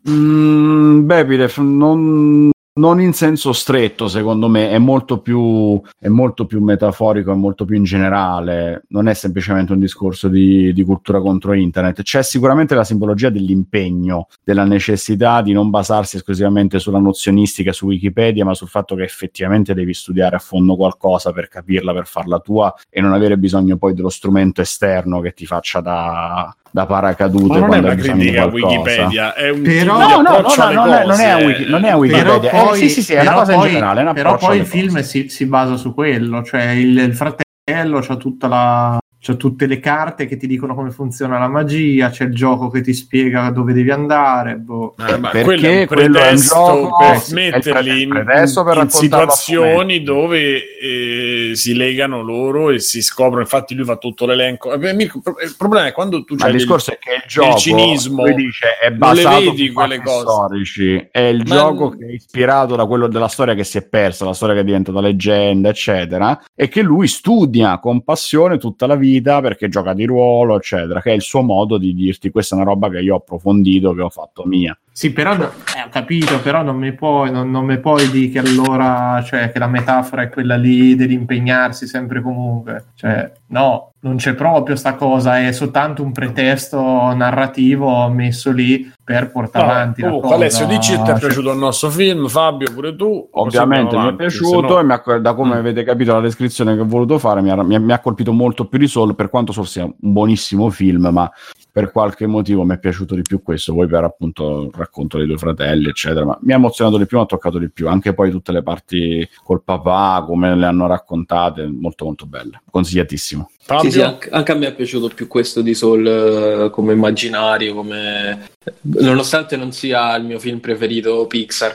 Mm, Bepilef, non, non in senso stretto, secondo me è molto più è molto più metaforico, è molto più in generale, non è semplicemente un discorso di, di cultura contro internet. C'è sicuramente la simbologia dell'impegno, della necessità di non basarsi esclusivamente sulla nozionistica su Wikipedia, ma sul fatto che effettivamente devi studiare a fondo qualcosa per capirla, per farla tua, e non avere bisogno poi dello strumento esterno che ti faccia da da paracadute. Ma non è quando una hai bisogno di critica a qualcosa. Wikipedia, è un Però- tipo No, di no, no, approccio no, alle non è, non è a cose. Wiki- non è a Però Wikipedia. poi, Eh, sì, sì, sì, è una però cosa in poi- generale, è un però approccio poi alle il film cose. si, si basa su quello, cioè il, il fratello c'ha tutta la c'ha tutte le carte che ti dicono come funziona la magia, c'è il gioco che ti spiega dove devi andare, boh. Eh, ma Perché quello è un quello è un pretesto gioco- per è il metterli in, pretesto per in raccontarlo a situazioni fumetti. dove eh, si legano loro e si scoprono. Infatti lui fa tutto l'elenco. Eh, Mirko, il problema è quando tu Ma c'hai il del- discorso è che il gioco, cinismo, lui dice, è non le basato vedi su quelle fatti cose. storici, è il Ma- gioco che è ispirato da quello della storia che si è persa, la storia che è diventata leggenda, eccetera, e che lui studia con passione tutta la vita perché gioca di ruolo, eccetera, che è il suo modo di dirti: questa è una roba che io ho approfondito, che ho fatto mia. Sì, però no- eh, ho capito, però non mi puoi non, non mi puoi dire che allora, cioè, che la metafora è quella lì dell'impegnarsi sempre e comunque, cioè no, non c'è proprio sta cosa, è soltanto un pretesto narrativo messo lì per portare Vabbè, avanti la comunque, cosa. Alessio, dici se ti è Cioè, piaciuto il nostro film, Fabio, pure tu. Ovviamente mi è Avanti, piaciuto se no- e mi ha- da come Mm. avete capito la descrizione che ho voluto fare mi ha, mi ha- mi ha colpito molto più di Soul, per quanto Soul sia un buonissimo film, ma per qualche motivo mi è piaciuto di più questo, poi per appunto il racconto dei due fratelli eccetera, ma mi ha emozionato di più, mi ha toccato di più, anche poi tutte le parti col papà, come le hanno raccontate, molto molto belle, consigliatissimo. Fabio? Sì, sì, anche, anche a me è piaciuto più questo di Soul eh, come immaginario, come... nonostante non sia il mio film preferito Pixar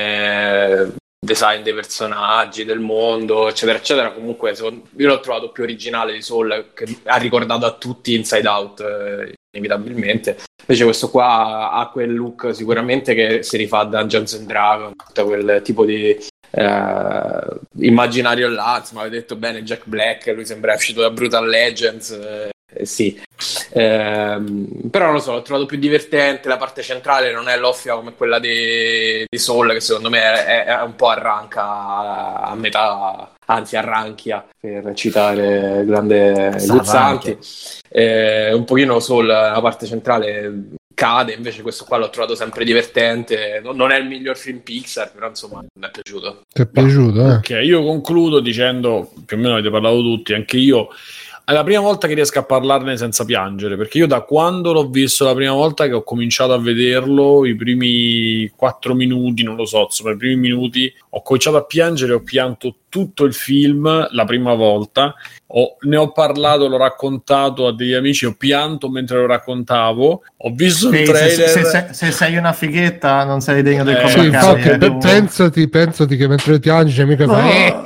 come design dei personaggi, del mondo, eccetera, eccetera, comunque secondo... io l'ho trovato più originale di Soul, che ha ricordato a tutti Inside Out, eh, inevitabilmente. Invece questo qua ha quel look sicuramente che si rifà a Dungeons and Dragons, tutto quel tipo di eh, immaginario là, insomma, avete detto bene, Jack Black, lui sembra uscito da Brutal Legends, eh, eh, sì. Ehm, però non lo so, l'ho trovato più divertente, la parte centrale non è l'offia come quella di, di Soul, che secondo me è, è un po' arranca a, a metà, anzi arranchia, per citare il grande Guzzanti. Eh, un pochino Soul, la parte centrale cade, invece questo qua l'ho trovato sempre divertente, non, non è il miglior film Pixar, però insomma mi è piaciuto. Ti è piaciuto, eh? Ok, io concludo dicendo, più o meno avete parlato tutti, anche io è la prima volta che riesco a parlarne senza piangere, perché io da quando l'ho visto la prima volta che ho cominciato a vederlo, i primi quattro minuti, non lo so, insomma i primi minuti, ho cominciato a piangere, ho pianto tutto il film la prima volta, ho, ne ho parlato, l'ho raccontato a degli amici, ho pianto mentre lo raccontavo, ho visto il Sì, trailer... se, se, se, se sei una fighetta non sei degno del Eh, Cobra Sì, Kai, infatti, eh, pe- tu- pensati, pensati che mentre piangi mica No. fa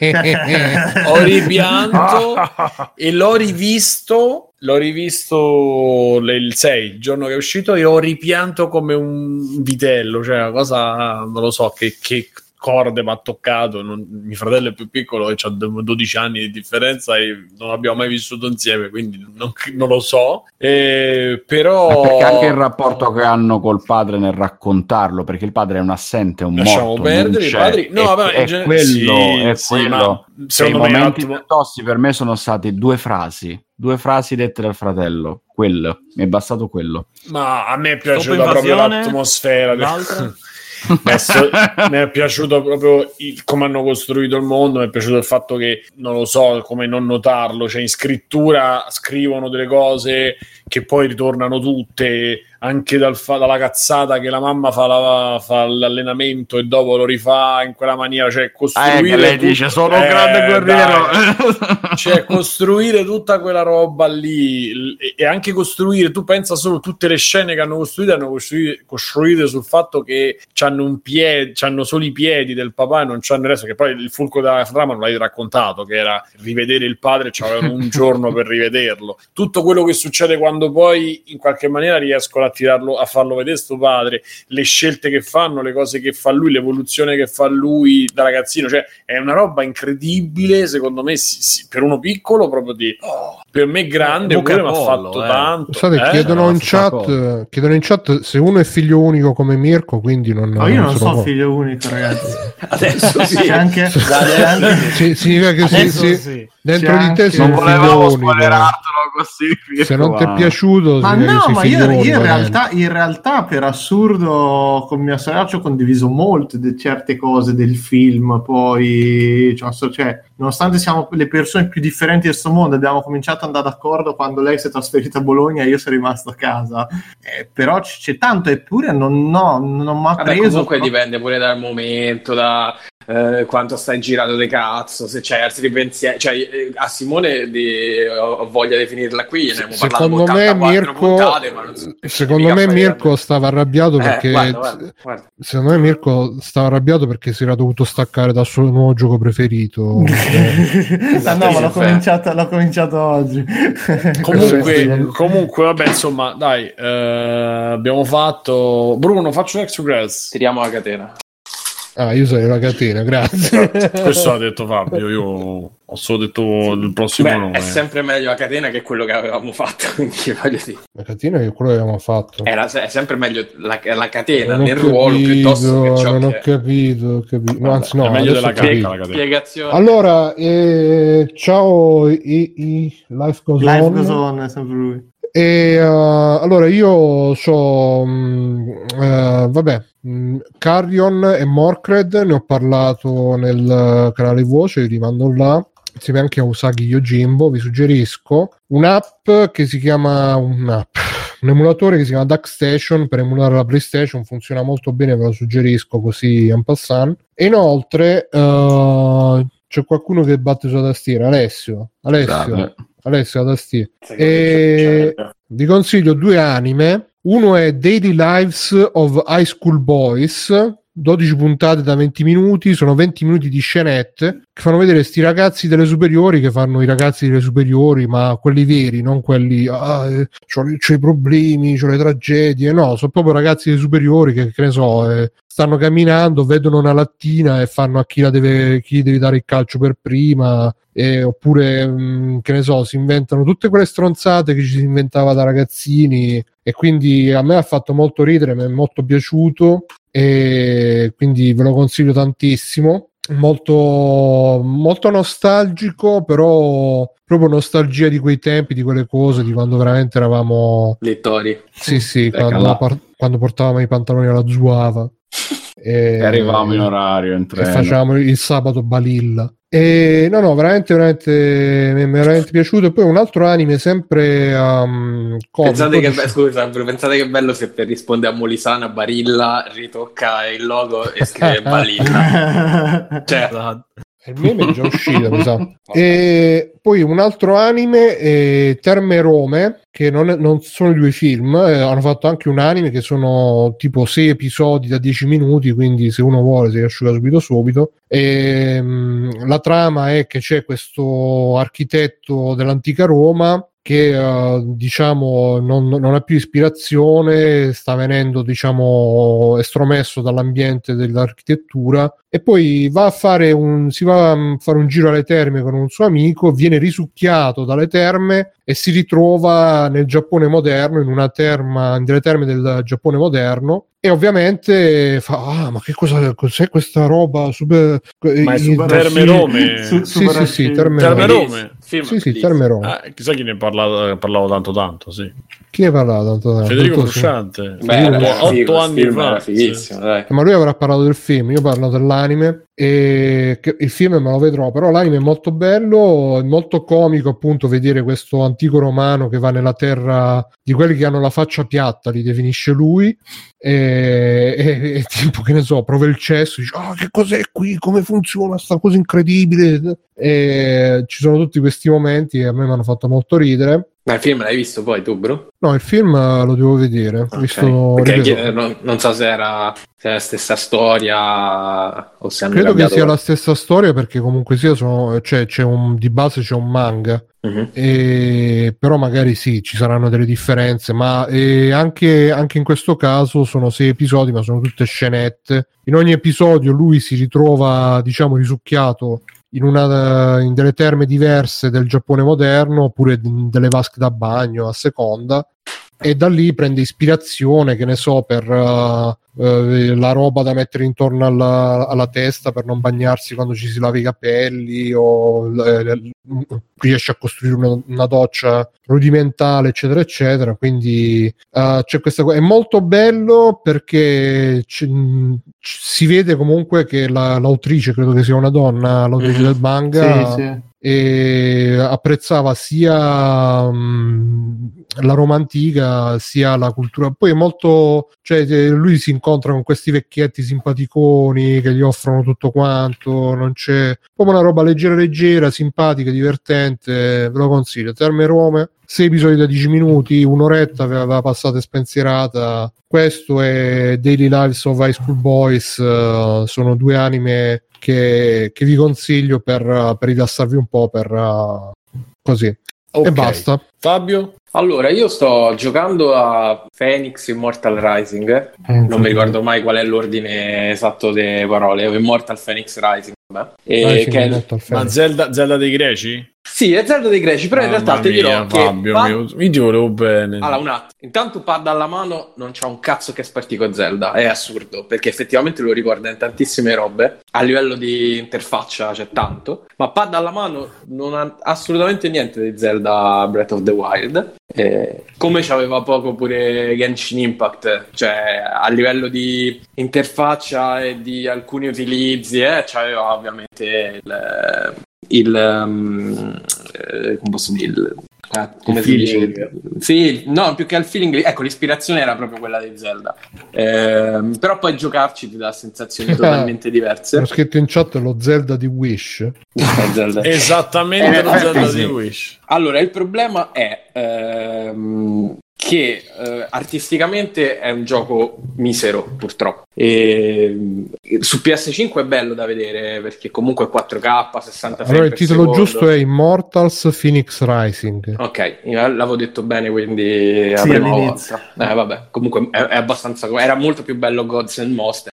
ho ripianto e l'ho rivisto l'ho rivisto le- il sei, il giorno che è uscito, e ho ripianto come un vitello, cioè una cosa, non lo so che, che corde mi ha toccato. Non, mio fratello è più piccolo e ha dodici anni di differenza e non abbiamo mai vissuto insieme, quindi non, non lo so, eh, però Perché anche il rapporto che hanno col padre nel raccontarlo, perché il padre è un assente, un lasciamo morto, perdere non i c'è. padri, no, è, vabbè, è in genere- quello, sì, è sì, quello. ma Cioè, i secondo me è un momenti attimo- più tosti per me sono stati due frasi, due frasi dette dal fratello, quello, mi è bastato quello. ma a me è Stop piaciuta proprio invasione, l'atmosfera. l'altra? Adesso, mi è piaciuto proprio il, come hanno costruito il mondo, mi è piaciuto il fatto che, non lo so come non notarlo, cioè in scrittura scrivono delle cose che poi ritornano tutte anche dal fa- dalla cazzata che la mamma fa, la, fa l'allenamento e dopo lo rifà in quella maniera, cioè costruire eh, lei tutto, dice sono un eh, grande guerriero, cioè costruire tutta quella roba lì e, e anche costruire, tu pensa solo tutte le scene che hanno costruito hanno costruite, costruite sul fatto che c'hanno un piede, c'hanno solo i piedi del papà e non c'hanno il resto, che poi il fulcro della trama non l'hai raccontato, che era rivedere il padre, c'avevano un giorno per rivederlo, tutto quello che succede quando poi in qualche maniera riescono a tirarlo, a farlo vedere sto padre, le scelte che fanno, le cose che fa lui, l'evoluzione che fa lui da ragazzino, cioè è una roba incredibile secondo me, sì, sì, per uno piccolo proprio di oh, per me grande eh, pure mi ha Apollo, fatto eh. tanto. Scusate, eh? chiedono, in chat, chiedono in chat se uno è figlio unico come Mirko, quindi non... No, io non sono so figlio unico, ragazzi. Adesso sì, C'è anche, c'è anche... Sì, significa che sì, sì. sì. Dentro C'è di te anche- sei non un figlio volevamo unico. spoilerartelo così, Se non ti è ma- piaciuto, Ma significa no, che sei ma io, figlio io in, unico, realtà, in realtà per assurdo con mia sorella ho condiviso molto di certe cose del film, poi cioè, so- cioè, nonostante siamo le persone più differenti di questo mondo, abbiamo cominciato ad andare d'accordo quando lei si è trasferita a Bologna e io sono rimasto a casa, eh, però c- c'è tanto, eppure non, no, non mi ha Vabbè, preso. comunque però- dipende pure dal momento, da eh, quanto stai girato di cazzo, se c'hai altri pensieri. Cioè, eh, a Simone di, ho, ho voglia di finirla qui, ne abbiamo parlato Secondo me ottantaquattro Mirko, puntate, ma non so- secondo mica me fare Mirko davvero. stava arrabbiato Eh, perché guarda, guarda, guarda. secondo me Mirko stava arrabbiato perché si era dovuto staccare dal suo nuovo gioco preferito. Ah, no, ma l'ho cominciato, l'ho cominciato oggi. Comunque, comunque, vabbè, insomma, dai, eh, abbiamo fatto. Bruno, faccio un express. Tiriamo la catena. Ah, io sarei la catena, grazie. Questo l'ha detto Fabio. Io ho solo detto il prossimo Beh, nome. è sempre meglio la catena che quello che avevamo fatto, quindi voglio dire. La catena è quello che abbiamo fatto. È, la- è sempre meglio la, la catena Non ho nel ruolo capito, piuttosto che ciò non ho che capito, ho capito. No, anzi, no, è meglio adesso della ho capito. cacca la catena. spiegazione. Allora, eh, ciao, i, i, Life Goes Life On. goes on, è sempre lui. E uh, allora io so, mh, uh, vabbè, mh, Carrion e Morcred ne ho parlato nel canale Voce, li mando là, insieme anche a Usagi Yojimbo. Vi suggerisco un'app che si chiama un'app, un emulatore che si chiama DuckStation per emulare la PlayStation, funziona molto bene, ve lo suggerisco così en passant. E inoltre uh, c'è qualcuno che batte sulla tastiera, Alessio, Alessio. Scusate. Alessio la tastiera. Sai E che- vi consiglio due anime. Uno è Daily Lives of High School Boys, dodici puntate da venti minuti, sono venti minuti di scenette che fanno vedere sti ragazzi delle superiori che fanno i ragazzi delle superiori, ma quelli veri, non quelli ah, eh, c'ho, c'ho i problemi, c'ho le tragedie, no, sono proprio ragazzi delle superiori che, che ne so, eh, stanno camminando, vedono una lattina e fanno a chi la deve, chi devi dare il calcio per prima, eh, oppure mh, che ne so, si inventano tutte quelle stronzate che ci si inventava da ragazzini, e quindi a me ha fatto molto ridere, mi è molto piaciuto e quindi ve lo consiglio tantissimo. Molto, molto nostalgico, però proprio nostalgia di quei tempi, di quelle cose, di quando veramente eravamo Lettori. sì sì Ecco quando, là. par- quando portavamo i pantaloni alla zuava e, E arrivavamo in orario in e treno. facevamo il sabato balilla. E no no veramente veramente mi è veramente piaciuto. E poi un altro anime sempre um, comico, Pensate che, dice- be- scusa, pensate che bello se per rispondere a Molisana Barilla ritocca il logo e scrive Balilla. Cioè, Esatto. il meme è già uscito, mi sa. E poi un altro anime è Terme Rome, che non, è- non sono due film, eh, hanno fatto anche un anime che sono tipo sei episodi da dieci minuti, quindi se uno vuole si asciuga subito subito. E, mh, la trama è che c'è questo architetto dell'antica Roma che eh, diciamo non, non ha più ispirazione, sta venendo diciamo estromesso dall'ambiente dell'architettura, e poi va a fare un si va a fare un giro alle terme con un suo amico, viene risucchiato dalle terme e si ritrova nel Giappone moderno, in una terma, nelle terme del Giappone moderno, e ovviamente fa ah ma che cosa cos'è questa roba super ma è i- Super Terme Rome Su- sì sì sì Terme Terme Rome. Rome Film sì sì bellissimo. Terme Rome. ah, chissà chi ne parlava, parlavo tanto tanto sì. Chi ne parlava tanto tanto? Federico Tanto sì. Frusciante Beh, era otto figo, anni film fa era sì. fighissimo, dai. Ma lui avrà parlato del film, io parlo dell'anime e che il film me lo vedrò, però l'anime è molto bello, è molto comico appunto vedere questo antico romano che va nella terra di quelli che hanno la faccia piatta, li definisce lui, e, e, e tipo che ne so, prova il cesso, dice ah che cos'è qui, come funziona sta cosa incredibile, e ci sono tutti questi momenti che a me mi hanno fatto molto ridere. Ma il film l'hai visto poi tu, bro? No, il film eh, lo devo vedere, ho Ok. visto, Perché ripeto, chi- non, non so se era, se è la stessa storia o se hanno credo che cambiato. sia la stessa storia perché comunque sia sono, cioè, c'è un, di base c'è un manga, Mhm. e, però magari sì, ci saranno delle differenze, ma e anche, anche in questo caso sono sei episodi, ma sono tutte scenette. In ogni episodio lui si ritrova, diciamo, risucchiato in, una, in delle terme diverse del Giappone moderno, oppure d- delle vasche da bagno a seconda, e da lì prende ispirazione, che ne so, per uh, uh, la roba da mettere intorno alla, alla testa per non bagnarsi quando ci si lava i capelli, o l- l- riesce a costruire una, una doccia rudimentale, eccetera eccetera. Quindi uh, c'è questa cosa, è molto bello perché c- c- si vede comunque che la, l'autrice, credo che sia una donna, l'autrice Mhm. del manga, Sì, sì. e apprezzava sia mh, la Roma antica sia la cultura. Poi è molto, cioè eh, lui si incontra con questi vecchietti simpaticoni che gli offrono tutto quanto, non c'è proprio una roba leggera leggera, simpatica, divertente, ve lo consiglio. Terme Rome, sei episodi da dieci minuti, un'oretta aveva passata spensierata. Questo è Daily Lives of High School Boys, uh, sono due anime che, che vi consiglio per, uh, per rilassarvi un po', per uh, così. Ok. E basta. Fabio? Allora, io sto giocando a Phoenix Immortal Rising. Non mi ricordo mai qual è l'ordine esatto delle parole. Immortal Phoenix Rising. Vabbè. E Rising che è- Immortal Ma Phoenix. Zelda, Zelda dei greci? Sì, è Zelda dei greci, però in Mamma realtà ti dirò mia, che Fabio, pad- mio, io ti volevo bene. Allora, un attimo. Intanto pad alla mano non c'ha un cazzo che sparti con Zelda, è assurdo, perché effettivamente lo ricorda in tantissime robe, a livello di interfaccia c'è tanto, ma pad alla mano non ha assolutamente niente di Zelda Breath of the Wild, eh, come c'aveva poco pure Genshin Impact, cioè a livello di interfaccia e di alcuni utilizzi, eh, c'aveva ovviamente il... il um, eh, come posso dire il, eh, come Il si dice? feeling. Sì, no, più che al feeling, ecco, l'ispirazione era proprio quella di Zelda, Ehm, però poi giocarci ti dà sensazioni totalmente diverse. Hanno scritto in chat lo Zelda di Wish. Eh, Zelda. Esattamente Eh, lo eh, Zelda sì. di Wish. Allora, il problema è ehm, che eh, artisticamente è un gioco misero, purtroppo. E, su P S cinque è bello da vedere perché comunque è quattro K, sessanta frame Allora il per titolo secondo. giusto è Immortals Phoenix Rising. Ok, io l'avevo detto bene, quindi la Sì, prima all'inizio. volta. Eh, vabbè, comunque è, è abbastanza. Era molto più bello Gods and Monsters.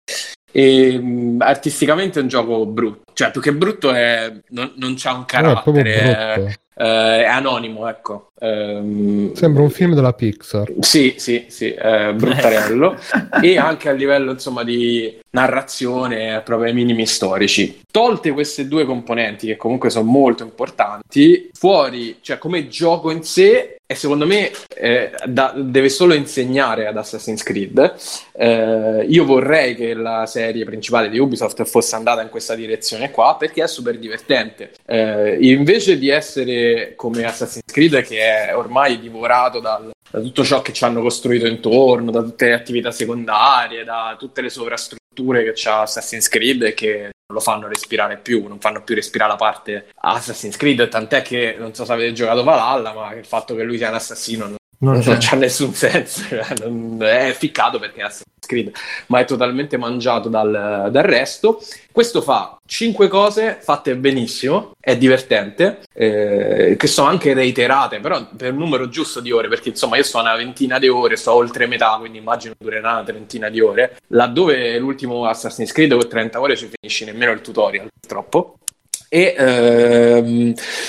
E mh, artisticamente è un gioco brutto, cioè più che brutto è non, non c'ha un No, è proprio carattere, brutto. eh, è anonimo, ecco. Ehm, Sembra un film della Pixar. Sì, sì, sì, è bruttarello. E anche a livello, insomma, di narrazione, proprio ai minimi storici. Tolte queste due componenti, che comunque sono molto importanti, fuori, cioè come gioco in sé, e secondo me eh, da- deve solo insegnare ad Assassin's Creed. Eh, io vorrei che la serie principale di Ubisoft fosse andata in questa direzione qua, perché è super divertente. Eh, invece di essere come Assassin's Creed, che è ormai divorato dal, da tutto ciò che ci hanno costruito intorno, da tutte le attività secondarie, da tutte le sovrastrutture che c'ha Assassin's Creed e che non lo fanno respirare più, non fanno più respirare la parte Assassin's Creed, tant'è che non so se avete giocato Valhalla, ma il fatto che lui sia un assassino non, Non non c'è. c'ha nessun senso, cioè, non- è ficcato perché è Assassin's Creed, ma è totalmente mangiato dal, dal resto. Questo fa cinque cose fatte benissimo, è divertente, eh, che sono anche reiterate, però per un numero giusto di ore, perché insomma io sto a una ventina di ore, sto oltre metà, quindi immagino durerà una trentina di ore, laddove l'ultimo Assassin's Creed con trenta ore ci finisci nemmeno il tutorial, purtroppo. E ehm,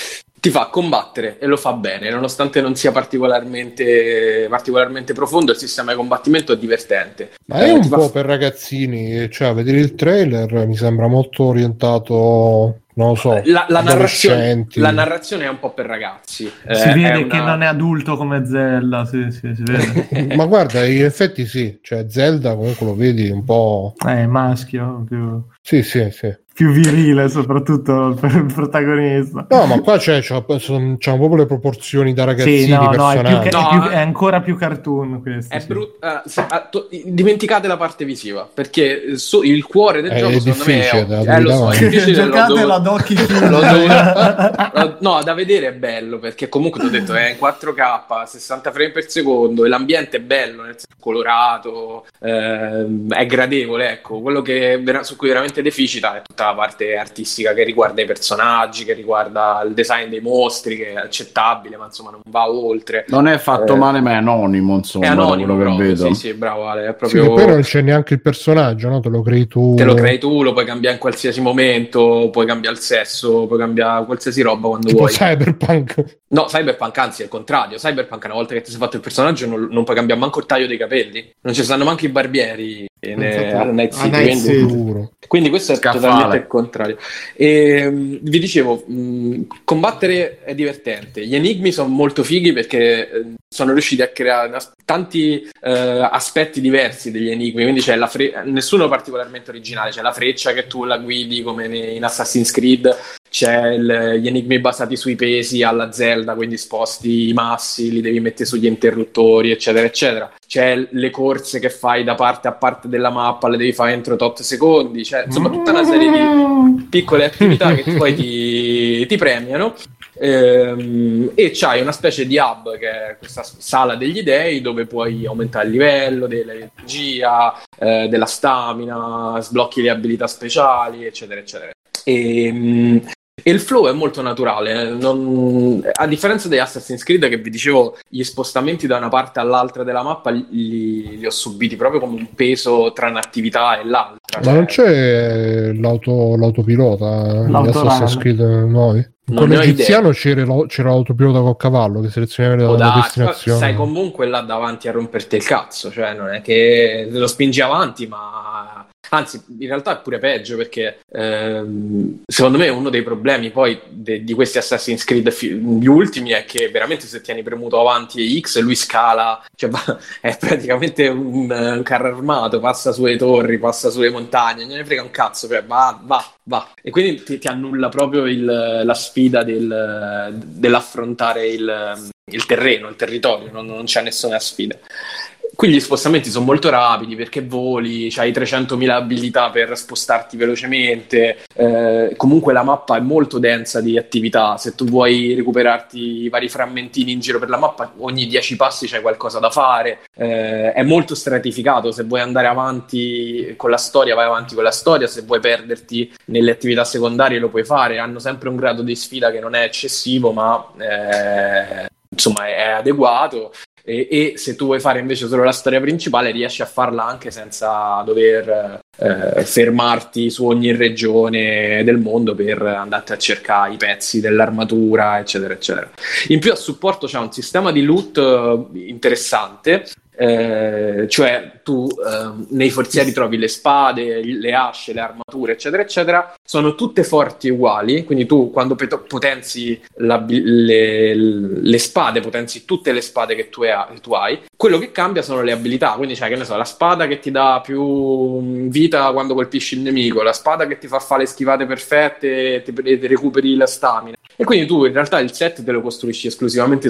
ti fa combattere e lo fa bene, nonostante non sia particolarmente, particolarmente profondo, il sistema di combattimento è divertente. Ma è Eh, un ti fa- po' per ragazzini, cioè a vedere il trailer mi sembra molto orientato, non lo so, la, la, narrazione, adolescenti. la narrazione è un po' per ragazzi. Si Eh, vede è una- che non è adulto come Zelda, sì, sì, si vede. Ma guarda, in effetti sì, cioè Zelda comunque lo vedi un po'... Eh, maschio, più, Sì, sì, sì. più virile soprattutto per il protagonista. No, ma qua c'è, c'ha, son- c'hanno proprio le proporzioni da ragazzini Sì, no, no, è, più, personaggi. ca- No, è, più- eh. è ancora più cartoon questo. È sì. brutto. eh, se- ah, to- dimenticate la parte visiva, perché il, su- il cuore del È gioco secondo me difficile è, da eh, lo so, davanti. è difficile, l'ho Giocatela dovuto- ad occhi chiusi. l'ho dovuto- No, da vedere è bello, perché comunque ti ho detto è in quattro K, sessanta frame per secondo, e l'ambiente è bello, nel senso colorato, ehm, è gradevole, ecco. Quello che vera- su cui veramente deficita è tutta la parte artistica che riguarda i personaggi, che riguarda il design dei mostri, che è accettabile, ma insomma non va oltre. Non è fatto Eh, male, ma è anonimo, insomma, È da anonimo quello che proprio, vedo. sì, sì, bravo Ale, è Sì, proprio... che poi non c'è neanche il personaggio, no? Te lo crei tu. Te lo crei tu, lo puoi cambiare in qualsiasi momento, puoi cambiare il sesso, puoi cambiare qualsiasi roba quando Tipo vuoi. Cyberpunk. No, Cyberpunk anzi è il contrario. Cyberpunk una volta che ti sei fatto il personaggio non, non puoi cambiare manco il taglio dei capelli. Non ci stanno manco i barbieri ne- Infatti, al Night a City. Night quindi, City. Giuro. quindi questo è Scaffale. totalmente il contrario. E, mh, vi dicevo, mh, combattere è divertente. Gli enigmi sono molto fighi perché eh, sono riusciti a creare una- tanti eh, aspetti diversi degli enigmi. Quindi c'è la fre- nessuno particolarmente originale. C'è la freccia che tu la guidi come in Assassin's Creed. C'è il- gli enigmi basati sui pesi alla Zelda, quindi sposti i massi, li devi mettere sugli interruttori, eccetera, eccetera. C'è le corse che fai da parte a parte della mappa, le devi fare entro tot secondi. C'è insomma tutta una serie di piccole attività che poi ti, ti premiano. Ehm, e c'hai una specie di hub che è questa sala degli dei dove puoi aumentare il livello dell'energia, eh, della stamina, sblocchi le abilità speciali, eccetera, eccetera. E, mh, e il flow è molto naturale, non- a differenza di Assassin's Creed che vi dicevo, gli spostamenti da una parte all'altra della mappa li, li ho subiti proprio come un peso tra un'attività e l'altra. Ma Cioè, non c'è l'auto, l'autopilota di L'autorun. Assassin's Creed nuovi? Non Quello ne ho egiziano c'era, l'au- c'era l'autopilota col cavallo che selezionavi la, o la da- destinazione. stai comunque là davanti a romperti il cazzo, cioè non è che lo spingi avanti, ma anzi in realtà è pure peggio perché ehm, secondo me uno dei problemi poi de- di questi Assassin's Creed fi- gli ultimi è che veramente se tieni premuto avanti e X lui scala, cioè va- è praticamente un, un carro armato, passa sulle torri, passa sulle montagne, non ne frega un cazzo, cioè va, va, va, e quindi ti, ti annulla proprio il, la sfida del, dell'affrontare il, il terreno, il territorio, non, non c'è nessuna sfida. Qui gli spostamenti sono molto rapidi perché voli, c'hai trecentomila abilità per spostarti velocemente, eh, comunque la mappa è molto densa di attività, se tu vuoi recuperarti i vari frammentini in giro per la mappa ogni dieci passi c'hai qualcosa da fare, eh, è molto stratificato, se vuoi andare avanti con la storia vai avanti con la storia, se vuoi perderti nelle attività secondarie lo puoi fare, hanno sempre un grado di sfida che non è eccessivo ma eh, insomma è adeguato. E, e se tu vuoi fare invece solo la storia principale riesci a farla anche senza dover eh, fermarti su ogni regione del mondo per andarti a cercare i pezzi dell'armatura eccetera eccetera. In più a supporto c'è un sistema di loot eh, interessante, eh, cioè tu eh, nei forzieri trovi le spade, le asce, le armature eccetera eccetera, sono tutte forti e uguali, quindi tu quando pet- potenzi la, le, le spade, potenzi tutte le spade che tu, ha, che tu hai, quello che cambia sono le abilità, quindi c'è, che ne so, la spada che ti dà più vita quando colpisci il nemico, la spada che ti fa fare le schivate perfette e ti, e ti recuperi la stamina, e quindi tu in realtà il set te lo costruisci esclusivamente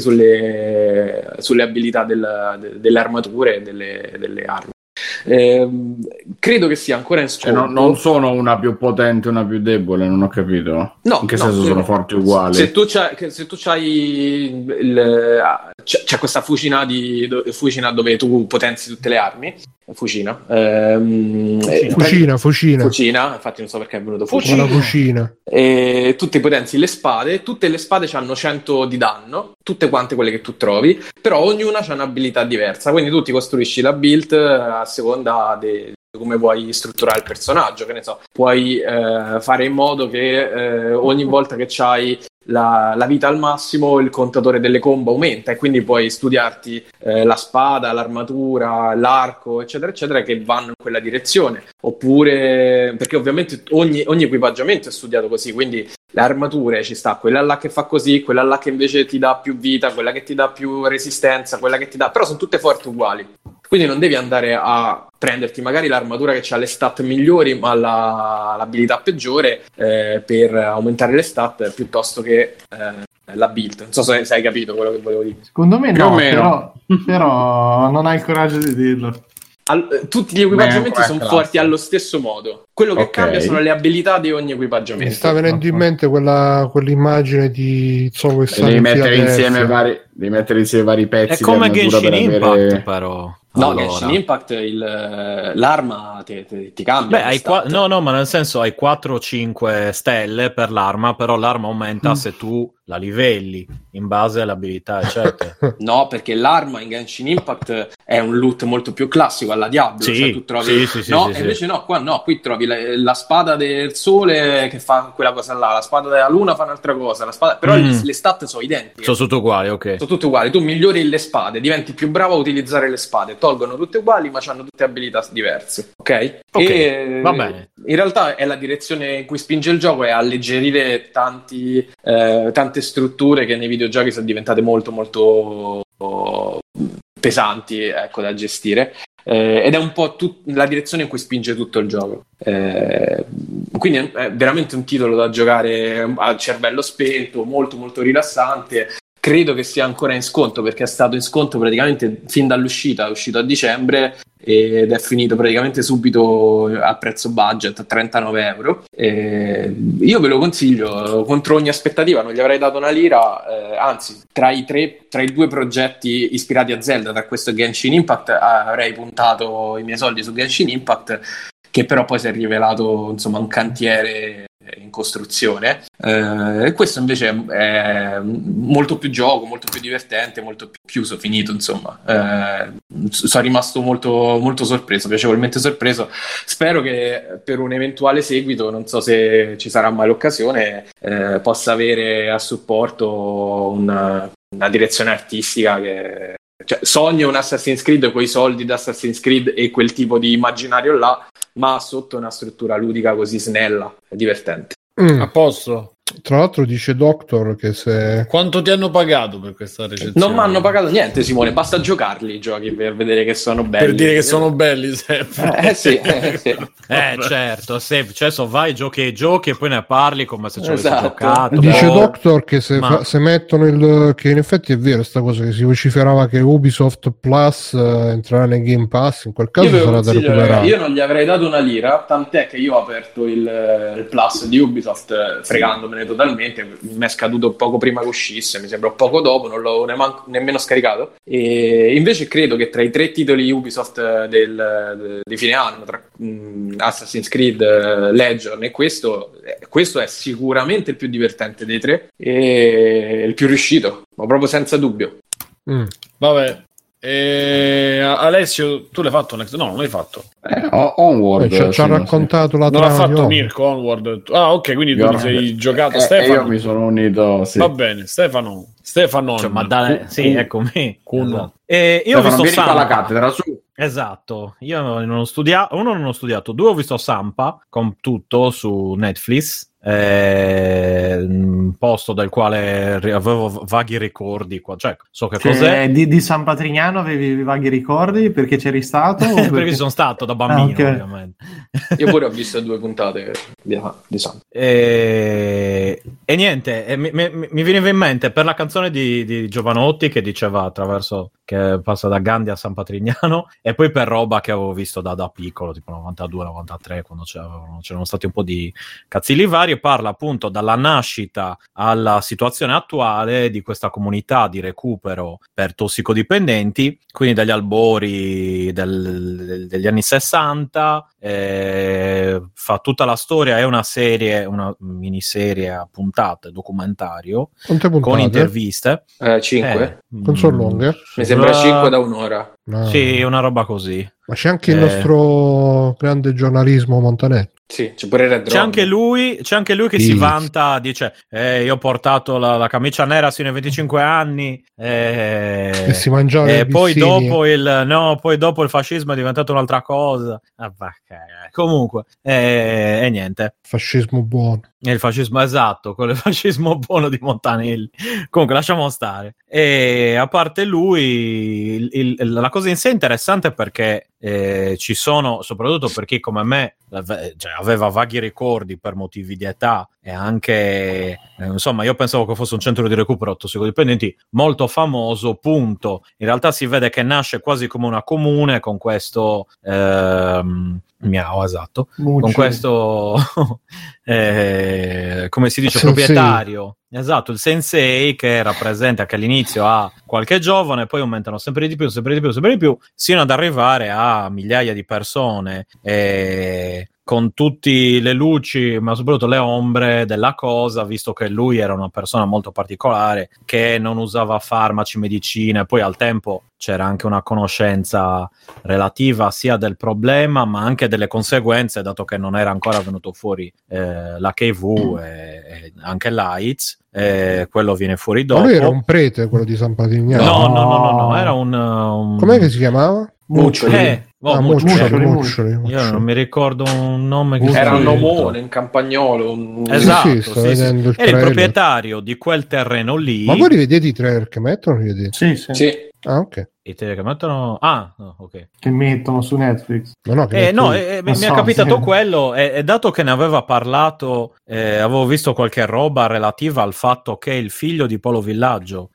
sulle, sulle abilità del, de, delle armature e delle, delle armi. Eh, credo che sia ancora in Cioè, scopo. non, non sono una più potente e una più debole, non ho capito. No, in che no, senso no. sono forti uguali? Se tu c'hai, se tu c'hai il, c'è, c'è questa fucina, di, fucina dove tu potenzi tutte le armi, fucina, ehm, Fucina, fucina. fucina, infatti non so perché è venuto Con fucina. la cucina. E tutti potenzi le spade, tutte le spade hanno cento di danno, tutte quante quelle che tu trovi, però ognuna ha un'abilità diversa, quindi tu ti costruisci la build a seconda de- come vuoi strutturare il personaggio, che ne so, puoi eh, fare in modo che eh, ogni volta che c'hai la, la vita al massimo il contatore delle combo aumenta e quindi puoi studiarti eh, la spada, l'armatura, l'arco, eccetera eccetera, che vanno in quella direzione. Oppure, perché ovviamente ogni, ogni equipaggiamento è studiato così, quindi le armature ci sta quella là che fa così, quella là che invece ti dà più vita, quella che ti dà più resistenza, quella che ti dà, però sono tutte forti uguali. Quindi non devi andare a prenderti magari l'armatura che ha le stat migliori ma la, l'abilità peggiore eh, per aumentare le stat piuttosto che eh, la build. Non so se, se hai capito quello che volevo dire. Secondo me Più no, o meno. però, però non hai il coraggio di dirlo. Al, tutti gli equipaggiamenti sono forti allo stesso modo. Quello che Ok. cambia sono le abilità di ogni equipaggiamento. Mi sta venendo in mente quella, quell'immagine di Zoe E devi mettere insieme vari, devi mettere insieme vari pezzi È come di armatura Genshin per Impact, avere... però. No, Allora. Genshin Impact il, l'arma ti, ti, ti cambia. Beh, hai qua- no, no, ma nel senso hai quattro o cinque stelle per l'arma, però l'arma aumenta Mm. se tu la livelli in base alle abilità, eccetera. No, perché l'arma in Genshin Impact è un loot molto più classico alla Diablo. Sì, cioè tu trovi... sì, sì, sì, no, sì, e sì. invece no, qua no, qui trovi la, la spada del sole che fa quella cosa là, la spada della luna fa un'altra cosa, la spada... però Mm. le, le stat sono identiche. Sono tutte uguali, ok. Sono tutte uguali, tu migliori le spade, diventi più bravo a utilizzare le spade, tolgono tutte uguali ma hanno tutte abilità diverse, ok? Ok, E va bene. in realtà è la direzione in cui spinge il gioco, è alleggerire tanti, eh, tante strutture che nei videogiochi sono diventate molto molto pesanti, ecco, da gestire. Eh, ed è un po' tut- la direzione in cui spinge tutto il gioco. Eh, quindi è, è veramente un titolo da giocare a cervello spento, molto molto rilassante. Credo che sia ancora in sconto perché è stato in sconto praticamente fin dall'uscita, è uscito a dicembre ed è finito praticamente subito a prezzo budget a trentanove euro. E io ve lo consiglio contro ogni aspettativa, non gli avrei dato una lira, eh, anzi tra i tre, tra i due progetti ispirati a Zelda, tra questo e Genshin Impact, avrei puntato i miei soldi su Genshin Impact, che però poi si è rivelato insomma un cantiere in costruzione, eh, e questo invece è, è molto più gioco, molto più divertente, molto più chiuso, finito, insomma. Eh, sono rimasto molto, molto sorpreso, piacevolmente sorpreso. Spero che per un eventuale seguito, non so se ci sarà mai l'occasione, eh, possa avere a supporto una, una direzione artistica che... Cioè, sogno un Assassin's Creed con i soldi di Assassin's Creed e quel tipo di immaginario là, ma sotto una struttura ludica così snella e divertente. Mm. A posto. Tra l'altro dice Doctor che se... Quanto ti hanno pagato per questa recensione? Non mi hanno pagato niente, Simone, basta giocarli i giochi per vedere che sono belli. Per dire che sono belli sempre. Eh sì, eh, sì. Eh certo, se cioè, so, vai, giochi e giochi e poi ne parli come se ci avessi Esatto. giocato. Dice Boh. Doctor che se, Ma- fa- se mettono il... che in effetti è vero sta cosa, che si vociferava che Ubisoft Plus eh, entrerà nei Game Pass, in quel caso Io, ve lo sarà da consiglio, recuperare. ragazzi, io non gli avrei dato una lira, tant'è che io ho aperto il, il Plus di Ubisoft eh, fregandomene totalmente. Mi è scaduto poco prima che uscisse, mi sembra poco dopo, non l'ho neman- nemmeno scaricato. E invece credo che tra i tre titoli Ubisoft del, de- di fine anno, tra mh, Assassin's Creed, eh, Legion e questo, eh, questo è sicuramente il più divertente dei tre e il più riuscito, ma proprio senza dubbio. Mm. Vabbè. E... Alessio, tu l'hai fatto? Next? No, non l'hai fatto. Eh, o- Onward. Eh, ci ha- ci ha sì, raccontato la Non l'ha trama di fatto Home. Mirko Onward. Ah, ok, quindi tu Io- ti sei giocato. Eh, Stefano. io mi sono unito, sì. Va bene, Stefano. Stefano. Cioè, ma dai, sì, Kun- eccomi. Kun- Esatto. E io ho Stefano, visto vieni qua alla Sampa. cattedra, su. Esatto, io non ho studiato, uno non ho studiato, due ho visto Sampa con tutto su Netflix, eh, un posto del quale ri- avevo vaghi ricordi, qua, cioè so che cos'è. Cioè, di, di San Patrignano avevi vaghi ricordi perché c'eri stato? o Perché perché- sono stato da bambino, Ah, ok. ovviamente. Io pure ho visto due puntate di, di Sam. E, e niente, e mi, mi, mi veniva in mente per la canzone di, di Giovanotti che diceva attraverso che passa da Gandhi a San Patrignano, e poi per roba che avevo visto da, da piccolo, tipo novantadue novantatré, quando c'erano, c'erano stati un po' di cazzilli vari. serie parla appunto dalla nascita alla situazione attuale di questa comunità di recupero per tossicodipendenti, quindi dagli albori del, del, degli anni sessanta, eh, fa tutta la storia, è una serie, una miniserie a puntate, documentario, puntate? Con interviste. Eh, cinque? Eh, Non sono lunghe? Mi sembra Uh, cinque da un'ora. No. Sì, una roba così. Ma c'è anche Eh. il nostro grande giornalismo Montanelli. Sì, c'è pure Red C'è Ron. anche lui, c'è anche lui che Sì. si vanta, dice eh, io ho portato la, la camicia nera sino ai venticinque anni eh, E si mangiava e i poi bissini. dopo il no, poi dopo il fascismo è diventato un'altra cosa. Ah, va, eh, comunque eh, e niente. Fascismo buono. È il fascismo esatto, quello è il fascismo buono di Montanelli. Comunque lasciamo stare. E a parte lui, il, il, la cosa in sé è interessante perché eh, ci sono, soprattutto per chi come me cioè, aveva vaghi ricordi per motivi di età e anche eh, insomma io pensavo che fosse un centro di recupero tossicodipendenti molto famoso, punto. In realtà si vede che nasce quasi come una comune con questo ehm, miau, esatto, Mucci. con questo eh, come si dice, Sensei. proprietario, esatto, il sensei che era presente anche all'inizio a qualche giovane, poi aumentano sempre di più, sempre di più, sempre di più, sino ad arrivare a migliaia di persone eh, con tutte le luci, ma soprattutto le ombre della cosa, visto che lui era una persona molto particolare che non usava farmaci, medicine, poi al tempo c'era anche una conoscenza relativa sia del problema ma anche delle conseguenze, dato che non era ancora venuto fuori eh, l'H I V e, e anche l'AIDS, eh, quello viene fuori dopo. Ma lui era un prete, quello di San Patrignano. No, no, no, no, no, era un... un... Com'è che si chiamava? Muccioli. Eh, oh, ah, Muccioli. Muccioli, Muccioli. Muccioli, Io non mi ricordo un nome che Muccioli. Era un sia- omone, un campagnolo. Un... Esatto, Sì, sì, sto sì, sì. vedendo il Era il trailer. proprietario di quel terreno lì. Ma voi rivedete i trailer che mettono? Rivedete? Sì, sì, Sì. Ah, ok. I tele che mettono... Ah, no, ok. che mettono su Netflix. No, no, che Eh, mettono- no, eh, mi Ma mi è so, capitato sì. quello e, e dato che ne aveva parlato, eh, avevo visto qualche roba relativa al fatto che il figlio di Polo Villaggio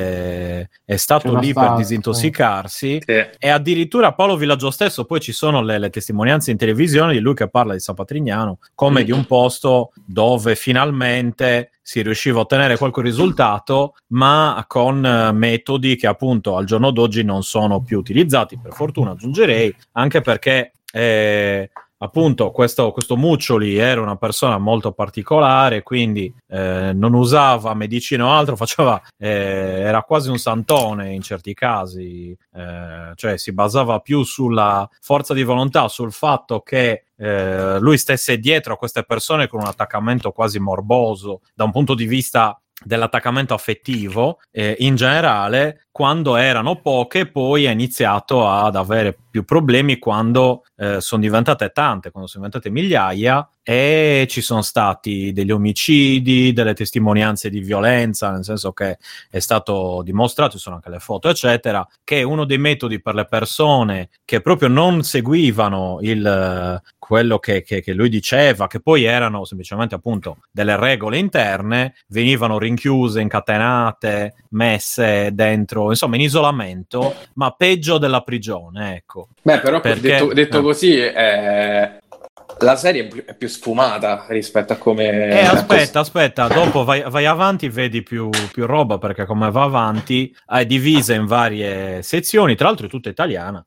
eh, è stato C'era lì stato, per disintossicarsi Sì. e addirittura Paolo Villaggio stesso, poi ci sono le, le testimonianze in televisione di lui che parla di San Patrignano come Mm. di un posto dove finalmente si riusciva a ottenere qualche risultato, ma con eh, metodi che appunto al giorno d'oggi non sono più utilizzati, per fortuna aggiungerei, anche perché eh, appunto questo, questo Muccioli era una persona molto particolare, quindi eh, non usava medicina o altro, faceva eh, era quasi un santone in certi casi, eh, cioè si basava più sulla forza di volontà, sul fatto che eh, lui stesse dietro a queste persone con un attaccamento quasi morboso da un punto di vista dell'attaccamento affettivo eh, in generale. Quando erano poche poi ha iniziato ad avere più problemi quando eh, sono diventate tante, quando sono diventate migliaia e ci sono stati degli omicidi, delle testimonianze di violenza, nel senso che è stato dimostrato, ci sono anche le foto eccetera, che uno dei metodi per le persone che proprio non seguivano il quello che, che, che lui diceva, che poi erano semplicemente appunto delle regole interne, venivano rinchiuse, incatenate, messe dentro, insomma in isolamento, ma peggio della prigione, ecco. Beh, però Perché- detto, detto no. così, eh, la serie è più, è più sfumata rispetto a come... Eh, aspetta, aspetta, dopo vai, vai avanti, vedi più, più roba, perché come va avanti è divisa in varie sezioni, tra l'altro è tutta italiana,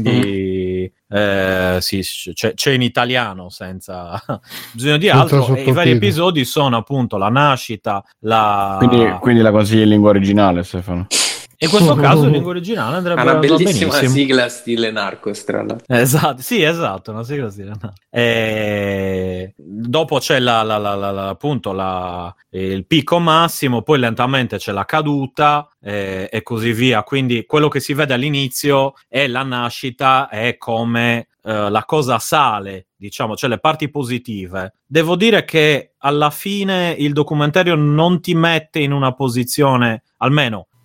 quindi eh, sì, c'è, c'è in italiano senza bisogno di Senza altro, e i vari sottotitoli. episodi sono appunto la nascita, la... Quindi, quindi la consigli in lingua originale, Stefano? in questo caso in lingua originale andrebbe Ha una va bellissima benissimo. sigla stile Narcos, tra l'altro. Esatto, sì, esatto, una sigla sì, no. E dopo c'è la, la, la, la, la- appunto la, il picco massimo, poi lentamente c'è la caduta eh, e così via. Quindi quello che si vede all'inizio è la nascita, è come eh, la cosa sale, diciamo, cioè le parti positive. Devo dire che alla fine il documentario non ti mette in una posizione, almeno io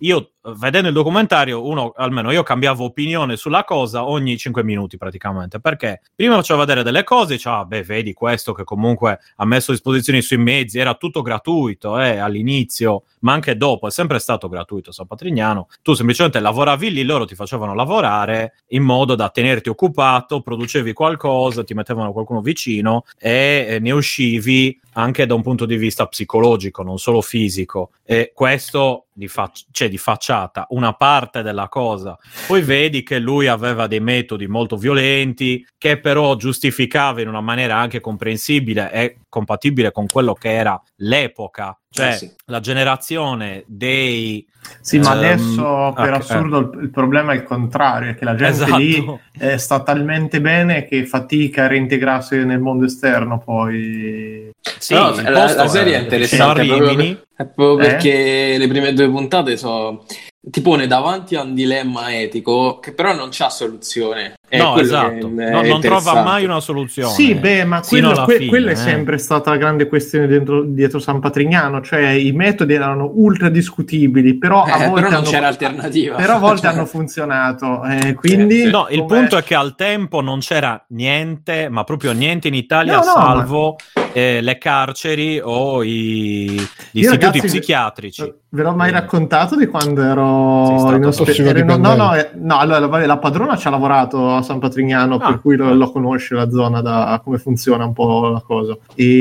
vedendo il documentario, uno, almeno io cambiavo opinione sulla cosa ogni cinque minuti praticamente, perché prima faceva vedere delle cose, diceva, ah, beh, vedi questo che comunque ha messo a disposizione sui mezzi, era tutto gratuito, eh, all'inizio, ma anche dopo, è sempre stato gratuito San Patrignano, tu semplicemente lavoravi lì, loro ti facevano lavorare in modo da tenerti occupato, producevi qualcosa, ti mettevano qualcuno vicino e eh, ne uscivi anche da un punto di vista psicologico, non solo fisico, e questo di, fac- cioè, di facciata, una parte della cosa. Poi vedi che lui aveva dei metodi molto violenti, che però giustificava in una maniera anche comprensibile e compatibile con quello che era l'epoca, cioè eh sì. la generazione dei... Sì, ma ehm, adesso per okay, assurdo il, il problema è il contrario, è che la gente Esatto. lì eh, sta talmente bene che fatica a reintegrarsi nel mondo esterno poi... Sì, no, il la, posto la serie è interessante proprio, Rimini. per, è proprio Eh? perché le prime due puntate so, ti pone davanti a un dilemma etico che però non c'ha soluzione. È No, quello esatto, che è no, non trova interessante. mai una soluzione. Sì, beh, ma sino quello, alla que- fine, quella è eh. sempre stata la grande questione dentro, dietro San Patrignano, cioè i metodi erano ultra discutibili, però a Eh, volte però non hanno, c'era alternativa. però a volte hanno funzionato, eh, quindi... Sì. No, il come- punto è che al tempo non c'era niente, ma proprio niente in Italia, No, no, salvo eh, le carceri o i, gli Io, istituti ragazzi, psichiatrici. Ve l'ho mai Mm. raccontato di quando Sei ero stato in ospedale? tossicodipendente. No, no, eh, no, allora vabbè, la padrona ci ha lavorato a San Patrignano, Ah. per cui lo, lo conosce la zona, da come funziona un po' la cosa.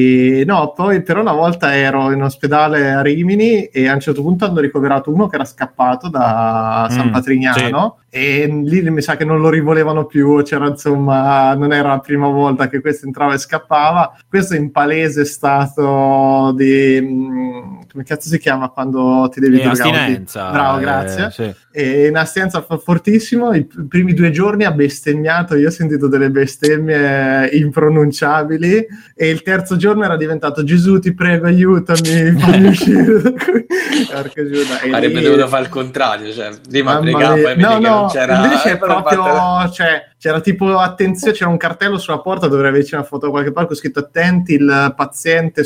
E no, poi però una volta ero in ospedale a Rimini e a un certo punto hanno ricoverato uno che era scappato da San Mm, Patrignano e lì mi sa che non lo rivolevano più, c'era insomma, non era la prima volta che questo entrava e scappava. Questo in palese stato di mh, come cazzo si chiama quando ti devi E drogare? astinenza. Bravo, eh, grazie. sì. E in astinenza f- fortissimo, i p- primi due giorni ha bestemmiato, io ho sentito delle bestemmie impronunciabili e il terzo giorno era diventato Gesù ti prego aiutami, fammi uscire da qui. Porca Giuda. E Avrebbe lì- dovuto fare il contrario, cioè prima Mamma pregava mia. e vedi no, che no, non c'era. invece è però proprio, fatto- cioè, c'era tipo attenzione, c'era un cartello sulla porta dove averci una foto da qualche parte con scritto attenti, il paziente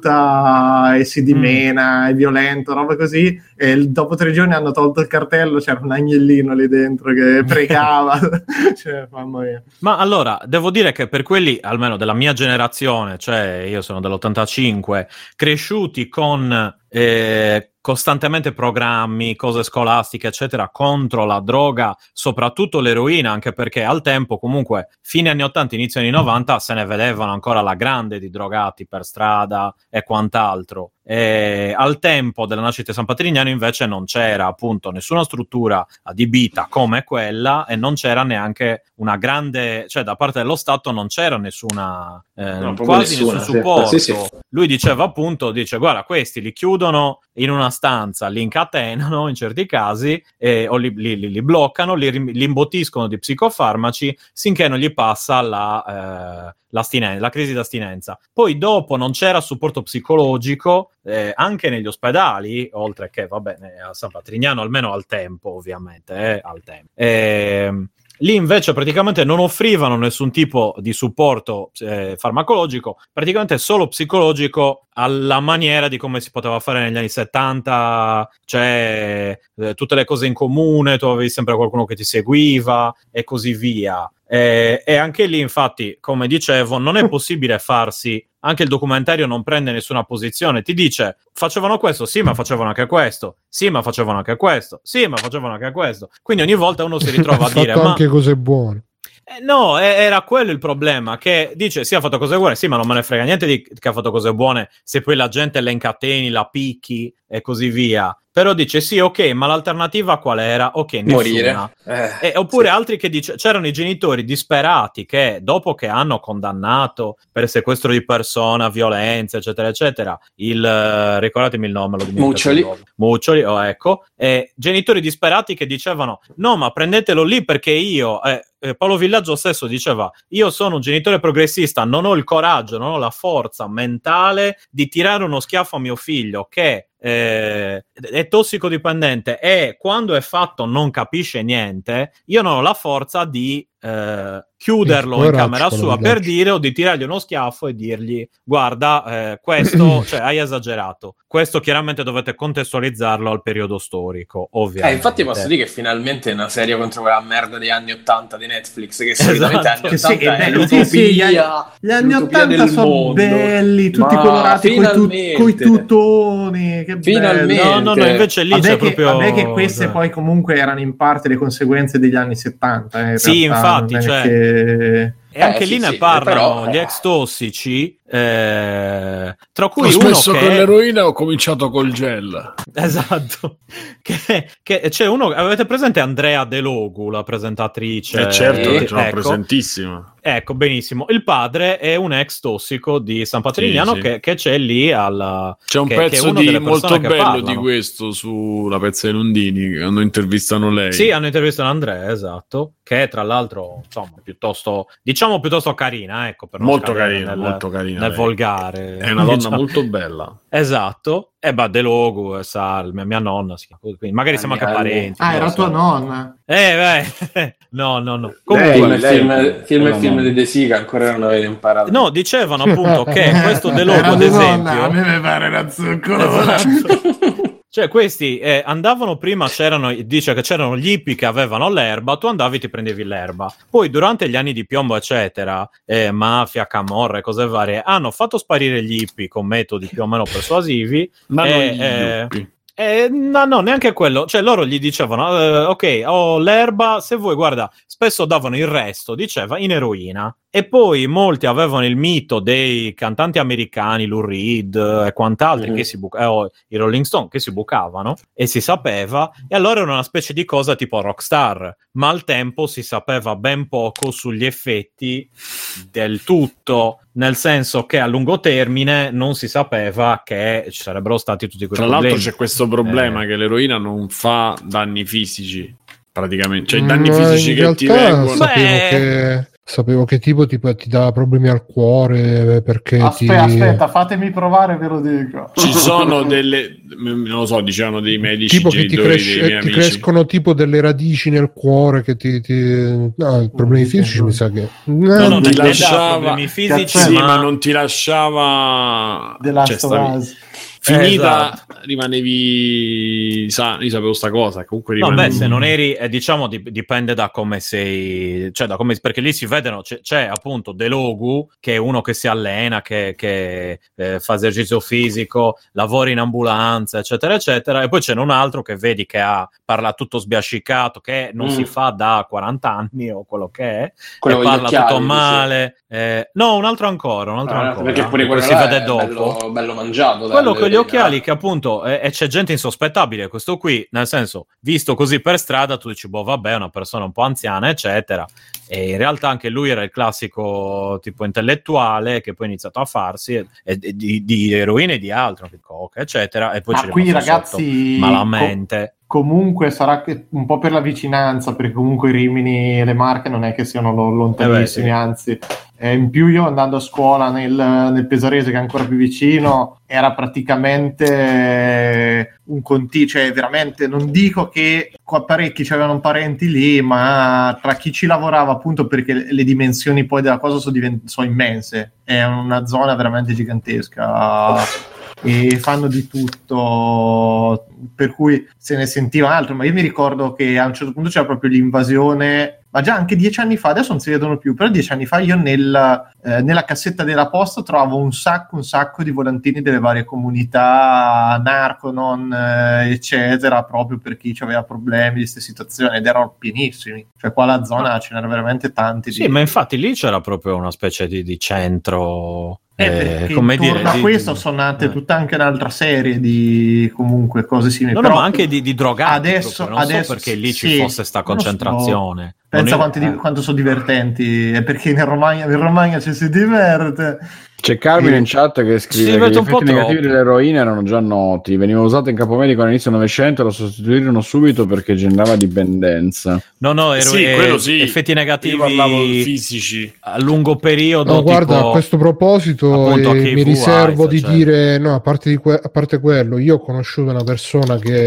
sputa e si dimena, è violento, roba così, e il- dopo tre giorni hanno tolto il cartello, c'era un agnellino lì dentro che pregava. Cioè, mamma mia. Ma allora, devo dire che per quelli, almeno della mia generazione, cioè io sono dell'ottantacinque, cresciuti con eh, costantemente programmi, cose scolastiche, eccetera, contro la droga, soprattutto l'eroina, anche perché al tempo, comunque, fine anni ottanta, inizio anni novanta, se ne vedevano ancora la grande di drogati per strada e quant'altro. E al tempo della nascita di San Patrignano invece non c'era appunto nessuna struttura adibita come quella e non c'era neanche una grande, cioè da parte dello Stato non c'era nessuna eh, No, proprio quasi nessuna, nessun sì. supporto. Sì, sì. Lui diceva appunto, dice guarda questi li chiudono in una stanza, li incatenano in certi casi eh, o li, li, li, li bloccano, li, li imbottiscono di psicofarmaci finché non gli passa la, eh, l'astinen- la crisi d'astinenza. Poi dopo non c'era supporto psicologico eh, anche negli ospedali, oltre che vabbè a San Patrignano, almeno al tempo ovviamente, eh, al tempo. Eh, Lì invece praticamente non offrivano nessun tipo di supporto eh, farmacologico, praticamente solo psicologico alla maniera di come si poteva fare negli anni settanta, cioè eh, tutte le cose in comune, tu avevi sempre qualcuno che ti seguiva e così via. Eh, e anche lì infatti, come dicevo, non è possibile farsi, anche il documentario non prende nessuna posizione, ti dice facevano questo, sì ma facevano anche questo, sì ma facevano anche questo, sì ma facevano anche questo, quindi ogni volta uno si ritrova a dire ha fatto ma anche cose buone. eh, no, eh, era quello il problema, che dice sì ha fatto cose buone, sì ma non me ne frega niente di che ha fatto cose buone se poi la gente la incateni, la picchi e così via. Però dice sì, ok, ma l'alternativa qual era? Ok, nessuna. Morire. Eh, Eh, oppure sì. altri che dice c'erano i genitori disperati che dopo che hanno condannato per sequestro di persona, violenza, eccetera, eccetera, il eh, ricordatemi il nome, lo dimentico. Muccioli. il nome. Muccioli, oh, ecco, eh, genitori disperati che dicevano no, ma prendetelo lì perché io eh, eh, Paolo Villaggio stesso diceva io sono un genitore progressista, non ho il coraggio, non ho la forza mentale di tirare uno schiaffo a mio figlio che Eh, è tossicodipendente e quando è fatto non capisce niente, io non ho la forza di eh, chiuderlo in camera sua per dire, o di tirargli uno schiaffo e dirgli guarda, eh, questo, cioè hai esagerato, questo chiaramente dovete contestualizzarlo al periodo storico, ovviamente. Eh, infatti posso dire che finalmente è una serie contro quella merda degli anni ottanta di Netflix, che solitamente Esatto. anni ottanta è Sì, l'utopia, sì, sì, gli anni- Gli anni l'utopia ottanta del sono mondo. belli, tutti Ma colorati coi, tu- finalmente. coi tutoni, che Finalmente. No, no, no, invece lì bello. c'è Vabbè che, proprio... vabbè che queste cioè. poi comunque erano in parte le conseguenze degli anni settanta. Eh, in Sì, realtà, infatti, non è cioè- che... E anche Eh, lì sì, ne sì, parlano però- gli ex tossici, eh, tra cui Ho uno smesso che... con l'eroina e ho cominciato col gel. Esatto, che, che c'è uno, avete presente Andrea De Logu, la presentatrice? Eh certo, Sì. ce l'ho ecco, presentissima. ecco, benissimo. Il padre è un ex tossico di San Patrignano Sì, sì. Che, che c'è lì al... C'è un che- che è pezzo uno di delle persone molto che bello parlano. di questo sulla pezza di Londini, quando intervistano lei. Sì, hanno intervistato Andrea, esatto, che è tra l'altro, insomma, piuttosto, diciamo piuttosto carina, ecco, per non molto scadere carina, nel, molto carina. nel lei. volgare. È una donna diciamo. molto bella. Esatto, e beh, De Logu, sa, mia, mia nonna, si chiama così, quindi magari siamo anche Anni, anni. parenti. Ah, non era lo so. tua nonna. Eh, beh, no, no, no. Lei- Comunque, Film e lei- film, film, e no, film no. di De Sica ancora non avete imparato. no, dicevano appunto che questo De Era Logu, ad tua esempio... nonna, a me mi pare una zuccola. Esatto. Cioè questi eh, andavano prima, c'erano, dice che c'erano gli hippie che avevano l'erba, tu andavi e ti prendevi l'erba. Poi durante gli anni di piombo eccetera, eh, mafia, camorra e cose varie, hanno fatto sparire gli hippie con metodi più o meno persuasivi. Ma Eh, non gli eh, yuppie. Eh, no, no, neanche quello. Cioè, loro gli dicevano: eh, ok, ho l'erba. Se vuoi, guarda, spesso davano il resto, diceva, in eroina. E poi molti avevano il mito dei cantanti americani, Lou Reed e quant'altri, Mhm. che si buca- eh, o i Rolling Stone, che si bucavano e si sapeva. E allora era una specie di cosa tipo rockstar. Ma al tempo si sapeva ben poco sugli effetti del tutto. Nel senso che a lungo termine non si sapeva che ci sarebbero stati tutti questi Tra problemi. l'altro c'è questo problema Eh. che l'eroina non fa danni fisici, praticamente. Cioè i danni Ma fisici in che ti realtà vengono... sapevo Beh. che sapevo che tipo ti, ti dà problemi al cuore perché Aspetta, ti... aspetta, fatemi provare, ve lo dico. Ci sono delle... non lo so, dicevano dei medici, tipo che ti, genitori cresce- dei miei ti amici. crescono tipo delle radici nel cuore che ti, ti... no, i problemi fisici mi sa che No, no, non ti ti lasciava- problemi fisici, Cazzo, Sì, ma... ma non ti lasciava... The Last cioè, of stavi- Us. Finita, Esatto. rimanevi... Sa, io sapevo sta cosa, comunque No, rimanevi... beh, se non eri, eh, diciamo, dip- dipende da come sei, cioè da come, perché lì si vedono, c'è, c'è appunto De Logu, che è uno che si allena, che, che eh, fa esercizio fisico, lavora in ambulanza, eccetera, eccetera, e poi c'è un altro che vedi che ha, parla tutto sbiascicato, che non Mm. si fa da quaranta anni o quello che è, Quello e con gli parla occhiali, tutto dice. male. Eh, no, un altro ancora, un altro Ah, ancora, perché pure che quello si là vede è dopo. bello, bello mangiato. Quello dalle con gli verità. occhiali che appunto e, e c'è gente insospettabile, questo qui, nel senso, visto così per strada tu dici boh vabbè, è una persona un po' anziana eccetera, e in realtà anche lui era il classico tipo intellettuale che poi ha iniziato a farsi e, e di, di eroina e di altro, di coca eccetera, e poi Ma ci è qui rimasto ragazzi sotto malamente. co- comunque sarà che un po' per la vicinanza, perché comunque Rimini e le Marche non è che siano lo- lontanissimi, Eh beh, sì. anzi. E in più io andando a scuola nel, nel Pesarese, che è ancora più vicino, era praticamente un continuo, cioè veramente non dico che qua parecchi c'avevano parenti lì, ma tra chi ci lavorava, appunto perché le, le dimensioni poi della cosa sono, divent- sono immense, è una zona veramente gigantesca e fanno di tutto, per cui se ne sentiva altro. Ma io mi ricordo che a un certo punto c'era proprio l'invasione, ma già anche dieci anni fa, adesso non si vedono più, però dieci anni fa io nel, eh, nella cassetta della posta trovavo un sacco un sacco di volantini delle varie comunità, Narconon, eh, eccetera, proprio per chi aveva problemi di queste situazioni, ed erano pienissimi, cioè qua la zona ce n'erano veramente tanti. Sì, di... ma infatti lì c'era proprio una specie di, di centro, Eh, eh, perché come intorno dire, a di- questo di- sono nate eh. tutta anche un'altra serie di comunque cose simili. No, no, però ma anche di, di drogati. adesso, proprio. Non adesso so perché lì sì, ci fosse sta non lo so. concentrazione. Pensa Non- quanti di- eh. quanto sono divertenti, è perché in Romagna, in Romagna ci si diverte. C'è Carmine Sì. in chat che Sì, scrive che vedo gli un po' effetti negativi troppo. dell'eroina erano già noti, veniva usata in capomedico all'inizio del Novecento e la sostituirono subito perché generava dipendenza. No, no, ero, Sì, eh, quello sì. effetti Io parlavo negativi fisici. a lungo periodo. No, guarda, tipo, a questo proposito appunto, eh, H I V, mi riservo AIDS, di cioè. dire, no, a parte, di que- a parte quello, io ho conosciuto una persona che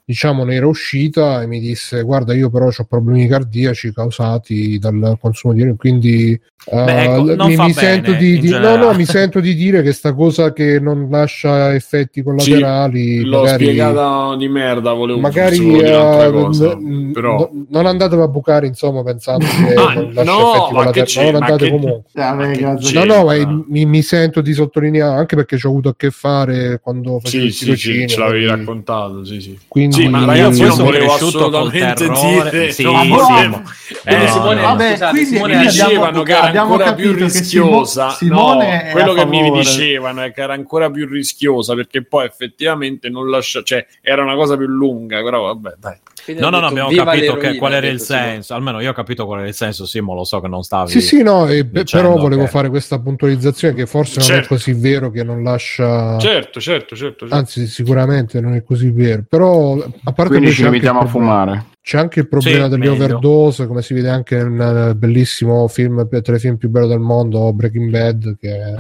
diciamo ne era uscita e mi disse guarda io però ho problemi cardiaci causati dal consumo di quindi uh, Beh, ecco, mi, mi sento di, di no no mi sento di dire che sta cosa che non lascia effetti collaterali sì, l'ho magari, spiegata di merda volevo magari uh, cosa, n- però n- non andatevi a bucare insomma pensando che ah, non lascia no, effetti collaterali non andate che, comunque che no no ma mi, mi sento di sottolineare anche perché ci ho avuto a che fare quando facevo sì, il sì, tirocinio sì, ce l'avevi quindi... raccontato sì, sì. Quindi sì ma ragazzi io non volevo assolutamente dire sì, non sì, volevo quindi eh, Simone, no, vabbè, scusate, quindi Simone mi abbiamo, dicevano che era ancora più rischiosa Simone no, quello che mi favore. dicevano è che era ancora più rischiosa perché poi effettivamente non lascia cioè era una cosa più lunga però vabbè dai quindi no no detto, no abbiamo capito che qual era il senso Simone. Almeno io ho capito qual era il senso Simo lo so che non stavi sì sì no e, però volevo che... fare questa puntualizzazione che forse certo. non è così vero che non lascia certo certo certo, certo. anzi sicuramente non è così vero però a parte quindi poi ci limitiamo a fumare c'è anche il problema sì, delle meglio. overdose come si vede anche nel bellissimo film telefilm più bello del mondo Breaking Bad che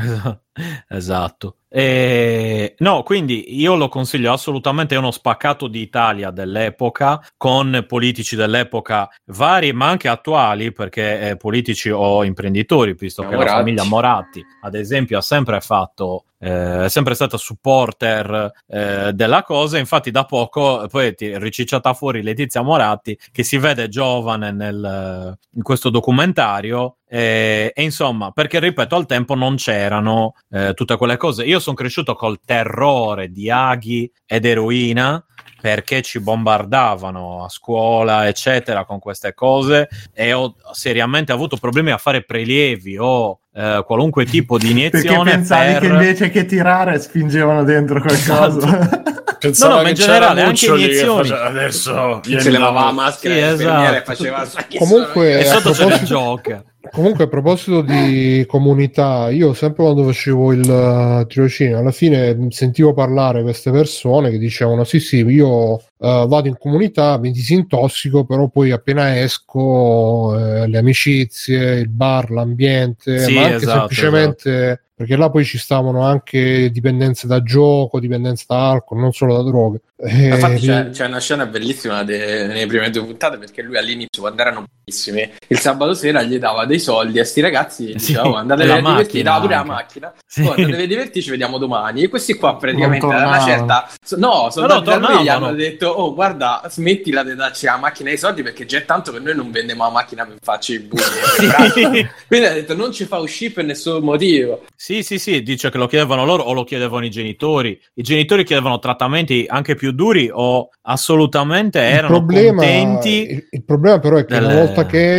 esatto e... no quindi io lo consiglio assolutamente è uno spaccato di Italia dell'epoca con politici dell'epoca vari ma anche attuali perché eh, politici o imprenditori visto che Moratti. la famiglia Moratti ad esempio ha sempre fatto Eh, è sempre stata supporter eh, della cosa infatti da poco poi ti è ricicciata fuori Letizia Moratti che si vede giovane nel, in questo documentario eh, e insomma perché ripeto al tempo non c'erano eh, tutte quelle cose io sono cresciuto col terrore di aghi ed eroina perché ci bombardavano a scuola eccetera con queste cose e ho seriamente avuto problemi a fare prelievi o eh, qualunque tipo di iniezione perché pensavi per... che invece che tirare spingevano dentro qualcosa Pensavo no, no, ma in generale anche iniezioni faceva, adesso si levava la maschera sì, esatto. E faceva comunque e sotto c'è il proposito... gioco Comunque a proposito di comunità, io sempre quando facevo il uh, tirocinio, alla fine sentivo parlare queste persone che dicevano sì sì io uh, vado in comunità, mi disintossico, però poi appena esco eh, le amicizie, il bar, l'ambiente, sì, ma anche esatto, semplicemente esatto. Perché là poi ci stavano anche dipendenze da gioco, dipendenze da alcol, non solo da droghe. Eh, Infatti c'è, ri- c'è una scena bellissima de, nelle prime due puntate perché lui all'inizio quando erano bellissimi il sabato sera gli dava dei soldi a sti ragazzi e sì, diceva oh, andate a divertirci, dava pure la macchina sì. oh, andate a divertirci, ci vediamo domani e questi qua praticamente Non da una certa no, sono no, andati no, da lui e gli hanno tornavano. detto oh guarda smettila di darci la macchina e i soldi perché già è tanto che noi non vendiamo la macchina per farci i bulli sì. quindi ha detto non ci fa uscire per nessun motivo sì sì sì dice che lo chiedevano loro o lo chiedevano i genitori i genitori chiedevano trattamenti anche più duri o assolutamente erano il problema, contenti il, il problema però è che delle... una volta che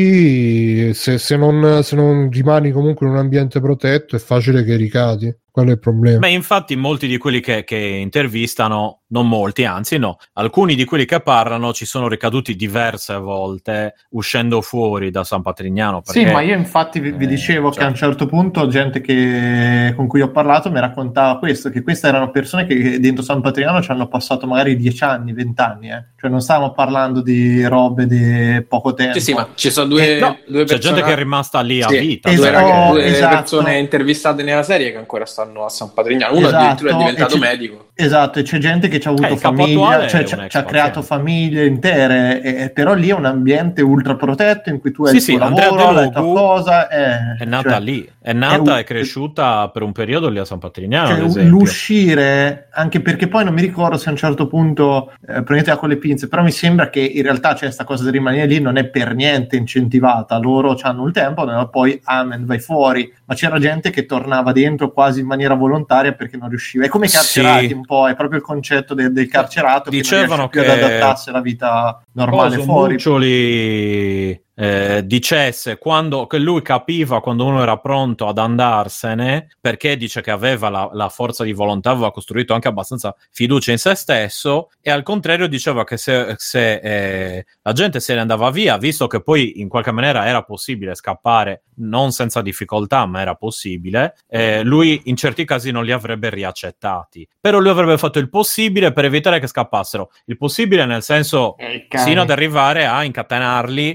esci se, se, non, se non rimani comunque in un ambiente protetto è facile che ricadi, quello è il problema. Beh, infatti molti di quelli che, che intervistano, non molti, anzi no, alcuni di quelli che parlano ci sono ricaduti diverse volte uscendo fuori da San Patrignano. Perché, sì, ma io infatti vi, vi dicevo eh, che a un certo punto gente che, con cui ho parlato mi raccontava questo, che queste erano persone che dentro San Patrignano ci hanno passato magari dieci anni, venti anni, eh. Cioè non stavamo parlando di robe di poco tempo. sì sì ma ci sono due, Eh, no, due c'è persone gente che è rimasta lì a sì, vita. due, esatto, ragazze, due esatto. persone intervistate nella serie che ancora stanno a San Patrignano uno Esatto, addirittura è diventato e c'è- medico Esatto, e c'è gente che ci ha avuto Eh, il capo famiglia, attuale cioè è ci un ha ex ci ha creato paziente. famiglie intere, e, e però lì è un ambiente ultra protetto in cui tu hai Sì, il tuo sì, Andrea lavoro, De la tua Logu cosa. È, È nata cioè, lì, è nata è- e cresciuta per un periodo lì a San Patrignano, Cioè, ad esempio. l'uscire, anche perché poi non mi ricordo se a un certo punto eh, prendetela con le pinze, però mi sembra che in realtà c'è sta cosa di rimanere lì non è per niente incentivata, loro hanno il tempo, no? Poi amen, vai fuori, ma c'era gente che tornava dentro quasi in maniera volontaria perché non riusciva, è come i carcerati Sì. un po', è proprio il concetto del, del carcerato Dicevano che non riesce più che- ad adattarsi alla vita normale Coso fuori. Muccioli eh, dicesse quando, che lui capiva quando uno era pronto ad andarsene, perché dice che aveva la, la forza di volontà, aveva costruito anche abbastanza fiducia in se stesso, e al contrario diceva che se, se eh, la gente se ne andava via, visto che poi in qualche maniera era possibile scappare, non senza difficoltà, ma era possibile, eh, lui in certi casi non li avrebbe riaccettati, però lui avrebbe fatto il possibile per evitare che scappassero, il possibile nel senso Eh, cani. sino ad arrivare a incatenarli Eh. nel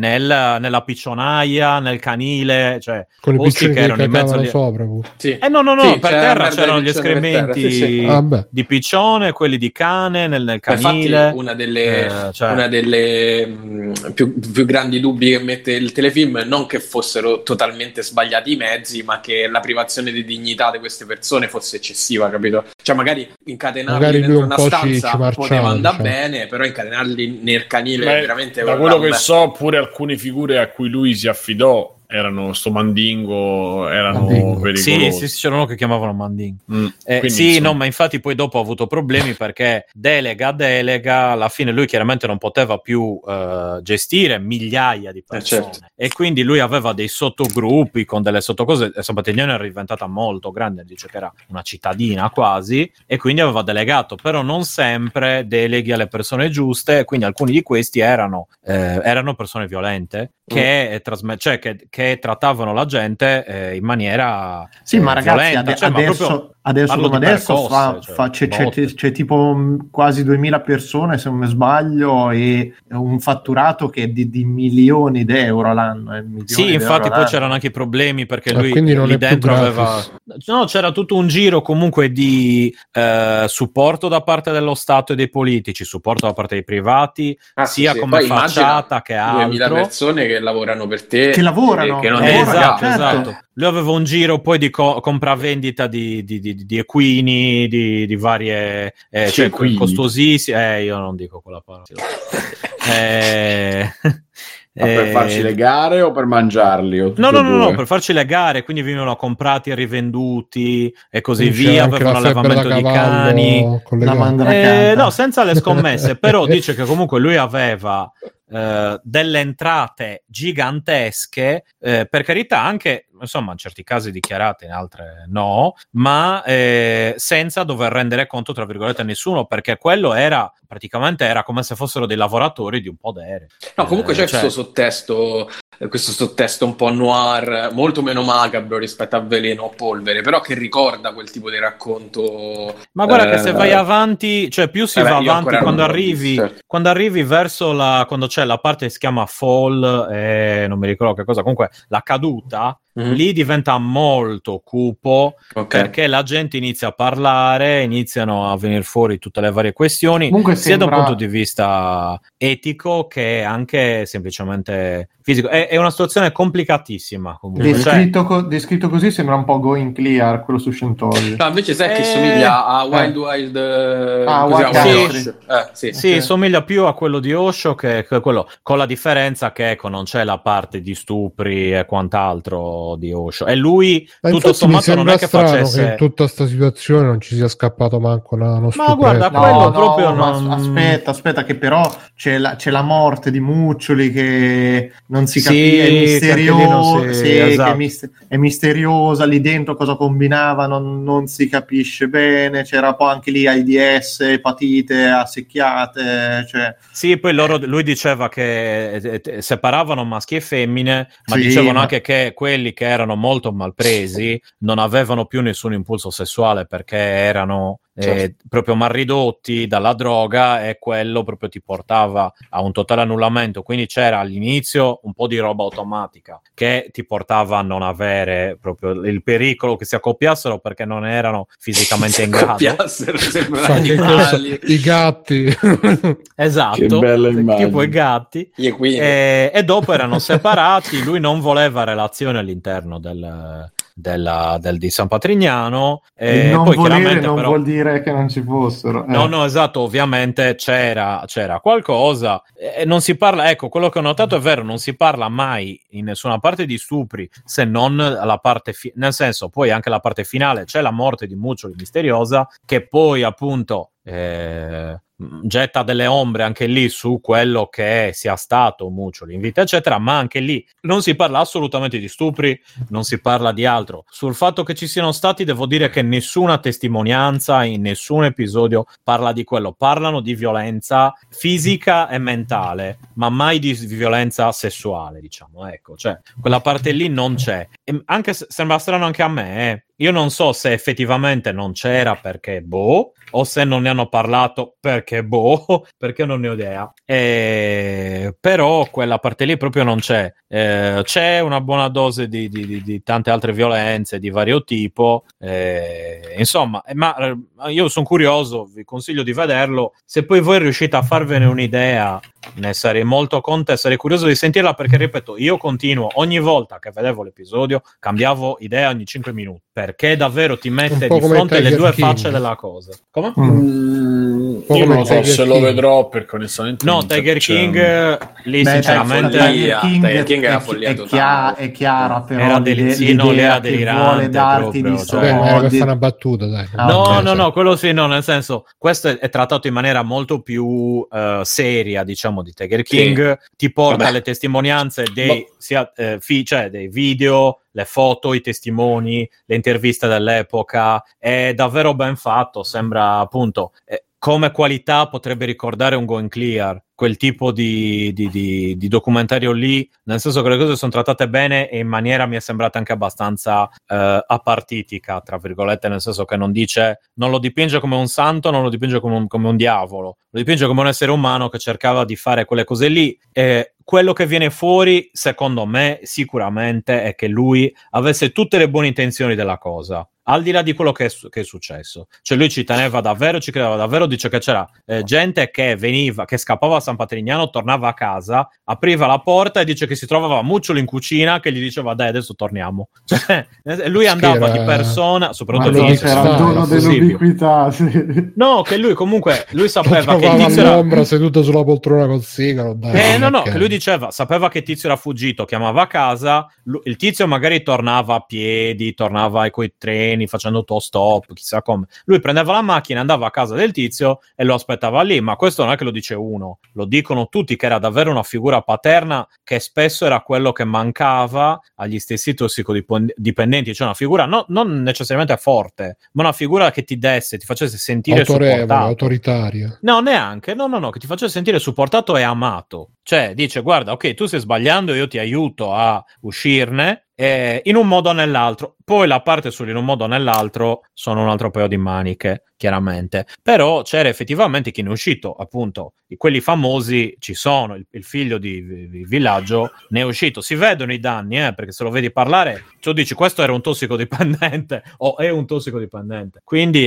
nel, nella piccionaia, nel canile, cioè con i posti piccioni che erano in mezzo cagavano lì. sopra pure. Sì. Eh no, no, no, Sì, per c'era terra merda c'erano di gli piccione per terra, escrementi sì, sì. Ah, beh. di piccione, quelli di cane nel, nel Ma canile. infatti una delle, eh, cioè- una delle mh, più, più grandi dubbi che mette il telefilm è non che fossero totalmente sbagliati i mezzi, ma che la privazione di dignità di queste persone fosse eccessiva, capito? Cioè magari incatenarli Magari lui dentro un una po' ci- stanza ci marciava, poteva andare diciamo. bene, però incatenarli nel canile Beh, veramente da con quello la- che so, pure alcune figure a cui lui si affidò erano sto mandingo, erano Mandingo. pericolosi. Sì, sì, c'era uno che chiamavano Manding. Mm. Eh, Quindi, sì, insomma, no, ma infatti poi dopo ha avuto problemi perché delega a delega, alla fine lui chiaramente non poteva più eh, gestire migliaia di persone certo. e quindi lui aveva dei sottogruppi con delle sottocose e San Bartolomeo era diventata molto grande, dice che era una cittadina quasi e quindi aveva delegato, però non sempre deleghi alle persone giuste e quindi alcuni di questi erano, eh, erano persone violente che, mm. trasme- cioè che, che trattavano la gente eh, in maniera Sì, eh, ma ragazzi, violenta. ade- Cioè, ma adesso, proprio adesso parlo come di adesso percosse, fa, cioè, fa- c'è, c'è- botte. c'è- c'è tipo mh, quasi duemila persone, se non mi sbaglio, e un fatturato che è di, di milioni di euro l'anno. eh, milioni Sì, di infatti euro poi l'anno. c'erano anche i problemi perché Ah, lui quindi non lì è più dentro gratis. aveva no, c'era tutto un giro comunque di eh, supporto da parte dello Stato e dei politici, supporto da parte dei privati, Ah, sì, sia sì. come Poi facciata che duemila altro. persone che lavorano per te, Che lavorano, che non Eh, devi lavorano, esatto, pagare. certo. esatto. Lui aveva un giro poi di co- compravendita di, di, di, di equini, di, di varie eh, Sì, cioè equini. costosissimi. Eh, io non dico quella parola. eh, Ma per eh, farci le gare o per mangiarli? O tutte No, no, e no, no, due? per farci le gare, quindi venivano comprati e rivenduti e così Quindi c'era via, anche avevano la febbre da allevamento di cavallo cani. collegata. La mandra- Eh, canta. no, senza le scommesse, però dice che comunque lui aveva eh, delle entrate gigantesche, eh, per carità anche, insomma, in certi casi dichiarate, in altre no, ma eh, senza dover rendere conto, tra virgolette, a nessuno, perché quello era, praticamente era come se fossero dei lavoratori di un podere. No, comunque Eh, c'è cioè- questo sottesto, eh, questo sottesto un po' noir, molto meno macabro rispetto a Veleno o Polvere, però che ricorda quel tipo di racconto. Ma guarda che eh, se vai avanti, cioè più si vabbè, va io avanti ancora quando non l'ho arrivi, visto, certo. quando arrivi verso la, quando c'è la parte che si chiama fall, eh, non mi ricordo che cosa, comunque la caduta, Mhm. lì diventa molto cupo Ok. perché la gente inizia a parlare, iniziano a venire fuori tutte le varie questioni, Comunque sia da un sembra- punto di vista etico che anche semplicemente fisico. È, è una situazione complicatissima comunque. Cioè, Descritto, co- descritto così sembra un po' Going Clear, quello su Scientology. No, invece sai che Eh, somiglia a Wild eh. Wild eh, Ah, cos'è, Wild Wild Country. Osho? Eh, sì. Sì, Ok. somiglia più a quello di Osho che, che quello, con la differenza che ecco, non c'è la parte di stupri e quant'altro di Osho. E lui, Ma tutto infatti mi sommato, non sembra è che strano facesse... che in tutta sta situazione non ci sia scappato manco una, uno Ma guarda, stupretto. quello No, no, proprio ma non- aspetta, aspetta, che però c'è la, c'è la morte di Muccioli che non si Sì, capisce, è che anche lì non misteriosa, si- sì, che esatto. è, mis- è misteriosa, lì dentro cosa combinava non, non si capisce bene, c'era poi anche lì AIDS, epatite, assecchiate, cioè... Sì, poi loro, lui diceva che eh, eh, separavano maschi e femmine, ma Sì, dicevano ma- anche che quelli che erano molto malpresi non avevano più nessun impulso sessuale perché erano eh, Certo. proprio mal ridotti dalla droga e quello proprio ti portava a un totale annullamento. Quindi c'era all'inizio un po' di roba automatica che ti portava a non avere proprio il pericolo che si accoppiassero perché non erano fisicamente in grado. Coppiassero, sembrano Sa che cosa- animali. I gatti. Esatto, Che bella immagine. tipo i gatti. Gli equini. E, e dopo erano separati, lui non voleva relazione all'interno del, della- del di San Patrignano. E non poi volere chiaramente non però, vuol dire che non ci fossero. eh. No, no, esatto, ovviamente c'era, c'era qualcosa e non si parla, ecco, quello che ho notato è vero, non si parla mai in nessuna parte di stupri se non la parte, fi- nel senso, poi anche la parte finale, c'è la morte di Muccioli misteriosa che poi appunto eh, getta delle ombre anche lì su quello che sia stato Muccioli in vita eccetera, ma anche lì non si parla assolutamente di stupri, non si parla di altro. Sul fatto che ci siano stati devo dire che nessuna testimonianza in nessun episodio parla di quello, parlano di violenza fisica e mentale ma mai di violenza sessuale, diciamo, ecco, cioè quella parte lì non c'è. E anche se sembra strano anche a me, eh. Io non so se effettivamente non c'era perché boh, o se non ne hanno parlato perché perché boh, perché non ne ho idea. E... però quella parte lì proprio non c'è. Eh, c'è una buona dose di, di, di, di tante altre violenze di vario tipo. Eh, insomma, ma io sono curioso, vi consiglio di vederlo. Se poi voi riuscite a farvene un'idea, ne sarei molto contento, sarei curioso di sentirla, perché ripeto, io continuo ogni volta che vedevo l'episodio cambiavo idea ogni cinque minuti, perché davvero ti mette di fronte le due King. facce della cosa. Come? Mm, io non lo so se King. lo vedrò, perché onestamente no, Tiger King lì Beh, sinceramente Tiger King, Tiger King è, è, è, chiara, è chiara però era deli- sì, no, era delirante, vuole darti proprio, di cioè. Beh, era per fare una battuta, dai. Ah, no, okay, no, cioè. no, quello sì, no, nel senso, questo è, è trattato in maniera molto più uh, seria, diciamo, di Tiger King. Sì. Ti porta Vabbè. le testimonianze dei, Ma... sia, eh, fi, cioè, dei video, le foto, i testimoni, le interviste dell'epoca. È davvero ben fatto, sembra appunto... Eh, come qualità potrebbe ricordare un Go and Clear, quel tipo di, di, di, di documentario lì, nel senso che le cose sono trattate bene e in maniera mi è sembrata anche abbastanza eh, apartitica, tra virgolette, nel senso che non dice, non lo dipinge come un santo, non lo dipinge come un, come un diavolo, lo dipinge come un essere umano che cercava di fare quelle cose lì. E quello che viene fuori, secondo me, sicuramente è che lui avesse tutte le buone intenzioni della cosa, al di là di quello che è, che è successo. Cioè lui ci teneva davvero, ci credeva davvero, dice che c'era eh, gente che veniva, che scappava a San Patrignano, tornava a casa, apriva la porta e dice che si trovava Mucciolo in cucina che gli diceva dai adesso torniamo. Cioè, lui andava era... di persona, soprattutto allora, c'era il dono dell'ubiquità, sì. No, che lui comunque, lui sapeva che il tizio all'ombra era... seduto sulla poltrona col sigaro. Dai, eh no no, che lui diceva, sapeva che tizio era fuggito, chiamava a casa, il tizio magari tornava a piedi, tornava coi treni facendo autostop, chissà come. Lui prendeva la macchina, andava a casa del tizio e lo aspettava lì, ma questo non è che lo dice uno, lo dicono tutti, che era davvero una figura paterna che spesso era quello che mancava agli stessi tossicodipendenti, cioè una figura no, non necessariamente forte, ma una figura che ti desse, ti facesse sentire autorevole, supportato. Autoritaria. No, neanche, no, no, no, che ti facesse sentire supportato e amato. Cioè, dice, guarda, ok, tu stai sbagliando, io ti aiuto a uscirne, eh, in un modo o nell'altro. Poi la parte sull'in un modo o nell'altro sono un altro paio di maniche, chiaramente. Però c'era effettivamente chi ne è uscito, appunto, quelli famosi ci sono, il, il figlio di, di Villaggio ne è uscito. Si vedono i danni, eh, perché se lo vedi parlare, tu dici, questo era un tossicodipendente, o è un tossicodipendente. Quindi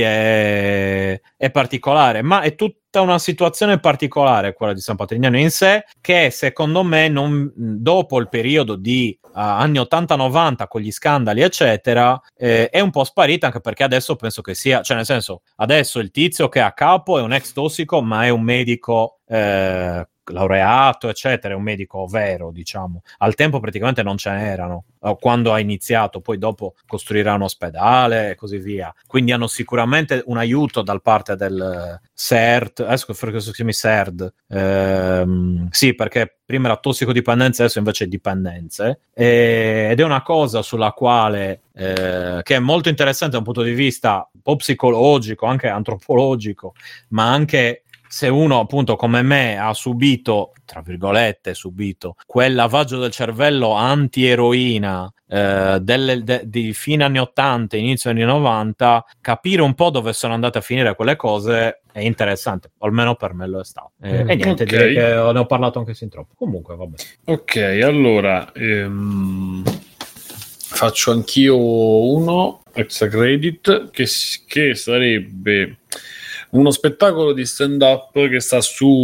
è, è particolare, ma è tutto una situazione particolare quella di San Patrignano in sé, che secondo me non, dopo il periodo di uh, anni ottanta novanta con gli scandali eccetera eh, è un po' sparita, anche perché adesso penso che sia, cioè nel senso, adesso il tizio che è a capo è un ex tossico, ma è un medico eh, laureato eccetera, è un medico vero, diciamo. Al tempo praticamente non ce n'erano quando ha iniziato, poi dopo costruirà un ospedale e così via, quindi hanno sicuramente un aiuto dal parte del S E R D, adesso che si chiami S E R D, ehm, sì, perché prima era tossicodipendenza, adesso invece è dipendenze, e, ed è una cosa sulla quale eh, che è molto interessante da un punto di vista un po' psicologico, anche antropologico, ma anche se uno appunto come me ha subito, tra virgolette subito, quel lavaggio del cervello anti-eroina eh, delle, de, di fine anni ottanta, inizio anni novanta, capire un po' dove sono andate a finire quelle cose è interessante, almeno per me lo è stato. Eh, mm, e niente, okay. Direi che ne ho parlato anche sin troppo. Comunque vabbè. Ok, allora ehm, faccio anch'io uno extra credit che, che sarebbe uno spettacolo di stand-up che sta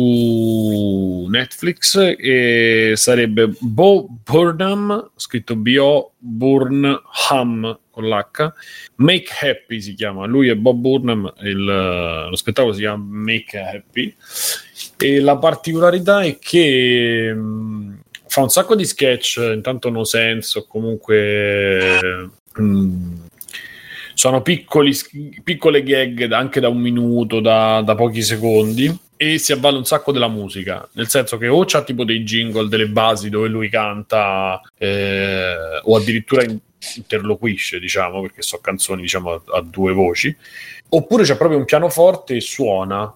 su Netflix e sarebbe Bo Burnham, scritto B O Burnham con l'H, Make Happy si chiama, lui è Bob Burnham, il, lo spettacolo si chiama Make Happy e la particolarità è che mh, fa un sacco di sketch, intanto no senso, comunque mh, sono piccoli, piccole gag anche da un minuto, da, da pochi secondi, e si avvale un sacco della musica, nel senso che o c'ha tipo dei jingle, delle basi dove lui canta eh, o addirittura in, interloquisce, diciamo, perché so canzoni diciamo a, a due voci, oppure c'è proprio un pianoforte e suona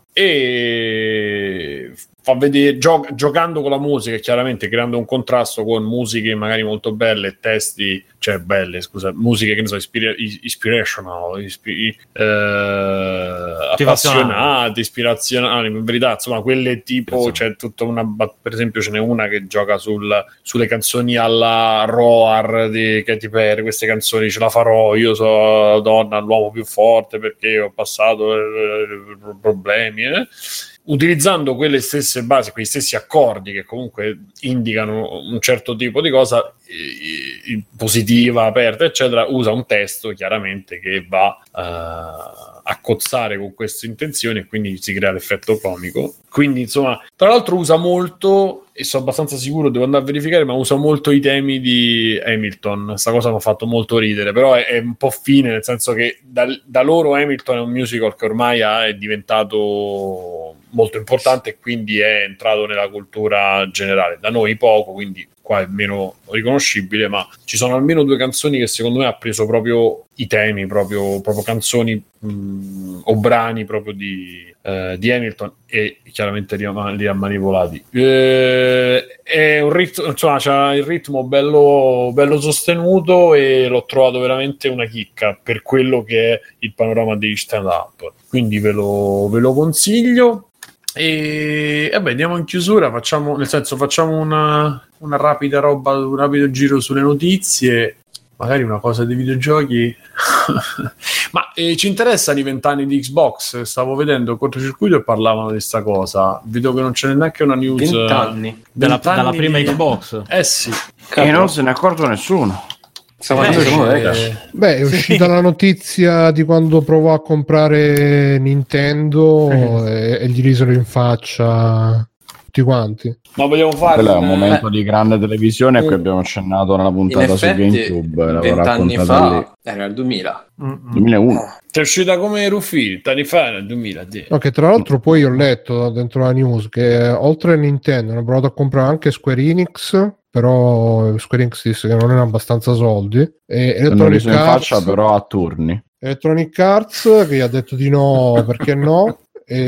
e fa vedere, gio- giocando con la musica, chiaramente creando un contrasto con musiche magari molto belle, testi, cioè belle, scusa, musiche che ne so, ispira- ispirational, ispi- eh, appassionati, ispirazionali, in verità, insomma, quelle tipo c'è tutta una, per esempio ce n'è una che gioca sul, sulle canzoni alla Roar di Katy Perry, queste canzoni ce la farò, io sono donna, l'uomo più forte perché ho passato eh, problemi, eh. Utilizzando quelle stesse basi, quei stessi accordi che comunque indicano un certo tipo di cosa eh, positiva, aperta, eccetera, usa un testo chiaramente che va uh, a cozzare con queste intenzioni e quindi si crea l'effetto comico. Quindi insomma, tra l'altro usa molto, e sono abbastanza sicuro, devo andare a verificare, ma usa molto i temi di Hamilton. Sta cosa mi ha fatto molto ridere, però è, è un po' fine, nel senso che da, da loro Hamilton è un musical che ormai ha, è diventato molto importante e quindi è entrato nella cultura generale. Da noi poco, quindi qua è meno riconoscibile, ma ci sono almeno due canzoni che secondo me ha preso proprio i temi, proprio, proprio canzoni mh, o brani proprio di, eh, di Hamilton, e chiaramente li ha, li ha manipolati. Eh, è un ritmo, insomma, c'ha il ritmo bello, bello sostenuto e l'ho trovato veramente una chicca per quello che è il panorama degli stand-up. Quindi ve lo, ve lo consiglio. E vabbè, andiamo in chiusura, facciamo, nel senso, facciamo una, una rapida roba, un rapido giro sulle notizie, magari una cosa dei videogiochi. Ma eh, ci interessano i vent'anni di Xbox? Stavo vedendo il cortocircuito e parlavano di sta cosa. Vedo che non c'è neanche una news. Vent'anni dalla, vent'anni dalla prima di... Xbox. Eh sì. E non se ne è accorto nessuno. Eh, eh, beh, è uscita sì. la notizia di quando provò a comprare Nintendo e, e gli risero in faccia tutti quanti. Ma vogliamo fare quello è un momento eh. di grande televisione a cui abbiamo accennato nella puntata in su GameCube. Vent'anni fa lì. Era il duemila. duemilauno. È uscita come Rufì, anni fa nel duemila. Ok, tra l'altro poi ho letto dentro la news che oltre a Nintendo hanno provato a comprare anche Square Enix, però Square Enix disse che non erano abbastanza soldi, e Electronic Arts, faccia però a turni. Electronic Arts che gli ha detto di no perché no,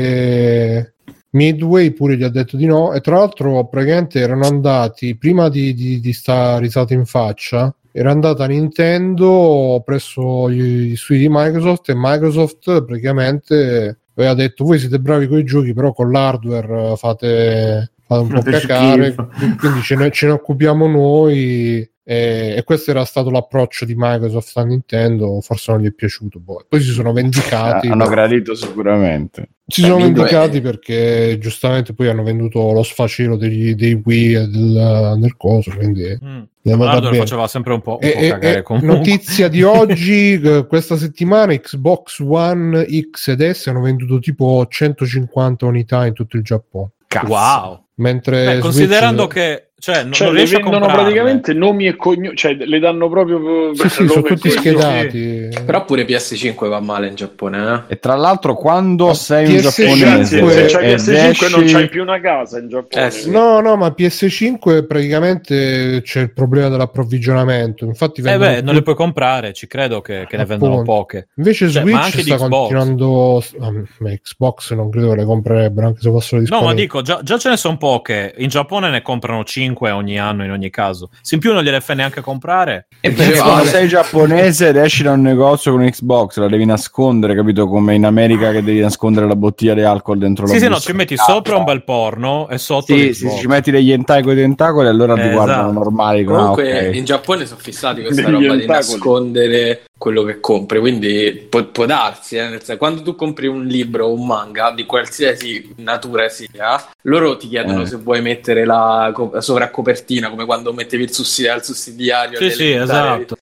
e Midway pure gli ha detto di no, e tra l'altro praticamente erano andati prima di, di, di sta risata in faccia, era andata Nintendo presso gli studi di Microsoft e Microsoft praticamente aveva detto: voi siete bravi con i giochi, però con l'hardware fate, fate un po' cacare, quindi ce ne, ce ne occupiamo noi. E, e questo era stato l'approccio di Microsoft a Nintendo, forse non gli è piaciuto. Boh. Poi si sono vendicati. Hanno gradito sicuramente. Si sono vendicati perché giustamente poi hanno venduto lo sfacelo degli, dei Wii e del, del coso, quindi mm. lo faceva sempre un po', un e, po' cagare e, comunque. Notizia di oggi, questa settimana Xbox One X ed S hanno venduto tipo centocinquanta unità in tutto il Giappone. Cazzo. Wow. Mentre Beh, considerando Switch... che cioè, non, cioè, non le riesce vendono a praticamente nomi e cognomi, cioè le danno proprio sì, sì, sono tutti schedati. Sì. Però pure P S cinque va male in Giappone, eh? E tra l'altro quando sei P S cinque, un giapponese se c'hai P S cinque esci... non c'hai più una casa in Giappone. Eh, sì. No, no, ma P S cinque praticamente c'è il problema dell'approvvigionamento. Infatti eh beh, più... non le puoi comprare, ci credo che, che ne vendono poche. Invece cioè, Switch sta continuando. Um, Xbox non credo che le comprerebbero, anche se fossero disponibili. No, ma dico, già, già ce ne sono poche. In Giappone ne comprano cinque ogni anno in ogni caso. Se in più non gliele fai neanche comprare. E perché quando sei giapponese ed esci da un negozio con un Xbox la devi nascondere, capito? Come in America che devi nascondere la bottiglia di alcol dentro la sì, busta. sì, no, ci metti sopra un bel porno e sotto sì, sì, ci metti degli hentai con i tentacoli, allora eh, ti guardano esatto. normali. Comunque ah, okay. in Giappone sono fissati questa roba tentacoli. Di nascondere quello che compri, quindi può, può darsi, eh? Nel senso, quando tu compri un libro o un manga di qualsiasi natura sia, loro ti chiedono eh. se vuoi mettere la, co- la sovracopertina, come quando mettevi il sussidiario, il sussidiario sì, sì, esatto.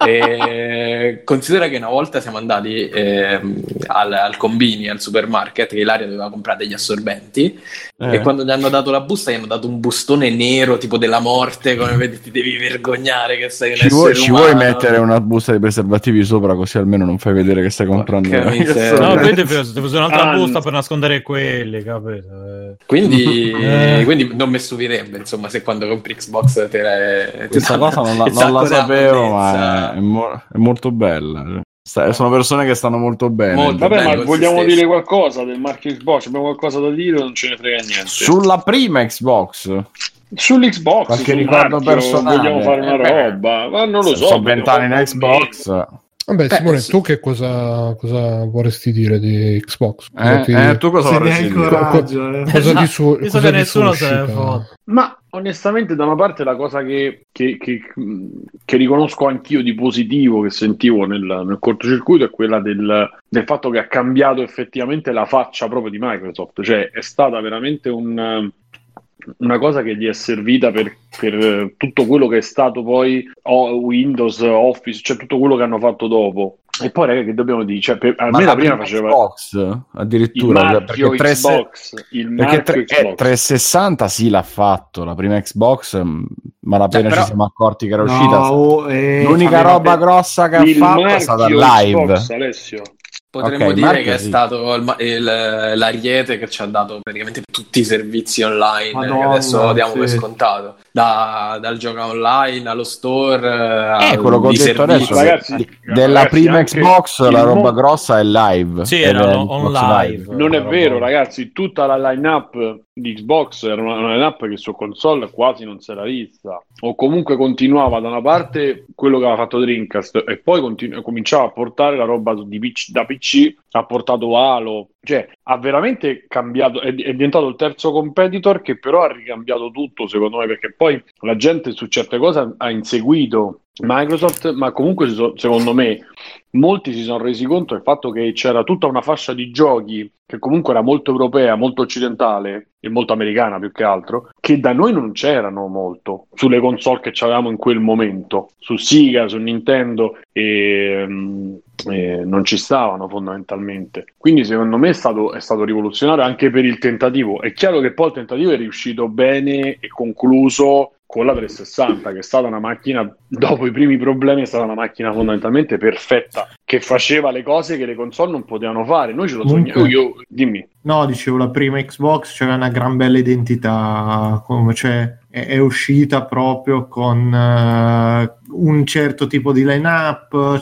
E considera che una volta siamo andati eh, al, al Combini, al supermarket, che Ilaria doveva comprare degli assorbenti, eh. e quando gli hanno dato la busta gli hanno dato un bustone nero tipo della morte, come vedi ti devi vergognare che sei un ci essere vuoi, umano. Ci vuoi mettere una busta di preservativi sopra, così almeno non fai vedere che stai comprando no, poi devi usare un'altra ah, busta per nascondere quelli, capito? Quindi, eh. quindi non mi stupirebbe, insomma, se quando compri Xbox te la, questa cosa non la, non la sapevo, ma è, è, mo- è molto bella. Sono persone che stanno molto bene. Molto Vabbè, ma vogliamo dire qualcosa del marchio Xbox? Abbiamo qualcosa da dire o non ce ne frega niente? Sulla prima Xbox? Sull'Xbox, qualche sul ricordo marchio, personale. Vogliamo fare una roba, ma non lo so. Sono vent'anni in Xbox. Vabbè, Beh, Simone, sì. tu che cosa, cosa vorresti dire di Xbox? Eh, Cosa ti, eh, tu cosa Se ne vorresti hai dire? coraggio, eh. cosa ti su- Visto cosa che ti nessuno se ne suscita? fotte. Ma onestamente, da una parte, la cosa che, che- che- che riconosco anch'io di positivo che sentivo nel, nel cortocircuito è quella del, del fatto che ha cambiato effettivamente la faccia proprio di Microsoft. Cioè, è stata veramente un, una cosa che gli è servita per, per tutto quello che è stato poi o- Windows, Office, cioè tutto quello che hanno fatto dopo. E poi, raga, che dobbiamo dire? Cioè, per- a Ma me la la prima prima faceva Xbox il addirittura, marchio perché, tre- Xbox, il perché marchio tre- eh, Xbox. trecentosessanta sì l'ha fatto, la prima Xbox, mh, ma appena Cioè, però- ci siamo accorti che era No, uscita. oh, eh, L'unica c'aveva roba pe- grossa che ha Il fatto è stata marchio live. Xbox, Alessio. Potremmo Ok, dire marchio che è sì. stato il, ma- il- l'ariete che ci ha dato praticamente tutti i servizi online Madonna, che adesso diamo sì. per scontato, da- dal gioco online allo store, Eh, a- quello che ho di detto servizi. adesso, Ragazzi, di- della ragazzi, prima anche Xbox il la roba mo- grossa è live. Sì, ed era è on Xbox live. Non è una vero, roba- ragazzi, tutta la line-up di Xbox era una, una line-up che su console quasi non si era vista. O comunque continuava da una parte quello che aveva fatto Dreamcast e poi continu- cominciava a portare la roba di P C, da P C, ha portato Halo. Cioè, ha veramente cambiato, è, è diventato il terzo competitor che però ha ricambiato tutto, secondo me, perché poi la gente su certe cose ha inseguito Microsoft, ma comunque si so- secondo me molti si sono resi conto del fatto che c'era tutta una fascia di giochi che comunque era molto europea, molto occidentale e molto americana più che altro, che da noi non c'erano molto sulle console che avevamo in quel momento, su Sega, su Nintendo e, mm, e non ci stavano fondamentalmente. Quindi secondo me è stato, è stato rivoluzionario anche per il tentativo. È chiaro che poi il tentativo è riuscito bene e concluso con la trecentosessanta, che è stata una macchina, dopo i primi problemi, è stata una macchina fondamentalmente perfetta, che faceva le cose che le console non potevano fare. Noi ce lo Comunque- sogniamo. Io, dimmi. No, dicevo, la prima Xbox c'era una gran bella identità, come, cioè, è, è uscita proprio con eh, un certo tipo di line-up,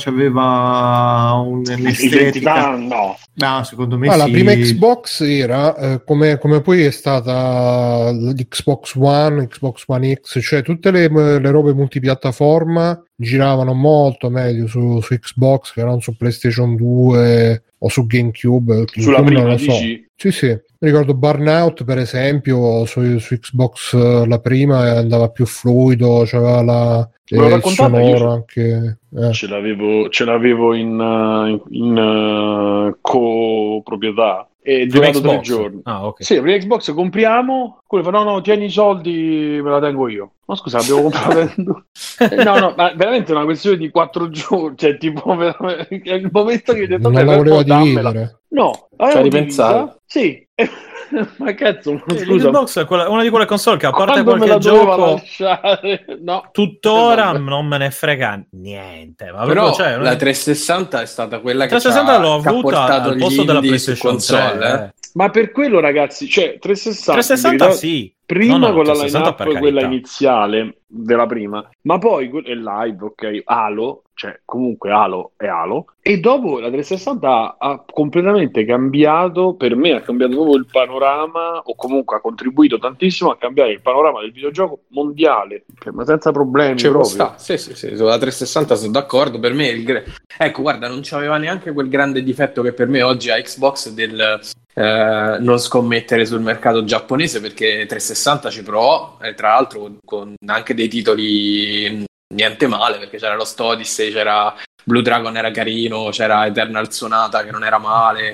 c'aveva un- L'identità un'estetica. no. No, secondo me Ah, la sì. prima Xbox era eh, come, come poi è stata l'Xbox One, Xbox One X, cioè tutte le, le robe multipiattaforma giravano molto meglio su, su Xbox che non su PlayStation due o su GameCube. Sulla GameCube prima, non lo so. dici? Sì, sì. Mi ricordo Burnout, per esempio, su, su Xbox eh, la prima andava più fluido, c'aveva la, Me l'ho eh, il raccontata, io sonoro anche. eh. Ce l'avevo, ce l'avevo in, uh, in, in, uh, coproprietà e è Prima durato tre Xbox? giorni. Ah, ok. Sì, la prima Xbox compriamo, quello fa no no, tieni i soldi, me la tengo io. Ma scusa, abbiamo comprato Eh, no no, ma veramente è una questione di quattro giorni, cioè tipo veramente, è il momento che ho detto Non "Vabbè, la per voleva favore, dammela". dividere. No, Ci ha avevo ripensato. divisa. Sì. Ma cazzo, ma Sì, scusa, l'Xbox è quella- una di quelle console che a parte quando me qualche la doveva gioco lasciare? No. tuttora Eh, vabbè. non me ne frega niente. Ma Però proprio, cioè, la trecentosessanta è stata quella che, trecentosessanta ci ha, l'ho che ha avuta portato al gli posto della indie su PlayStation console. tre, eh. eh. Ma per quello, ragazzi, cioè trecentosessanta, trecentosessanta in verità, sì. prima No, no, con la trecentosessanta per line-up, quella carità. iniziale della prima, ma poi que- è live, ok, Halo, cioè comunque Halo è Halo, e dopo la trecentosessanta ha completamente cambiato, per me ha cambiato proprio il panorama, o comunque ha contribuito tantissimo a cambiare il panorama del videogioco mondiale, cioè, ma senza problemi Ci può proprio. sta. Sì, sì, sì, sulla trecentosessanta sono d'accordo. Per me, il gre- ecco, guarda, non c'aveva neanche quel grande difetto che per me oggi ha Xbox del eh, non scommettere sul mercato giapponese, perché trecentosessanta ci provò, e tra l'altro con, con anche dei titoli niente male, perché c'era Lost Odyssey, c'era Blue Dragon, era carino, c'era Eternal Sonata che non era male,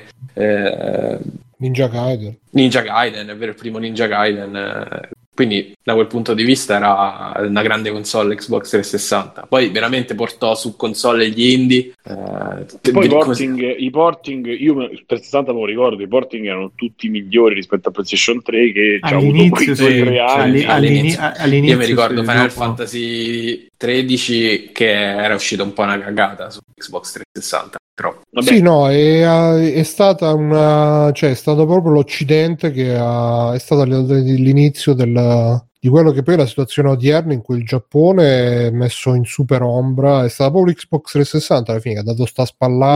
eh, Ninja Gaiden. Ninja Gaiden, è vero, il primo Ninja Gaiden, eh, quindi da quel punto di vista era una grande console Xbox trecentosessanta. Poi veramente portò su console gli indie, eh, E poi i come- porting, i porting, io me- per sessanta me lo ricordo, i porting erano tutti migliori rispetto a PlayStation tre che ci ha avuto quei All'inizio, due o sì, tre cioè, anni. all'i- all'ini- all'inizio, Io mi ricordo sì, Final dopo- Fantasy tredici che era uscito un po' una cagata su Xbox trecentosessanta, troppo. Vabbè, Sì, no, è, è stata una, cioè è stato proprio l'Occidente che ha, è stato l'inizio della, di quello che poi è la situazione odierna in cui il Giappone è messo in super ombra. È stata proprio l'Xbox trecentosessanta alla fine che ha dato sta spallata. Mm-hmm.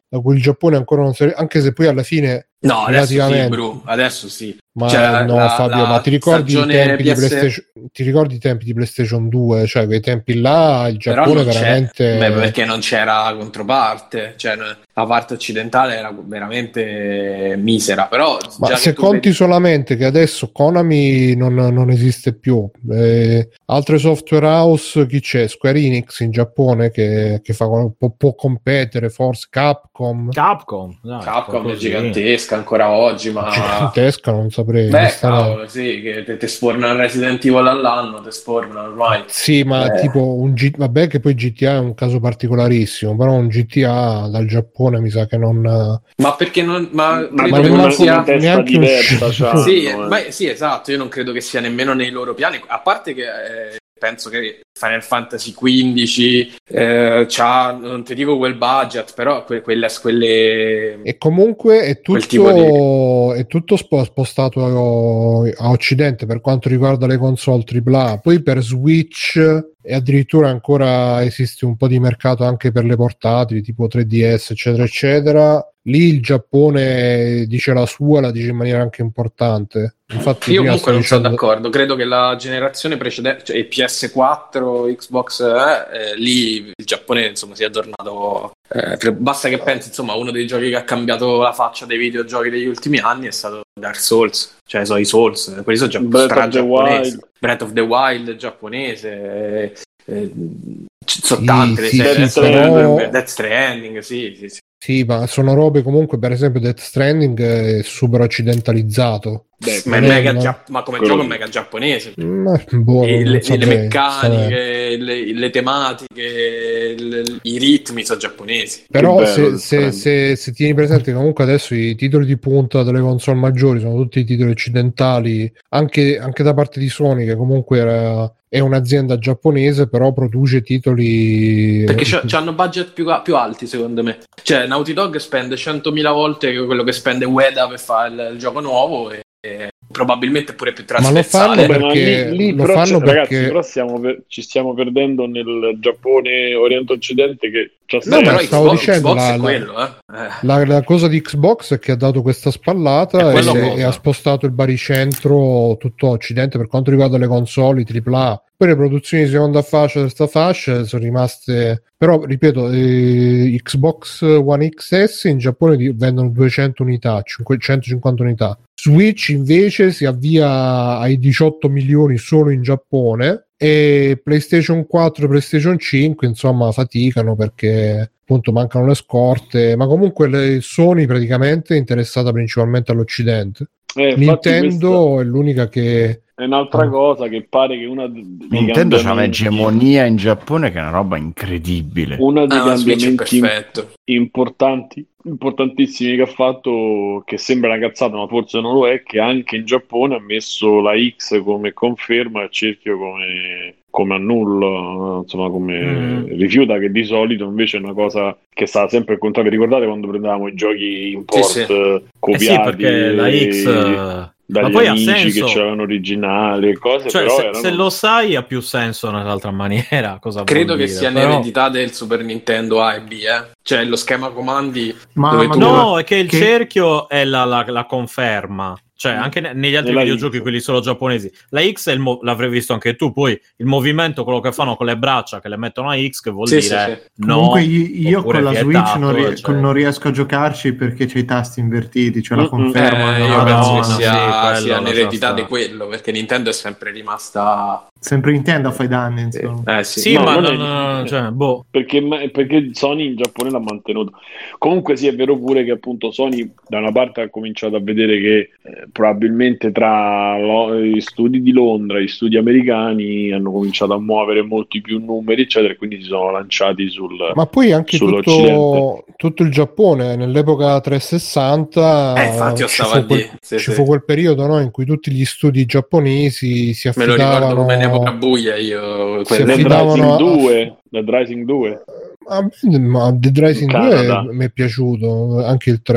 da cui il Giappone ancora non si è, anche se poi alla fine no, adesso sì, relativamente bro, adesso sì. ma Cioè, no la- Fabio, la ma ti ricordi i stagione tempi di P S PlayStation, ti ricordi i tempi di PlayStation due, cioè quei tempi là il Però Giappone non c'è, veramente beh, perché non c'era controparte, cioè no- la parte occidentale era veramente misera, però ma già se che tu conti vedi- solamente che adesso Konami non, non esiste più, eh, altre software house, chi c'è? Square Enix in Giappone che, che fa, può, può competere, forse Capcom Capcom, dai, Capcom è così. gigantesca ancora oggi, ma gigantesca, non saprei. beh, onestamente. cavolo, sì, che te, te spornano Resident Evil all'anno, te spornano ormai. Sì, ma Eh. tipo un G- vabbè che poi G T A è un caso particolarissimo, però un G T A dal Giappone mi sa che non... Ma perché non, ma, Ma credo non che è non manco sia una testa neanche diversa, uscito. c'hanno, sì, eh. ma- sì, esatto, io non credo che sia nemmeno nei loro piani, a parte che eh, penso che Final Fantasy quindici eh, c'ha, non ti dico quel budget, però que- quelle, quelle E comunque è quel tipo tutto, è tutto spo- spostato a, a Occidente per quanto riguarda le console tripla A. Poi per Switch e addirittura ancora esiste un po' di mercato anche per le portatili tipo tre D S eccetera eccetera. Lì il Giappone dice la sua, la dice in maniera anche importante. Infatti Io prima comunque stavo non sono dicendo- d'accordo, credo che la generazione precedente, cioè il P S quattro, Xbox, eh, eh, lì il Giappone insomma sia tornato, eh, basta che pensi insomma uno dei giochi che ha cambiato la faccia dei videogiochi degli ultimi anni è stato Dark Souls, cioè sono i Souls, quelli sono gia- Breath of the stra-giapponesi. Wild. Breath of the Wild giapponese, eh, eh, ci sono Sì, tante le sì, serie, sì, però- Death Stranding, sì, sì, sì. Sì, ma sono robe comunque, per esempio Death Stranding è super occidentalizzato. Beh, Ma, è Non è- mega non- gia- ma come quello gioco è sì. mega giapponese. Ma, boh, E non le, le saprei, meccaniche, le, le tematiche, le- i ritmi sono giapponesi. Però Che se, bello, se, Death se, se tieni presente che comunque adesso i titoli di punta delle console maggiori sono tutti i titoli occidentali, anche, anche da parte di Sony, che comunque era, è un'azienda giapponese, però produce titoli... Perché hanno budget più, più alti, secondo me. Cioè, Naughty Dog spende centomila volte quello che spende Ueda per fare il, il gioco nuovo e, e probabilmente pure più Ma lo fanno trasversale. Vabbè, ma perché- lì, lì lo però fanno c'è- ragazzi, perché- però stiamo per- ci stiamo perdendo nel Giappone Oriente-Occidente che c'ha No, ma però stavo Xbox, dicendo Xbox la- è la- quello, eh. Eh. La, la cosa di Xbox è che ha dato questa spallata È e, quello se- cosa. e ha spostato il baricentro tutto occidente per quanto riguarda le console, i tripla A. Poi le produzioni di seconda fascia, terza fascia sono rimaste, però ripeto, eh, Xbox One X S in Giappone di- vendono duecento unità, cinquecentocinquanta unità. Switch invece si avvia ai diciotto milioni solo in Giappone e PlayStation quattro e PlayStation cinque insomma faticano perché appunto mancano le scorte, ma comunque le Sony praticamente è interessata principalmente all'Occidente. Eh, infatti Nintendo questa è l'unica che è un'altra cosa che pare che una dei Nintendo c'ha cambiamenti- un'egemonia in Giappone che è una roba incredibile. uno dei Ah, una Switch è cambiamenti perfetto. importanti, importantissimi che ha fatto, che sembra una cazzata ma forse non lo è, che anche in Giappone ha messo la X come conferma e il cerchio come, come annullo, insomma come Mm. rifiuta, che di solito invece è una cosa che stava sempre al contrario. Vi ricordate quando prendevamo i giochi import Sì, sì. eh, Eh copiati sì, perché la X... eh, dagli ma poi ha amici che senso. c'erano originali e cose, Cioè, però se, erano... se lo sai ha più senso nell'altra maniera. Cosa Credo vuol che dire, sia però- un'eredità del Super Nintendo A e B, eh? Cioè lo schema comandi Ma- dove ma tu... No, è che il Che- cerchio è la, la- la conferma. Cioè, anche ne- negli altri Nella videogiochi, X. quelli solo giapponesi, la X è il mo- l'avrei visto anche tu. Poi il movimento, quello che fanno con le braccia che le mettono a X, che vuol Sì, sì, dire sì. no. Comunque io, io oppure con la vietato, Switch non, ri- cioè- non riesco a giocarci perché c'è i tasti invertiti, cioè la Mm-mm. conferma. Eh, no? io Madonna, penso che sì, sia, quello sia lo un'eredità sa di sta. quello, perché Nintendo è sempre rimasta... Sempre Nintendo a fare danni, insomma. Eh sì. Sì, No, ma non non, è- cioè, boh. perché, perché Sony in Giappone l'ha mantenuto. Comunque sì, è vero pure che appunto Sony da una parte ha cominciato a vedere che eh, probabilmente tra lo- gli studi di Londra e gli studi americani hanno cominciato a muovere molti più numeri eccetera, e quindi si sono lanciati sul Ma poi anche sull'Occidente. tutto, tutto il Giappone nell'epoca trecentosessanta Eh, infatti io ci, stavo fu a quel, dire, sì, ci sì. fu quel periodo, no, in cui tutti gli studi giapponesi si Me lo ricordo come affidavano un'epoca buia io. Si quello. Dead affidavano Rising a- due Dead Rising due a me- ma Dead Rising In Canada. due mi è piaciuto anche il tre. eh,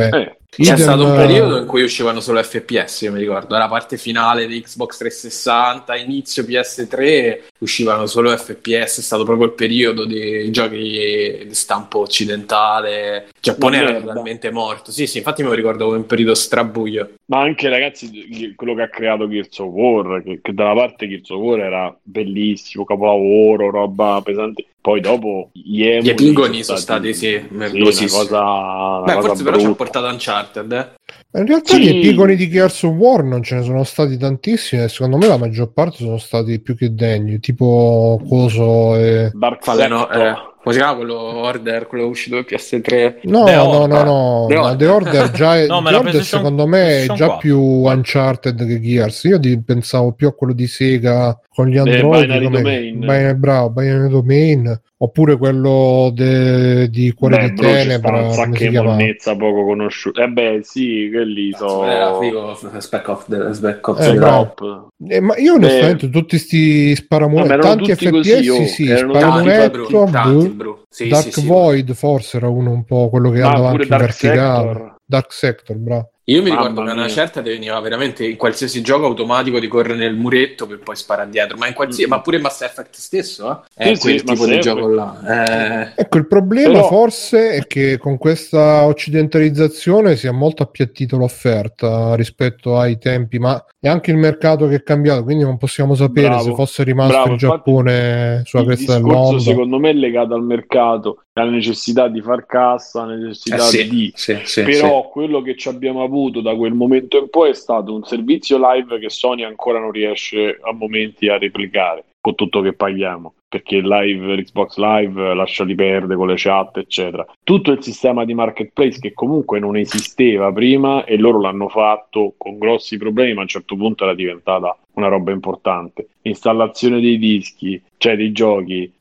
C'è Idem, stato un periodo in cui uscivano solo F P S, io mi ricordo, la parte finale di Xbox trecentosessanta, inizio P S tre, uscivano solo F P S, è stato proprio il periodo dei giochi di stampo occidentale. Il Giappone Una era merda. totalmente morto. Sì, sì, infatti me lo ricordo come un periodo strabuio. Ma anche, ragazzi, quello che ha creato Gears of War, che, che da una parte Gears of War era bellissimo, capolavoro, roba pesante. Poi dopo gli, emuli Gli epigoni sono stati, sì, sì, una merdosissimi. cosa, una Beh, cosa forse però ci ha brutta. portato Uncharted, eh? In realtà Sì. gli epigoni di Gears of War non ce ne sono stati tantissimi e secondo me la maggior parte sono stati più che degni, tipo Coso e... Dark Fallen, Sector. eh, come si chiama quello Order, quello uscito del P S tre? No, The no, Order. no, no, The ma Order. The Order già è, No, ma The la Order PlayStation- secondo me è PlayStation già quattro. più Uncharted che Gears. Io di- pensavo più a quello di Sega con gli Eh, Android, Binary come Domain. Bin- bravo, Binary Domain, oppure quello de- di Cuore Beh, di bro, ci sta Tenebra, un come sacco si di chiama? monnezza poco conosciuta. Eh beh, sì, che lì so... Era figo, Spec Ops, the- Spec Ops Eh, the bravo. Top. Eh, ma io onestamente tutti sti No, sparamunetti, ma erano tanti tutti F P S, così, oh, sì, erano sparamunetto, tanti, bro, tanti, boh. bro. Sì, Dark sì, sì. Void forse era uno un po' quello che Ma andava pure anche in Dark verticale. Sector. Dark Sector, bravo. Io mi Mamma ricordo che a una mia. certa ti veniva veramente in qualsiasi gioco automatico di correre nel muretto per poi sparare dietro, ma in qualsiasi, Mm. ma pure Mass Effect stesso, eh? Sì, È sì, quel tipo Mass di Effect. gioco là. Eh, Ecco, il problema Però- forse è che con questa occidentalizzazione si è molto appiattito l'offerta rispetto ai tempi, ma è anche il mercato che è cambiato, quindi non possiamo sapere Bravo, se fosse rimasto bravo, il infatti Giappone sulla il cresta discorso dell'onda. secondo me è legato al mercato, alla necessità di far cassa, alla eh necessità sì, di... sì, sì, Però sì. quello che ci abbiamo avuto da quel momento in poi è stato un servizio live che Sony ancora non riesce a momenti a replicare, con tutto che paghiamo, perché il live, Xbox Live lasciali perdere con le chat, eccetera. Tutto il sistema di marketplace che comunque non esisteva prima e loro l'hanno fatto con grossi problemi, ma a un certo punto era diventata una roba importante. Installazione dei dischi, cioè dei giochi,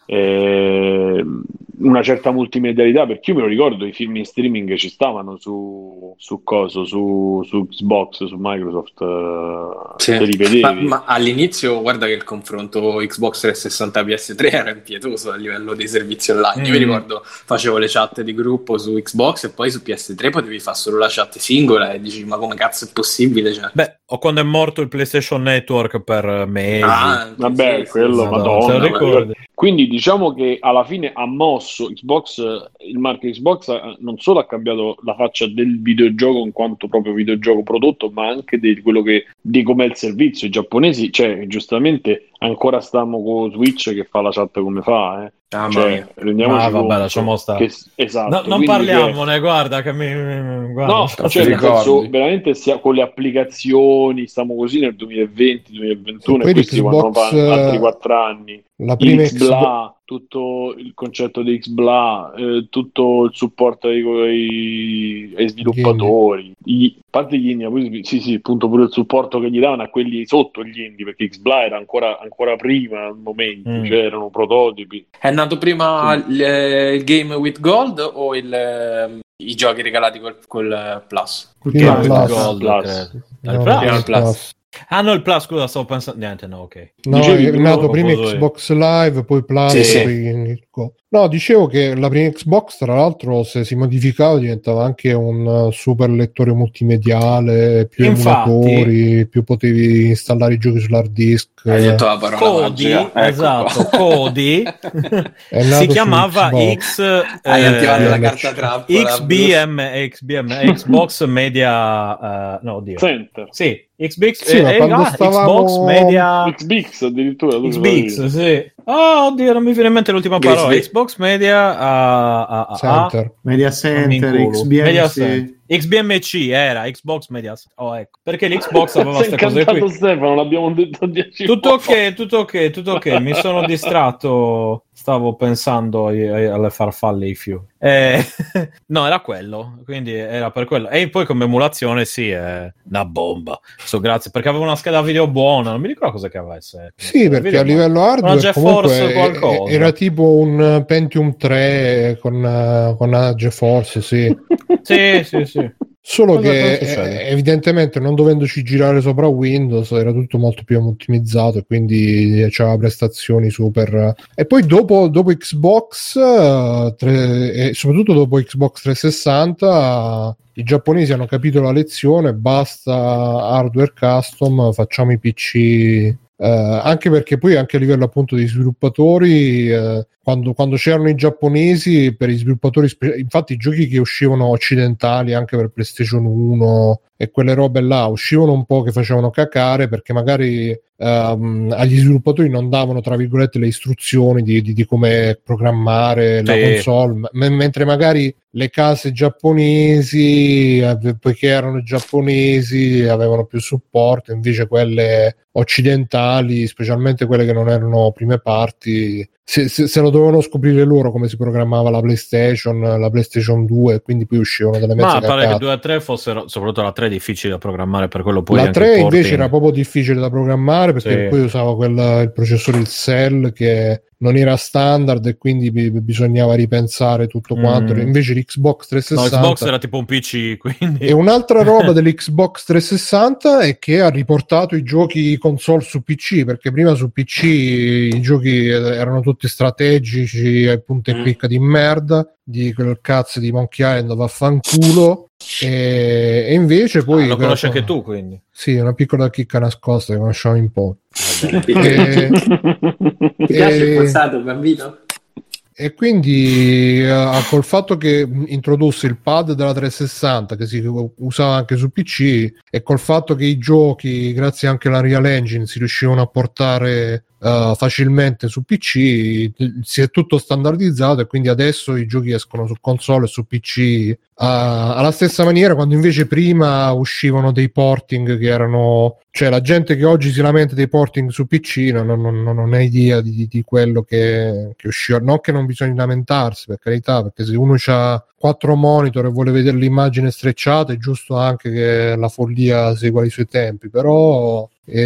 eh, una certa multimedialità, perché io me lo ricordo, i film in streaming ci stavano su, su coso, su, su Xbox, su Microsoft, eh, Sì. te li vedevi. Ma, ma all'inizio guarda che il confronto Xbox trecentosessanta P S tre era impietoso a livello dei servizi online. Io mi Mm. ricordo facevo le chat di gruppo su Xbox e poi su P S tre potevi fare solo la chat singola e dici ma come cazzo è possibile? Cioè, Beh, o quando è morto il PlayStation Network per mesi. ah, Vabbè, sì, quello, sì, Madonna, Madonna, te lo ma- ricordi? Quindi diciamo che alla fine ha mosso Xbox, il marchio Xbox eh, non solo ha cambiato la faccia del videogioco in quanto proprio videogioco prodotto, ma anche di quello che di com'è il servizio. I giapponesi, cioè, giustamente ancora stiamo con Switch che fa la chat come fa, eh. Ah, Cioè, mamma mia. rendiamoci Ah, vabbè, conto lasciamo stare. che- esatto, No, non quindi, parliamone, guarda che mi... guarda, No, lascia cioè, ti nel stare. senso, ricordi? veramente sia con le applicazioni, stiamo così nel duemilaventi duemilaventuno Poi e questi vanno l'Xbox, avanti altri quattro anni. La prima Il Xbox, Xbla, tutto il concetto di Xbla, eh, tutto il supporto ai, ai- ai sviluppatori, I- a parte gli indie, poi, sì, sì, appunto pure il supporto che gli davano a quelli sotto gli indie, perché Xbla era ancora, ancora prima al momento, Mm. cioè erano prototipi. È nato prima Sì. il, eh, il Game with Gold o il, eh, i giochi regalati col, col eh, Plus? prima Game Plus. Gold, Plus. credo. No, Il no, Plus? Prima il Plus. Plus. Ah no, il Plus, scusa, stavo pensando... Niente, no, ok. No, Dicevi, è Bruno, nato prima confuso io. Xbox Live, poi Plus, Sì, sì. poi Go. No, dicevo che la prima Xbox, tra l'altro, se si modificava diventava anche un uh, super lettore multimediale, più Infatti- emulatori, più potevi installare i giochi sull'hard disk. Hai detto la parola Cody, magica. Ecco esatto, qua. Cody È nato si su chiamava Xbox. X Hai eh, attivato la eh, carta trappola. X B M, X B M, Xbox Media eh, no, oddio. Center. Sì, Xbox, Sì, eh, ma eh, quando ah, stavamo- Xbox Media Xbox addirittura. tu ce Xbox, l'avevi. sì. Oh, oddio, non mi viene in mente l'ultima Xbox. parola. Xbox Media a, a, a, Center. Media Non mi Center, inculo. X B M Media C. Center. X B M C era Xbox Media. Oh, ecco. Perché l'Xbox aveva Si è queste cose incantato qui. Stefano, l'abbiamo detto dieci Tutto volte. ok, tutto ok, tutto ok. Mi sono distratto. Stavo pensando ai- ai- alle farfalle e ai fiori. Eh, no, era quello. Quindi era per quello. E poi come emulazione, sì, è una bomba. So, grazie. Perché aveva una scheda video buona. Non mi ricordo cosa che avesse. Sì, perché Video a livello buono. hardware Una comunque GeForce qualcosa. Era tipo un Pentium tre con, uh, con la GeForce, sì. Sì, sì, sì. Solo Cosa che succede? eh, evidentemente non dovendoci girare sopra Windows era tutto molto più ottimizzato e quindi c'aveva prestazioni super. E poi dopo, dopo Xbox uh, tre, e soprattutto dopo Xbox trecentosessanta i giapponesi hanno capito la lezione, basta hardware custom, facciamo i P C. Uh, anche perché poi anche a livello appunto di sviluppatori uh, quando, quando c'erano i giapponesi per gli sviluppatori spe- infatti i giochi che uscivano occidentali anche per PlayStation uno e quelle robe là uscivano un po' che facevano cacare perché magari um, agli sviluppatori non davano tra virgolette le istruzioni di, di, di come programmare la Sì. console m- mentre magari le case giapponesi eh, poiché erano giapponesi avevano più supporto, invece quelle occidentali, specialmente quelle che non erano prime parti, se, se, se lo dovevano scoprire loro come si programmava la PlayStation, la PlayStation due, e quindi poi uscivano delle mezze Ma pare cacate. che due a tre fossero, soprattutto la tre, difficile da programmare, per quello poi La anche tre il invece porting. era proprio difficile da programmare perché Sì. poi usava quel, il processore il Cell che non era standard e quindi bi- bisognava ripensare tutto quanto. Mm. Invece l'Xbox No, trecentosessanta Xbox era tipo un P C, quindi... e un'altra roba dell'Xbox trecentosessanta è che ha riportato i giochi console su P C, perché prima su P C i giochi erano tutti strategici e punta e clicca di merda, di quel cazzo di Monkey Island vaffanculo, e, e invece poi... Ah, lo conosci anche tu, quindi. Sì, una piccola chicca nascosta che conosciamo in po'. Ti E, piace il e- passato, bambino? e quindi uh, col fatto che mh, introdusse il pad della trecentosessanta che si usava anche su P C e col fatto che i giochi grazie anche alla Real Engine si riuscivano a portare uh, facilmente su P C, si è tutto standardizzato e quindi adesso i giochi escono su console e su P C uh, alla stessa maniera, quando invece prima uscivano dei porting che erano, cioè la gente che oggi si lamenta dei porting su P C non, non, non ha idea di, di quello che, che usciva. Non che non bisogna lamentarsi, per carità, perché se uno ha quattro monitor e vuole vedere l'immagine strecciata è giusto anche che la follia segua i suoi tempi, però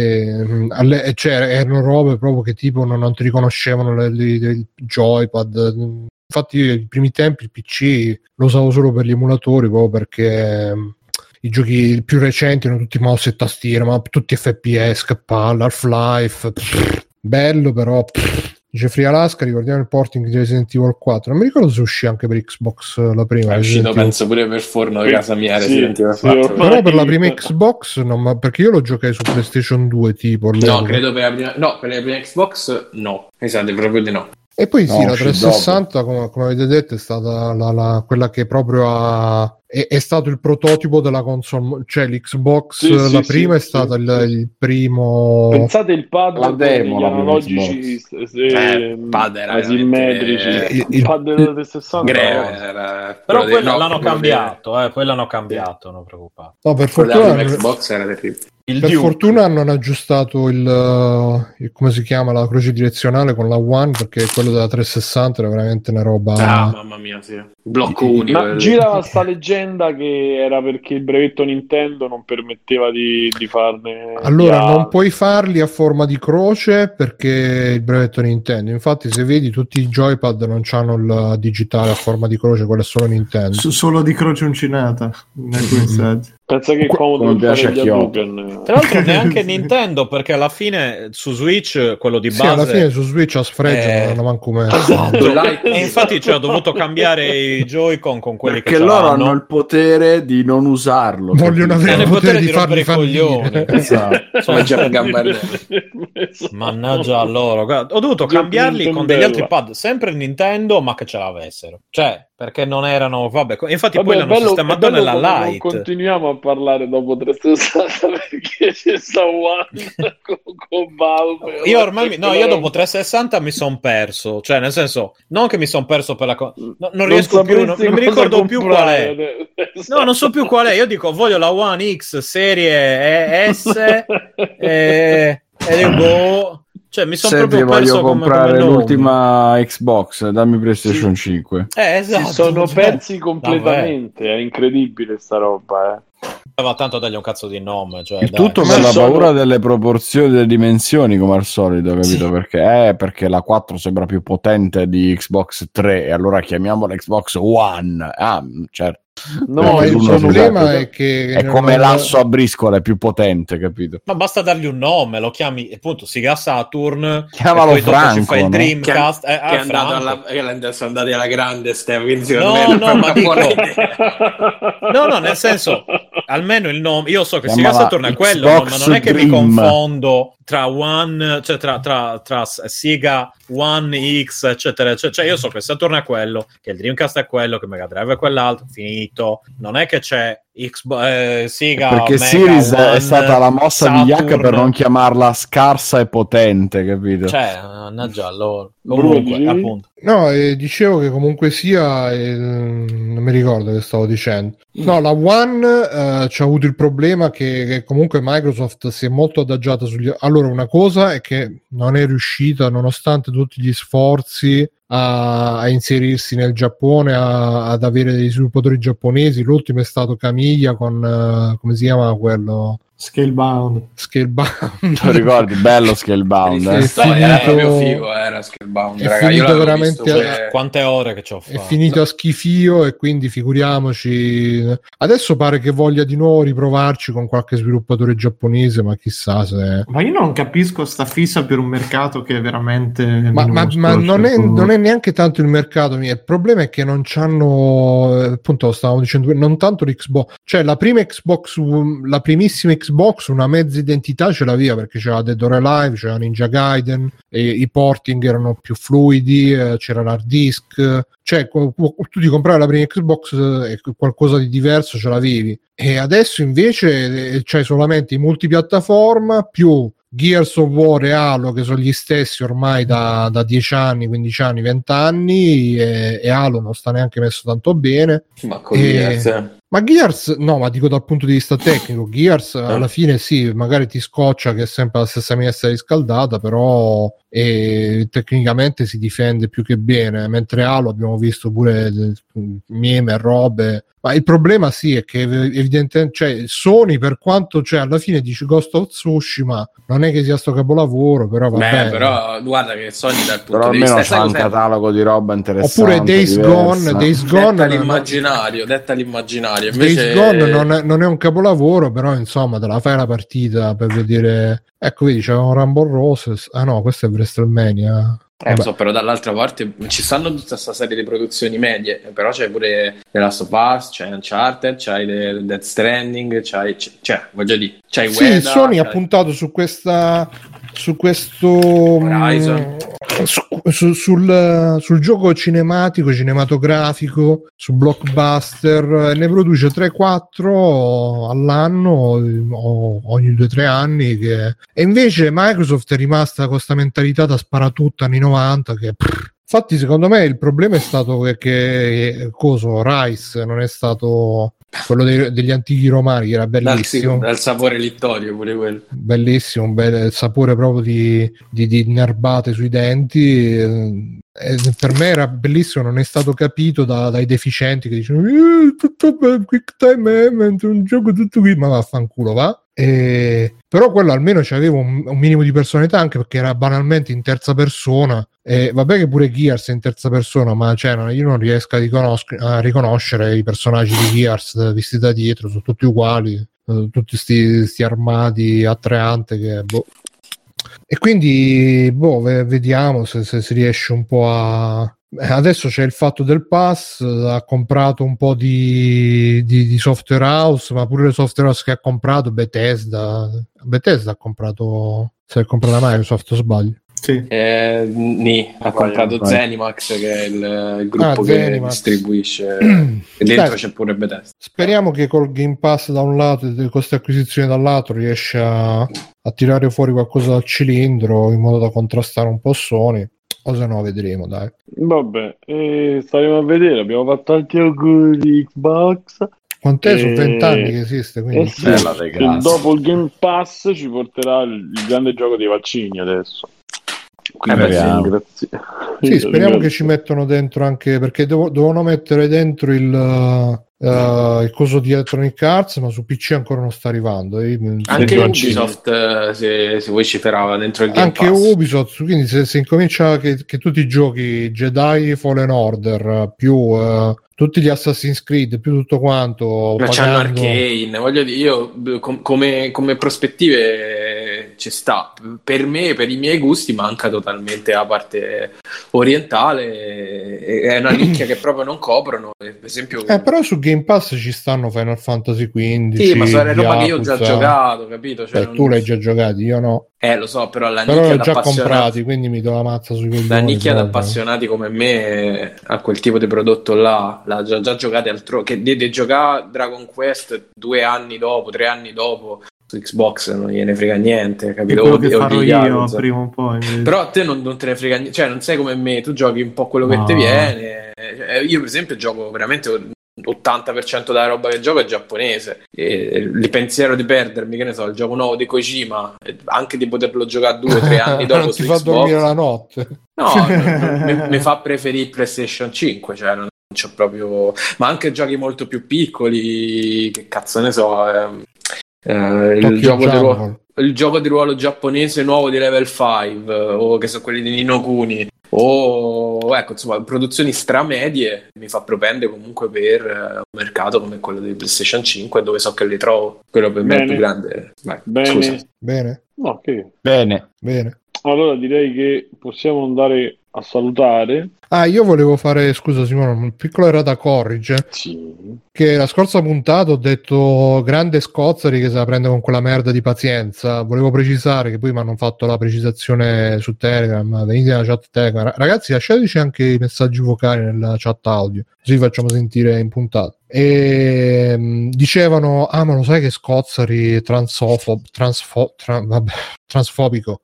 eh, alle, cioè, erano robe proprio che tipo non, non ti riconoscevano le, le, le joypad. Infatti io i primi tempi il P C lo usavo solo per gli emulatori, proprio perché i giochi più recenti erano tutti mouse e tastiere, ma tutti F P S, che palle, Half-Life, pff, bello però. Pff. Dice Free Alaska, ricordiamo il porting di Resident Evil quattro. Non mi ricordo se uscì anche per Xbox la prima. È uscito Resident Evil. penso pure per forno di Sì, casa mia sì, Resident Evil sì, quattro. ormai- Però per la prima Xbox, non, ma perché io lo giocai su PlayStation due tipo. No, all'epoca. credo per la prima, no, per la prima Xbox no, mi sa di proprio di no. E poi sì, No, la uscì trecentosessanta, come, come avete detto, è stata la, la- quella che proprio ha... È, è stato il prototipo della console, cioè l'Xbox, Sì, sì, la prima sì, è stata sì, il, sì. il primo... Pensate il pad La con demo, gli la prima analogici Xbox. s- se- Eh, pad era asimmetrici. veramente- il- Il pad della trecentosessanta Greve no. era Però quello quello di- no, l'hanno quello di- cambiato, eh, quello l'hanno cambiato, non preoccupate. No, per quello della fortuna... prima Xbox era terribile. Il Per Duke. fortuna hanno aggiustato il, uh, il- come si chiama, la croce direzionale con la One, perché quello della trecentosessanta era veramente una roba. Ah, mamma mia, sì. Blocco unico. Ma girava sta leggenda che era perché il brevetto Nintendo non permetteva di, di farne Allora, di non altri. puoi farli a forma di croce perché il brevetto Nintendo. Infatti, se vedi tutti i joypad non hanno il digitale a forma di croce, quello è solo Nintendo. Su- solo di croce uncinata in alcuni messaggi. Pensa che è comodo Come per piace fare a gli Kyoto. Hadouken. Tra l'altro neanche Nintendo, perché alla fine su Switch quello di Sì, base... alla fine su Switch a sfregio Eh, non hanno manco messo. Esatto. Like- E infatti ci ho dovuto cambiare i Joy-Con con quelli Perché che loro c'hanno. hanno il potere di non usarlo. Vogliono capito? avere Hanno il il potere di potere farli di rompere i fallire. coglioni. Esatto. Come Jeff Gambarelli. Mannaggia a loro. Guarda, ho dovuto Giochi cambiarli con Nintendella. degli altri pad, sempre Nintendo, ma che ce l'avessero. Cioè, perché non erano... Vabbè, co- infatti Vabbè, poi è l'hanno bello, è sistemato bello nella come non Lite. continuiamo a parlare dopo trecentosessanta perché c'è sta One con, con Valve. Io ormai, mi- no, io dopo trecentosessanta mi son perso, cioè nel senso, non che mi son perso per la co- no, non riesco più, non, sapresti non mi cosa ricordo più qual è. comprare. No, non so più qual è. Io dico, voglio la One X serie E S e, e dico, Cioè, mi sono Se proprio ti voglio perso come, comprare come nomi. l'ultima Xbox, dammi PlayStation sì. cinque. Eh, esatto. Si sono cioè, persi completamente, vabbè. È incredibile sta roba, eh. Va tanto a dargli un cazzo di nome, cioè, il dai. tutto Ma per la sono... paura delle proporzioni, delle dimensioni, come al solito, capito? Sì. Perché eh, perché la quattro sembra più potente di Xbox tre e allora chiamiamola Xbox One. Ah, certo. No, ma il problema è che è come l'asso a briscola, è più potente, capito? Ma basta dargli un nome, lo chiami appunto Sega Saturn, chiamalo e poi Franco, dopo ci fai no? il Dreamcast, che, eh, che è andato alla, sono andati alla grande Steve, quindi secondo no, me no, ma dico no, no, nel senso almeno il nome, io so che Sega Saturn è quello, no, ma non è che Dream. mi confondo tra One, cioè tra, tra, tra Sega One X, eccetera, eccetera. Cioè io so che Saturn è quello, che il Dreamcast è quello, che Mega Drive è quell'altro, finito. Non è che c'è Xbox, eh, Sega, perché Mega, Series One, è stata la mossa Saturn. di Yak per non chiamarla scarsa e potente, capito? Cioè, mannaggia loro. Comunque, appunto. No, eh, dicevo che comunque sia, eh, non mi ricordo che stavo dicendo. No, la One eh, ci ha avuto il problema che, che comunque Microsoft si è molto adagiata sugli... Allora, una cosa è che non è riuscita, nonostante tutti gli sforzi, a, a inserirsi nel Giappone, a, ad avere dei sviluppatori giapponesi. L'ultimo è stato Camiglia con, uh, come si chiama quello? Scalebound. Scalebound. Ti ricordi? Bello Scalebound. Eh? È finito... Era proprio figo, era Scalebound. È raga, finito io veramente visto a... quante ore che ci ho fatto. È finito a schifio e quindi figuriamoci. Adesso pare che voglia di nuovo riprovarci con qualche sviluppatore giapponese, ma chissà se... Ma io non capisco sta fissa per un mercato che è veramente ma, ma, ma non, è, non è neanche tanto il mercato mio. Il problema è che non c'hanno, appunto stavamo dicendo, non tanto l'Xbox, cioè la prima Xbox, la primissima Xbox una mezza identità ce l'aveva perché c'era Dead or Alive, c'era Ninja Gaiden, e i porting erano più fluidi, eh, c'era l'hard disk, cioè tu ti compravi la prima Xbox e qualcosa di diverso ce l'avevi, e adesso invece c'hai solamente i multipiattaforma più Gears of War e Halo, che sono gli stessi ormai da, da dieci anni, quindici anni, venti anni, e, e Halo non sta neanche messo tanto bene. Ma con e... Gears, eh. Ma Gears, no, ma dico dal punto di vista tecnico, Gears alla fine sì, magari ti scoccia che è sempre la stessa minestra riscaldata, però e, tecnicamente si difende più che bene, mentre Halo abbiamo visto pure meme e robe. Ma il problema sì è che evidentemente, cioè, Sony, per quanto, cioè, alla fine dice Ghost of Tsushima non è che sia sto capolavoro, però vabbè. Beh, però guarda che Sony dal punto però di vista almeno c'ha un catalogo di roba interessante. Oppure Days diversa. Gone, Days Gone detta l'immaginario, detta l'immaginario. Invece... Days Gone non è, non è un capolavoro, però insomma te la fai la partita per vedere. Ecco, vedi, c'è un Rumble Roses. Ah no, questo è WrestleMania. Eh, so, però dall'altra parte ci stanno tutta questa serie di produzioni medie, però c'è pure The Last of Us, c'è Uncharted, c'hai The Death Stranding, c'hai, c'è, cioè, voglio dire, c'hai sì, Ueda, Sony c'hai... ha puntato su questa su questo Horizon. Su, su, sul, sul gioco cinematico, cinematografico, su blockbuster, ne produce tre quattro all'anno o ogni due tre anni che... e invece Microsoft è rimasta con questa mentalità da sparatutto anni novanta che pff. Infatti secondo me il problema è stato che, che coso Rise non è stato quello dei, degli antichi romani, che era bellissimo, dal, dal sapore littorio pure quello, bellissimo, un bel sapore proprio di, di, di nerbate sui denti, e per me era bellissimo, non è stato capito da, dai deficienti che dicono eh, tutto bel quick time event, un gioco tutto qui, ma vaffanculo va. E... però quello almeno c'aveva un, un minimo di personalità, anche perché era banalmente in terza persona, e vabbè che pure Gears è in terza persona, ma cioè, no, io non riesco a, riconosc- a riconoscere i personaggi di Gears visti da dietro, sono tutti uguali, eh, tutti sti, sti armati a tre ante che boh. E quindi boh, vediamo se, se si riesce un po' a... Adesso c'è il fatto del pass, ha comprato un po' di, di, di software house, ma pure le software house che ha comprato, Bethesda, Bethesda ha comprato, se è comprata Microsoft o sbaglio? Sì. Eh, nì, ha vai, comprato vai. Zenimax, che è il, il gruppo ah, che Zenimax. distribuisce e dentro Dai, c'è pure Bethesda. Speriamo che col Game Pass da un lato e queste acquisizioni dall'altro riesca a, a tirare fuori qualcosa dal cilindro in modo da contrastare un po' Sony. O se no vedremo, dai. Vabbè, eh, staremo a vedere. Abbiamo fatto tanti auguri di Xbox. Quant'è? E... Sono vent'anni che esiste, quindi eh sì, che dopo il Game Pass ci porterà il, il grande gioco dei vaccini adesso. Quindi, speriamo. grazie. Sì, speriamo che ci mettano dentro anche, perché devo, dovevano mettere dentro il, uh, il coso di Electronic Arts, ma su P C ancora non sta arrivando. E io- Anche Dentro Ubisoft, eh, se, se vociferava dentro il Game anche Pass. Ubisoft, quindi se, se incomincia che, che tutti i giochi Jedi Fallen Order più uh, tutti gli Assassin's Creed più tutto quanto Ma c'hanno pagando- Arcane, voglio dire, io com- come, come prospettive ci sta. Per me, per i miei gusti, manca totalmente la parte orientale, è una nicchia che proprio non coprono. Per esempio, eh, però su Game Pass ci stanno Final Fantasy quindici, sì, ma sono roba che io ho già Yakuza. giocato, capito? Cioè, Beh, non- tu l'hai già giocati, io no. Eh, lo so, però la Però nicchia l'ho già d'appassionati- comprati, quindi mi do la mazza sui coglioni. la nicchia di proprio. appassionati come me a quel tipo di prodotto là l'ha già, già giocati altro che di, di giocare Dragon Quest due anni dopo, tre anni dopo su Xbox non gliene frega niente, È capito? quello O- che o farò di io Yakuza. prima o poi. invece. Però a te non, non te ne frega niente, cioè non sei come me, tu giochi un po' quello che No. ti viene. Eh, io per esempio gioco veramente ottanta per cento della roba che gioco è giapponese, e il pensiero di perdermi, che ne so, il gioco nuovo di Kojima, eh, anche di poterlo giocare due o tre anni dopo Non su ti fa Xbox, dormire la notte. no, mi, mi fa preferire PlayStation cinque, cioè non c'ho proprio, ma anche giochi molto più piccoli, che cazzo ne so, ehm, eh, il, Tokyo gioco di Jungle. ruolo, il gioco di ruolo giapponese nuovo di Level cinque, eh, o che sono quelli di Nino Kuni, o ecco, insomma, produzioni stramedie, mi fa propendere comunque per eh, un mercato come quello di PlayStation cinque, dove so che li trovo, quello per me è il più Bene. grande. Vai, Bene. scusa. Bene, No, che... Bene. bene. Allora direi che possiamo andare a salutare. Ah, io volevo fare, scusa Simone, un piccolo errata corrige, Sì. che la scorsa puntata ho detto grande Scozzari che se la prende con quella merda di pazienza. Volevo precisare che poi mi hanno fatto la precisazione su Telegram, venite nella chat Telegram. Ragazzi, lasciateci anche i messaggi vocali nella chat audio, così facciamo sentire in puntata. E mh, dicevano, ah ma lo sai che Scozzari è transofo, transfo, tra- vabbè, transfobico,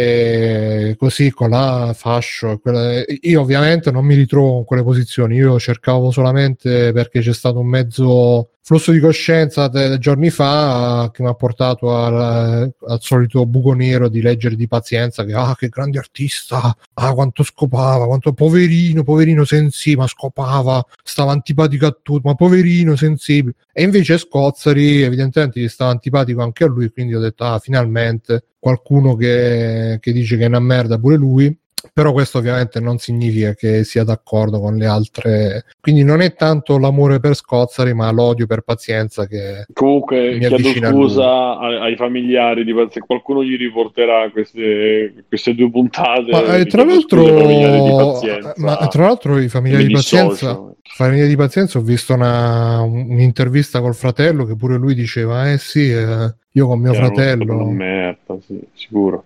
e così con la fascio e quella- io ovviamente non mi ritrovo in quelle posizioni, io cercavo solamente perché c'è stato un mezzo flusso di coscienza de- giorni fa che mi ha portato al, al solito buco nero di leggere di pazienza che ah che grande artista, ah quanto scopava, quanto poverino, poverino sensibile, ma scopava, stava antipatico a tutti, ma poverino sensibile, e invece Scozzari evidentemente gli stava antipatico anche a lui, quindi ho detto ah finalmente qualcuno che, che dice che è una merda pure lui. Però questo ovviamente non significa che sia d'accordo con le altre, quindi non è tanto l'amore per Scozzari ma l'odio per pazienza che Comunque mi chiedo avvicina a scusa ai, ai familiari di se qualcuno gli riporterà queste, queste due puntate. ma eh, gli tra chiedo scusa ai familiari di l'altro Pazienza. ma tra l'altro i familiari Mi di pazienza dissocio. familiari di pazienza ho visto una, un'intervista col fratello che pure lui diceva eh sì eh, io con mio Che erano stati fratello una merda, sì, sicuro.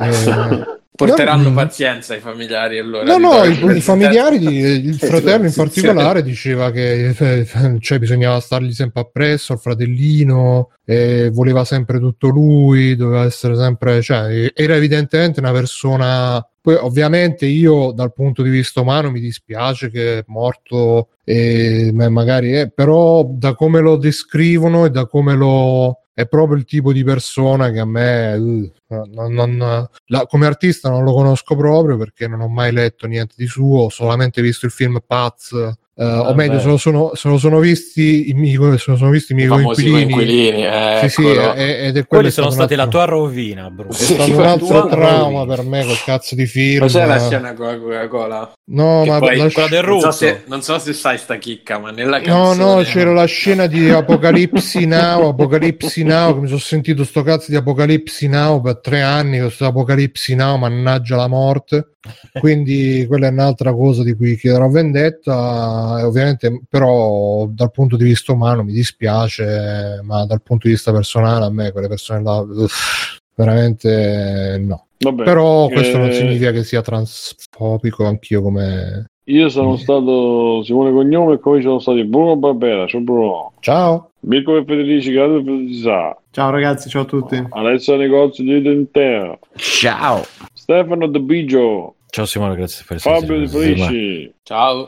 eh, Porteranno no, pazienza ai familiari allora. No, di no, togliere- i, i familiari, di, il Sì, fratello in sì, particolare diceva che eh, cioè, bisognava stargli sempre appresso al fratellino, e voleva sempre tutto lui, doveva essere sempre, cioè, era evidentemente una persona. Poi ovviamente io dal punto di vista umano mi dispiace che è morto, e magari è, però da come lo descrivono e da come lo è proprio il tipo di persona che a me uh, non, non, la, come artista non lo conosco proprio perché non ho mai letto niente di suo, ho solamente visto il film Paz, uh, o meglio se lo sono, se lo sono visti i miei, se lo sono visti i miei I famosi coinquilini, coinquilini, eh, sì, sì, eccolo. ed è quello Quelli è sono stato stati un la altro- tua rovina, Bruno. è stato Sì, un la altro tua trauma rovina. per me quel cazzo di film. Cos'è la scena con la Coca-Cola? No, Che ma poi- la Quella del Non so, Ruzzo. se, non so se sai sta chicca, ma nella No, canzone... no, c'era la scena di Apocalipsi Now, Apocalipsi Now, che mi sono sentito sto cazzo di Apocalipsi Now per tre anni, questo Apocalipsi Now, mannaggia la morte. Quindi quella è un'altra cosa di cui chiederò vendetta, e ovviamente però dal punto di vista umano mi dispiace, ma dal punto di vista personale a me quelle persone là uff, veramente no. Vabbè, Però questo non eh, significa che sia transfobico anch'io come... Io sono stato Simone Cognome e come sono stati Bruno Barbera, ciao Bruno. Ciao! Mirko e Federici, grazie per Federici. Ciao ragazzi, ciao a tutti. Alessia Negozio di Dentera. Ciao. Stefano De Biggio. Ciao Simone, grazie per Fabio Di essere Felici. Ciao.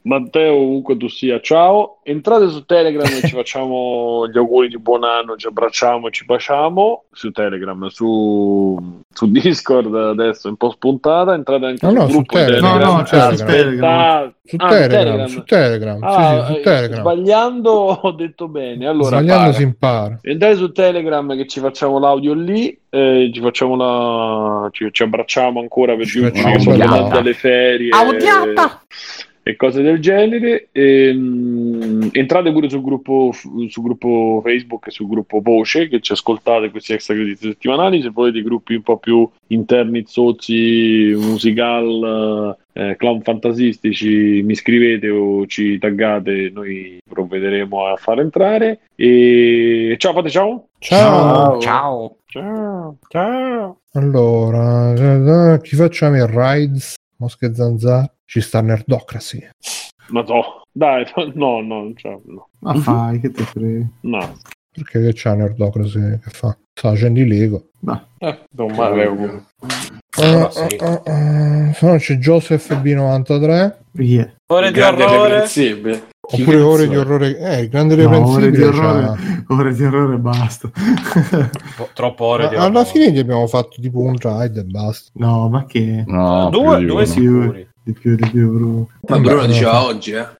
Matteo, ovunque tu sia, ciao. Entrate su Telegram e ci facciamo gli auguri di buon anno, ci abbracciamo e ci baciamo su Telegram, su, su Discord adesso un po' spuntata, entrate anche No, sul no, su gruppo di Telegram. Telegram. No, no, c'è su Aspetta. Telegram. Su Ah, Telegram, su Telegram, Ah, sì, sì, su eh, Telegram. Sbagliando ho detto bene. Allora, Sbagliando para. si impara. Entrate su Telegram che ci facciamo l'audio lì, eh, ci facciamo la... ci, ci abbracciamo ancora per Ci dirci facciamo che un sono bel tornati bacio. dalle ferie e cose del genere. E, mh, entrate pure sul gruppo, sul gruppo Facebook e sul gruppo Voce, che ci ascoltate questi extra crediti settimanali. Se volete i gruppi un po' più interni, zozzi, musical, eh, clown fantasistici, mi scrivete o ci taggate, noi provvederemo a far entrare. E ciao, fate ciao. Ciao. Ciao. Ciao, ciao. Allora, chi facciamo i rides? Mosche e zanzare? Ci sta Nerdocracy. Ma no, dai, no, no, ciao, no. Ma fai, che te frega? No. Perché che c'ha Nerdocracy? Che fa? Sta facendo i Lego. Eh, non male auguri. Uh, sì. uh, uh, uh. Se no c'è Joseph B novantatré. Yeah. Ore di Grande orrore. irreprensibile. Oppure ore di orrore. Eh, il grande No, ore di irreprensibile. orrore, c'ha- ore di orrore basta. Po- Troppo ore di Ma orrore. alla fine gli abbiamo fatto tipo un ride e basta. No, ma che? No, Due, più di due uno. sicuri. Di più, di più, Bruno. Ma Vabbè, Bruno no, diceva fa- oggi, eh.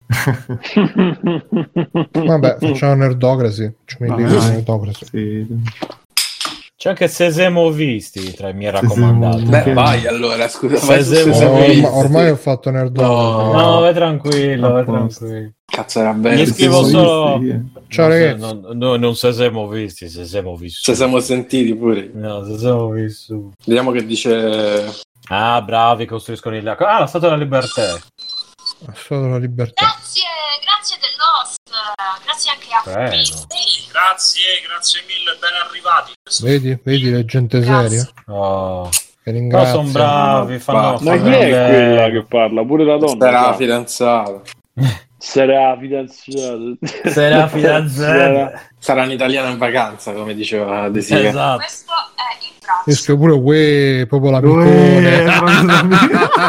Vabbè, facciamo Nerdocracy. Facciamo i Vai. Lego di Nerdocracy. Sì. C'è anche Sesemo visti tra i miei Sesamo. raccomandati. Beh, Ok. vai allora, scusa, Se vai su se- Sesamo Ormai, Visti. ormai ho fatto Nerdocracy. No. No, vai tranquillo, vai A posto. tranquillo. Cazzo, era Gli bello. scrivo Sì, solo... sì, eh. Ciao Non se- ragazzi. non- no, non Sesemo visti, Sesemo visti. Ci siamo sentiti pure. No, Sesemo visti. Vediamo che dice. Ah, bravi, costruiscono il... Ah, la Statua della Libertà. Solo la libertà. Grazie, grazie dell'host, grazie anche a Prego. Fabrizio. Grazie, grazie mille, ben arrivati. Vedi, vedi le gente Grazie. seria Oh. che Però ringrazia. sono bravi, fanno... Ma Ma fanno chi è le- quella che parla? Pure la donna? Sarà sa? fidanzata. Sarà fidanzata. Sarà fidanzata. Sarà un'italiana in vacanza, come diceva De Sica. Esatto. Questo è il braccio. Esco pure uè, proprio Uè, l'amicone.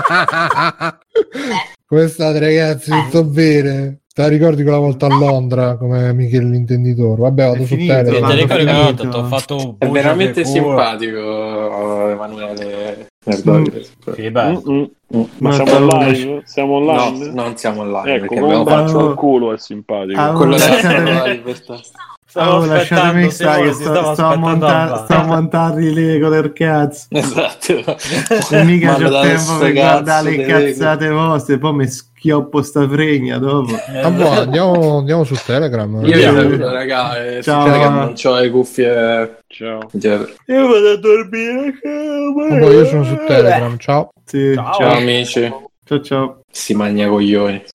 Come state ragazzi? Tutto bene? Te la ricordi quella volta a Londra come Michele l'intenditore? Vabbè, vado È su finito, Telegram. Ti ricordi che una volta finito. ti ho fatto un È bucio veramente di culo? simpatico Emanuele Nerdocracy. Sì, beh. Mm-mm. Ma Ma siamo te lo online? Siamo No, online? non siamo online Ecco, perché come un abbiamo fatto bacio al culo è simpatico. Ah, quello della lasciatemi- Statua della Libertà. Stavo Oh, lasciatemi aspettando, stare Simone, che ti sto, stavo sto a aspettando montare a sto a montare i Lego del cazzo Esatto. e mica Ma c'ho da tempo sto per cazzo guardare le di cazzate vostre, poi mi schioppo sta fregna dopo. Ah, boh, andiamo, andiamo su Telegram. Io vi Ciao. saluto, raga, e Ciao. succede che non ho le cuffie Ciao. dietro. Io vado a dormire. Ah, boh, io sono su Telegram, ciao. Sì, Ciao. Ciao amici, ciao ciao. si magna coglioni.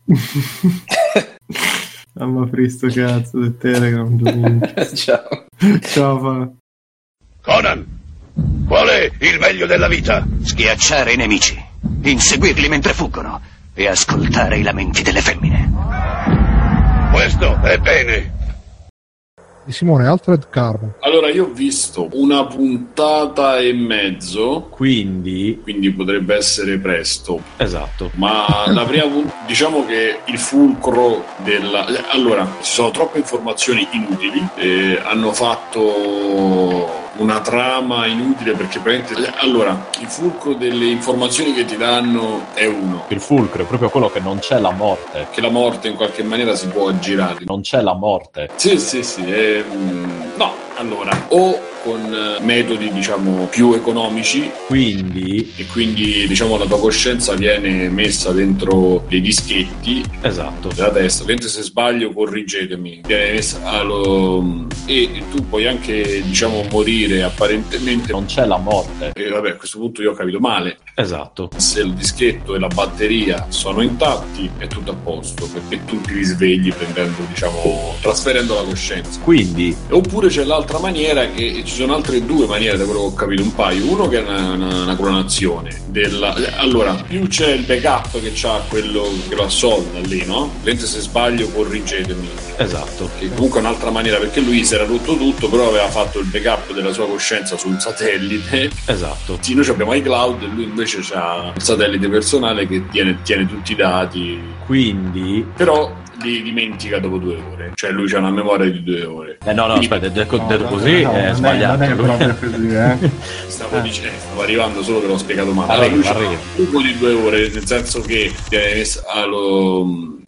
Mamma fristo cazzo del Telegram domingo. Ciao. Ciao fa. Conan, qual è il meglio della vita? Schiacciare i nemici, inseguirli mentre fuggono e ascoltare i lamenti delle femmine. Questo è bene. Di Simone Alfred Carmo. Allora, io ho visto una puntata e mezzo, Quindi, quindi potrebbe essere presto. esatto. Ma la prima punt- diciamo che il fulcro della... Allora, ci sono troppe informazioni inutili, eh, hanno fatto una trama inutile perché praticamente... Allora, il fulcro delle informazioni che ti danno è uno, Il fulcro è proprio quello che non c'è la morte. che la morte in qualche maniera si può aggirare. Non c'è la morte. Sì, sì, sì. ehm, no, allora, o con eh, metodi, diciamo, più economici, Quindi, e quindi, diciamo, la tua coscienza viene messa dentro dei dischetti esatto. della testa. Mentre se sbaglio, corrigetemi, viene messa allo... e tu puoi anche, diciamo, morire apparentemente. Non c'è la morte. E vabbè, a questo punto io ho capito male. Esatto. Se il dischetto e la batteria sono intatti è tutto a posto, perché tu ti risvegli prendendo, diciamo, trasferendo la coscienza. Quindi, Oppure c'è l'altra maniera, che ci sono altre due maniere da quello che ho capito, un paio. Uno che è una, una, una clonazione della... Allora, più c'è il backup che c'ha quello che lo assolda lì, no? Mentre se sbaglio corrigetemi. esatto. Che comunque è un'altra maniera, perché lui si era rotto tutto, però aveva fatto il backup della sua coscienza sul satellite. Esatto. Sì, noi abbiamo iCloud e lui invece invece c'ha il satellite personale che tiene, tiene tutti i dati. Quindi però li dimentica dopo due ore, cioè lui c'ha una memoria di due ore. Eh no, no, Quindi, aspetta, detto, No, detto no, così no, è non sbagliato. è, non è proprio così, eh. Stavo Eh. dicendo, stavo arrivando solo che l'ho spiegato male. Arriva, Allora, lui c'ha arriva. un buco di due ore, nel senso che eh, allo,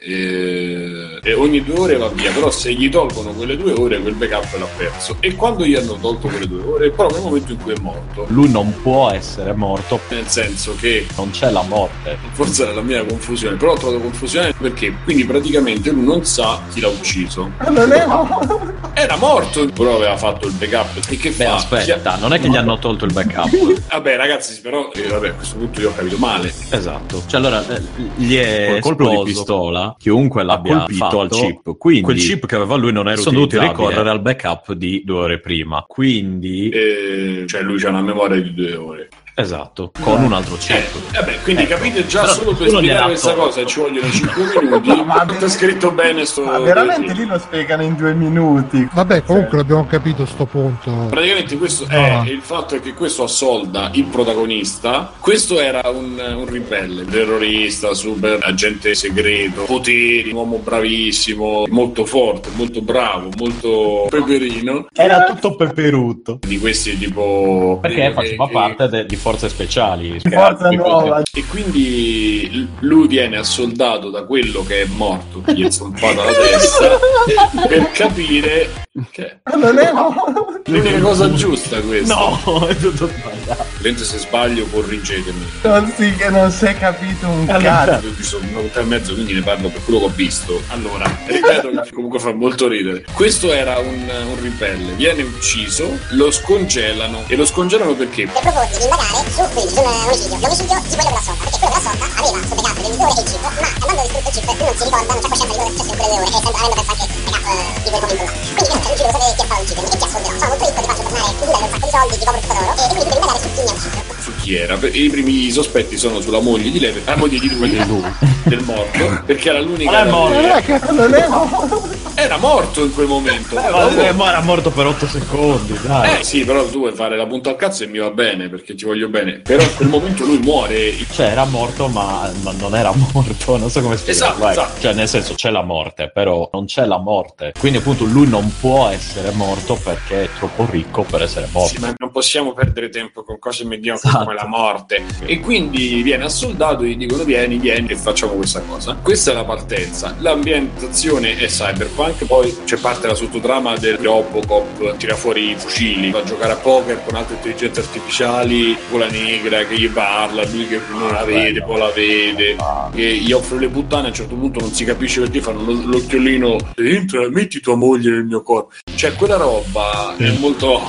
eh, e ogni due ore va via, però se gli tolgono quelle due ore quel backup l'ha perso, e quando gli hanno tolto quelle due ore è proprio nel momento in cui è morto, Lui non può essere morto, nel senso che non c'è la morte. forse era la mia confusione, però ho trovato confusione perché quindi praticamente lui non sa chi l'ha ucciso. Non è Era morto, però aveva fatto il backup. E che Beh, fa? aspetta, non è che gli hanno tolto il backup. Vabbè, ragazzi, però eh, vabbè, a questo punto io ho capito male. Esatto. Cioè, allora, eh, gli è Col colpo di esploso. pistola, Chiunque ha l'abbia colpito fatto al chip, quindi quel chip che aveva lui non era sono dovuti utilizzabile. ricorrere al backup di due ore prima. Quindi, E, cioè, lui c'ha una memoria di due ore. esatto, con un altro Eh, chip. vabbè, quindi Ecco. capite già Però solo per tu non spiegare gliel'ha questa tolto. cosa ci vogliono cinque minuti. Ma È scritto bene sto. Ma veramente lì lo spiegano in due minuti. Vabbè, comunque l'abbiamo capito sto punto. Praticamente questo No. è il fatto è che questo assolda il protagonista. Questo era un, un ribelle, terrorista, super agente segreto, poteri, un uomo bravissimo, molto forte, molto bravo, molto peperino. Era tutto peperuto. Di questi tipo Perché eh, faceva eh, parte de- di forze speciali. Forza nuova. E quindi l- lui viene assoldato da quello che è morto, che gli è zompata la testa, per capire che Non è l'unica cosa giusta questa. No, è tutto sbagliato. Ovviamente se sbaglio corrigetemi. Non sì che non si è capito un cazzo. Io sono una volta e mezzo, quindi ne parlo per quello che ho visto. Allora, ripeto che comunque fa molto ridere. Questo era un, un ribelle, viene ucciso, lo scongelano. E lo scongelano perché? e proposti di indagare su quindi sull'omicidio, l'omicidio di quello della sonda, perché quello della sonda aveva sul backup delle due ore e il chip, ma andando a distrutto il chip lui non si ricorda, non c'è coscienza di quello che è successo in quelle due ore, e sempre avendo perso anche il backup eh, di quel momento là. Quindi viene ucciso, devo sapere chi è stato ucciso e chi ha soldato. Sono molto ricco, ti faccio tornare in Italia un sacco di soldi, ti copro tutto d'oro, e, e quindi tu devi indagare su chi mi ha ucciso. Su chi era? Per- I primi sospetti sono sulla moglie di lei, la moglie di lui, del morto, perché era l'unica. Non è morto. Non è che non è morto. Era morto in quel momento. Eh, ma, eh, ma era morto per otto secondi, dai. Eh sì, però tu vuoi fare la punta al cazzo e mi va bene perché ti voglio bene. Però in quel momento lui muore. Cioè, era morto, ma, ma non era morto. Non so come spiegarlo. Esatto, ecco. esatto. Cioè, nel senso, c'è la morte, però non c'è la morte. Quindi, appunto, lui non può essere morto perché è troppo ricco per essere morto. Sì, ma non possiamo perdere tempo con cose mediocri Esatto. come la morte. E quindi viene assoldato, gli dicono vieni, vieni e facciamo questa cosa. Questa è la partenza. L'ambientazione è cyberpunk, poi c'è parte la sottotrama del Robocop, tira fuori i fucili, va a giocare a poker con altre intelligenze artificiali, con la negra che gli parla, lui che non la vede, poi la vede, che gli offre le puttane, a un certo punto non si capisce perché fanno lo- l'occhiolino, entra, metti tua moglie nel mio corpo. Cioè quella roba è molto...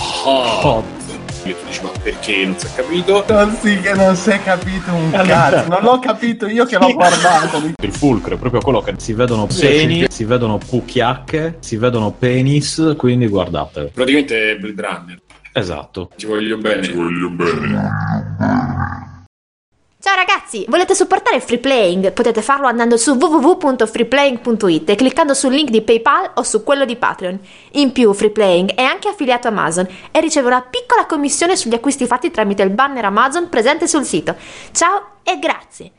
Oh. E tu dici ma perché non si è capito? Non sì che non si è capito un cazzo. Non l'ho capito io che l'ho guardato. Il fulcro è proprio quello che si vedono seni, si vedono cucchiacche, si vedono penis, quindi guardate. Praticamente è Blade Runner. Esatto. Ti voglio bene. Ti voglio bene. Ciao ragazzi, volete supportare Free Playing? Potete farlo andando su w w w punto freeplaying punto i t e cliccando sul link di PayPal o su quello di Patreon. In più, Free Playing è anche affiliato a Amazon e riceve una piccola commissione sugli acquisti fatti tramite il banner Amazon presente sul sito. Ciao e grazie!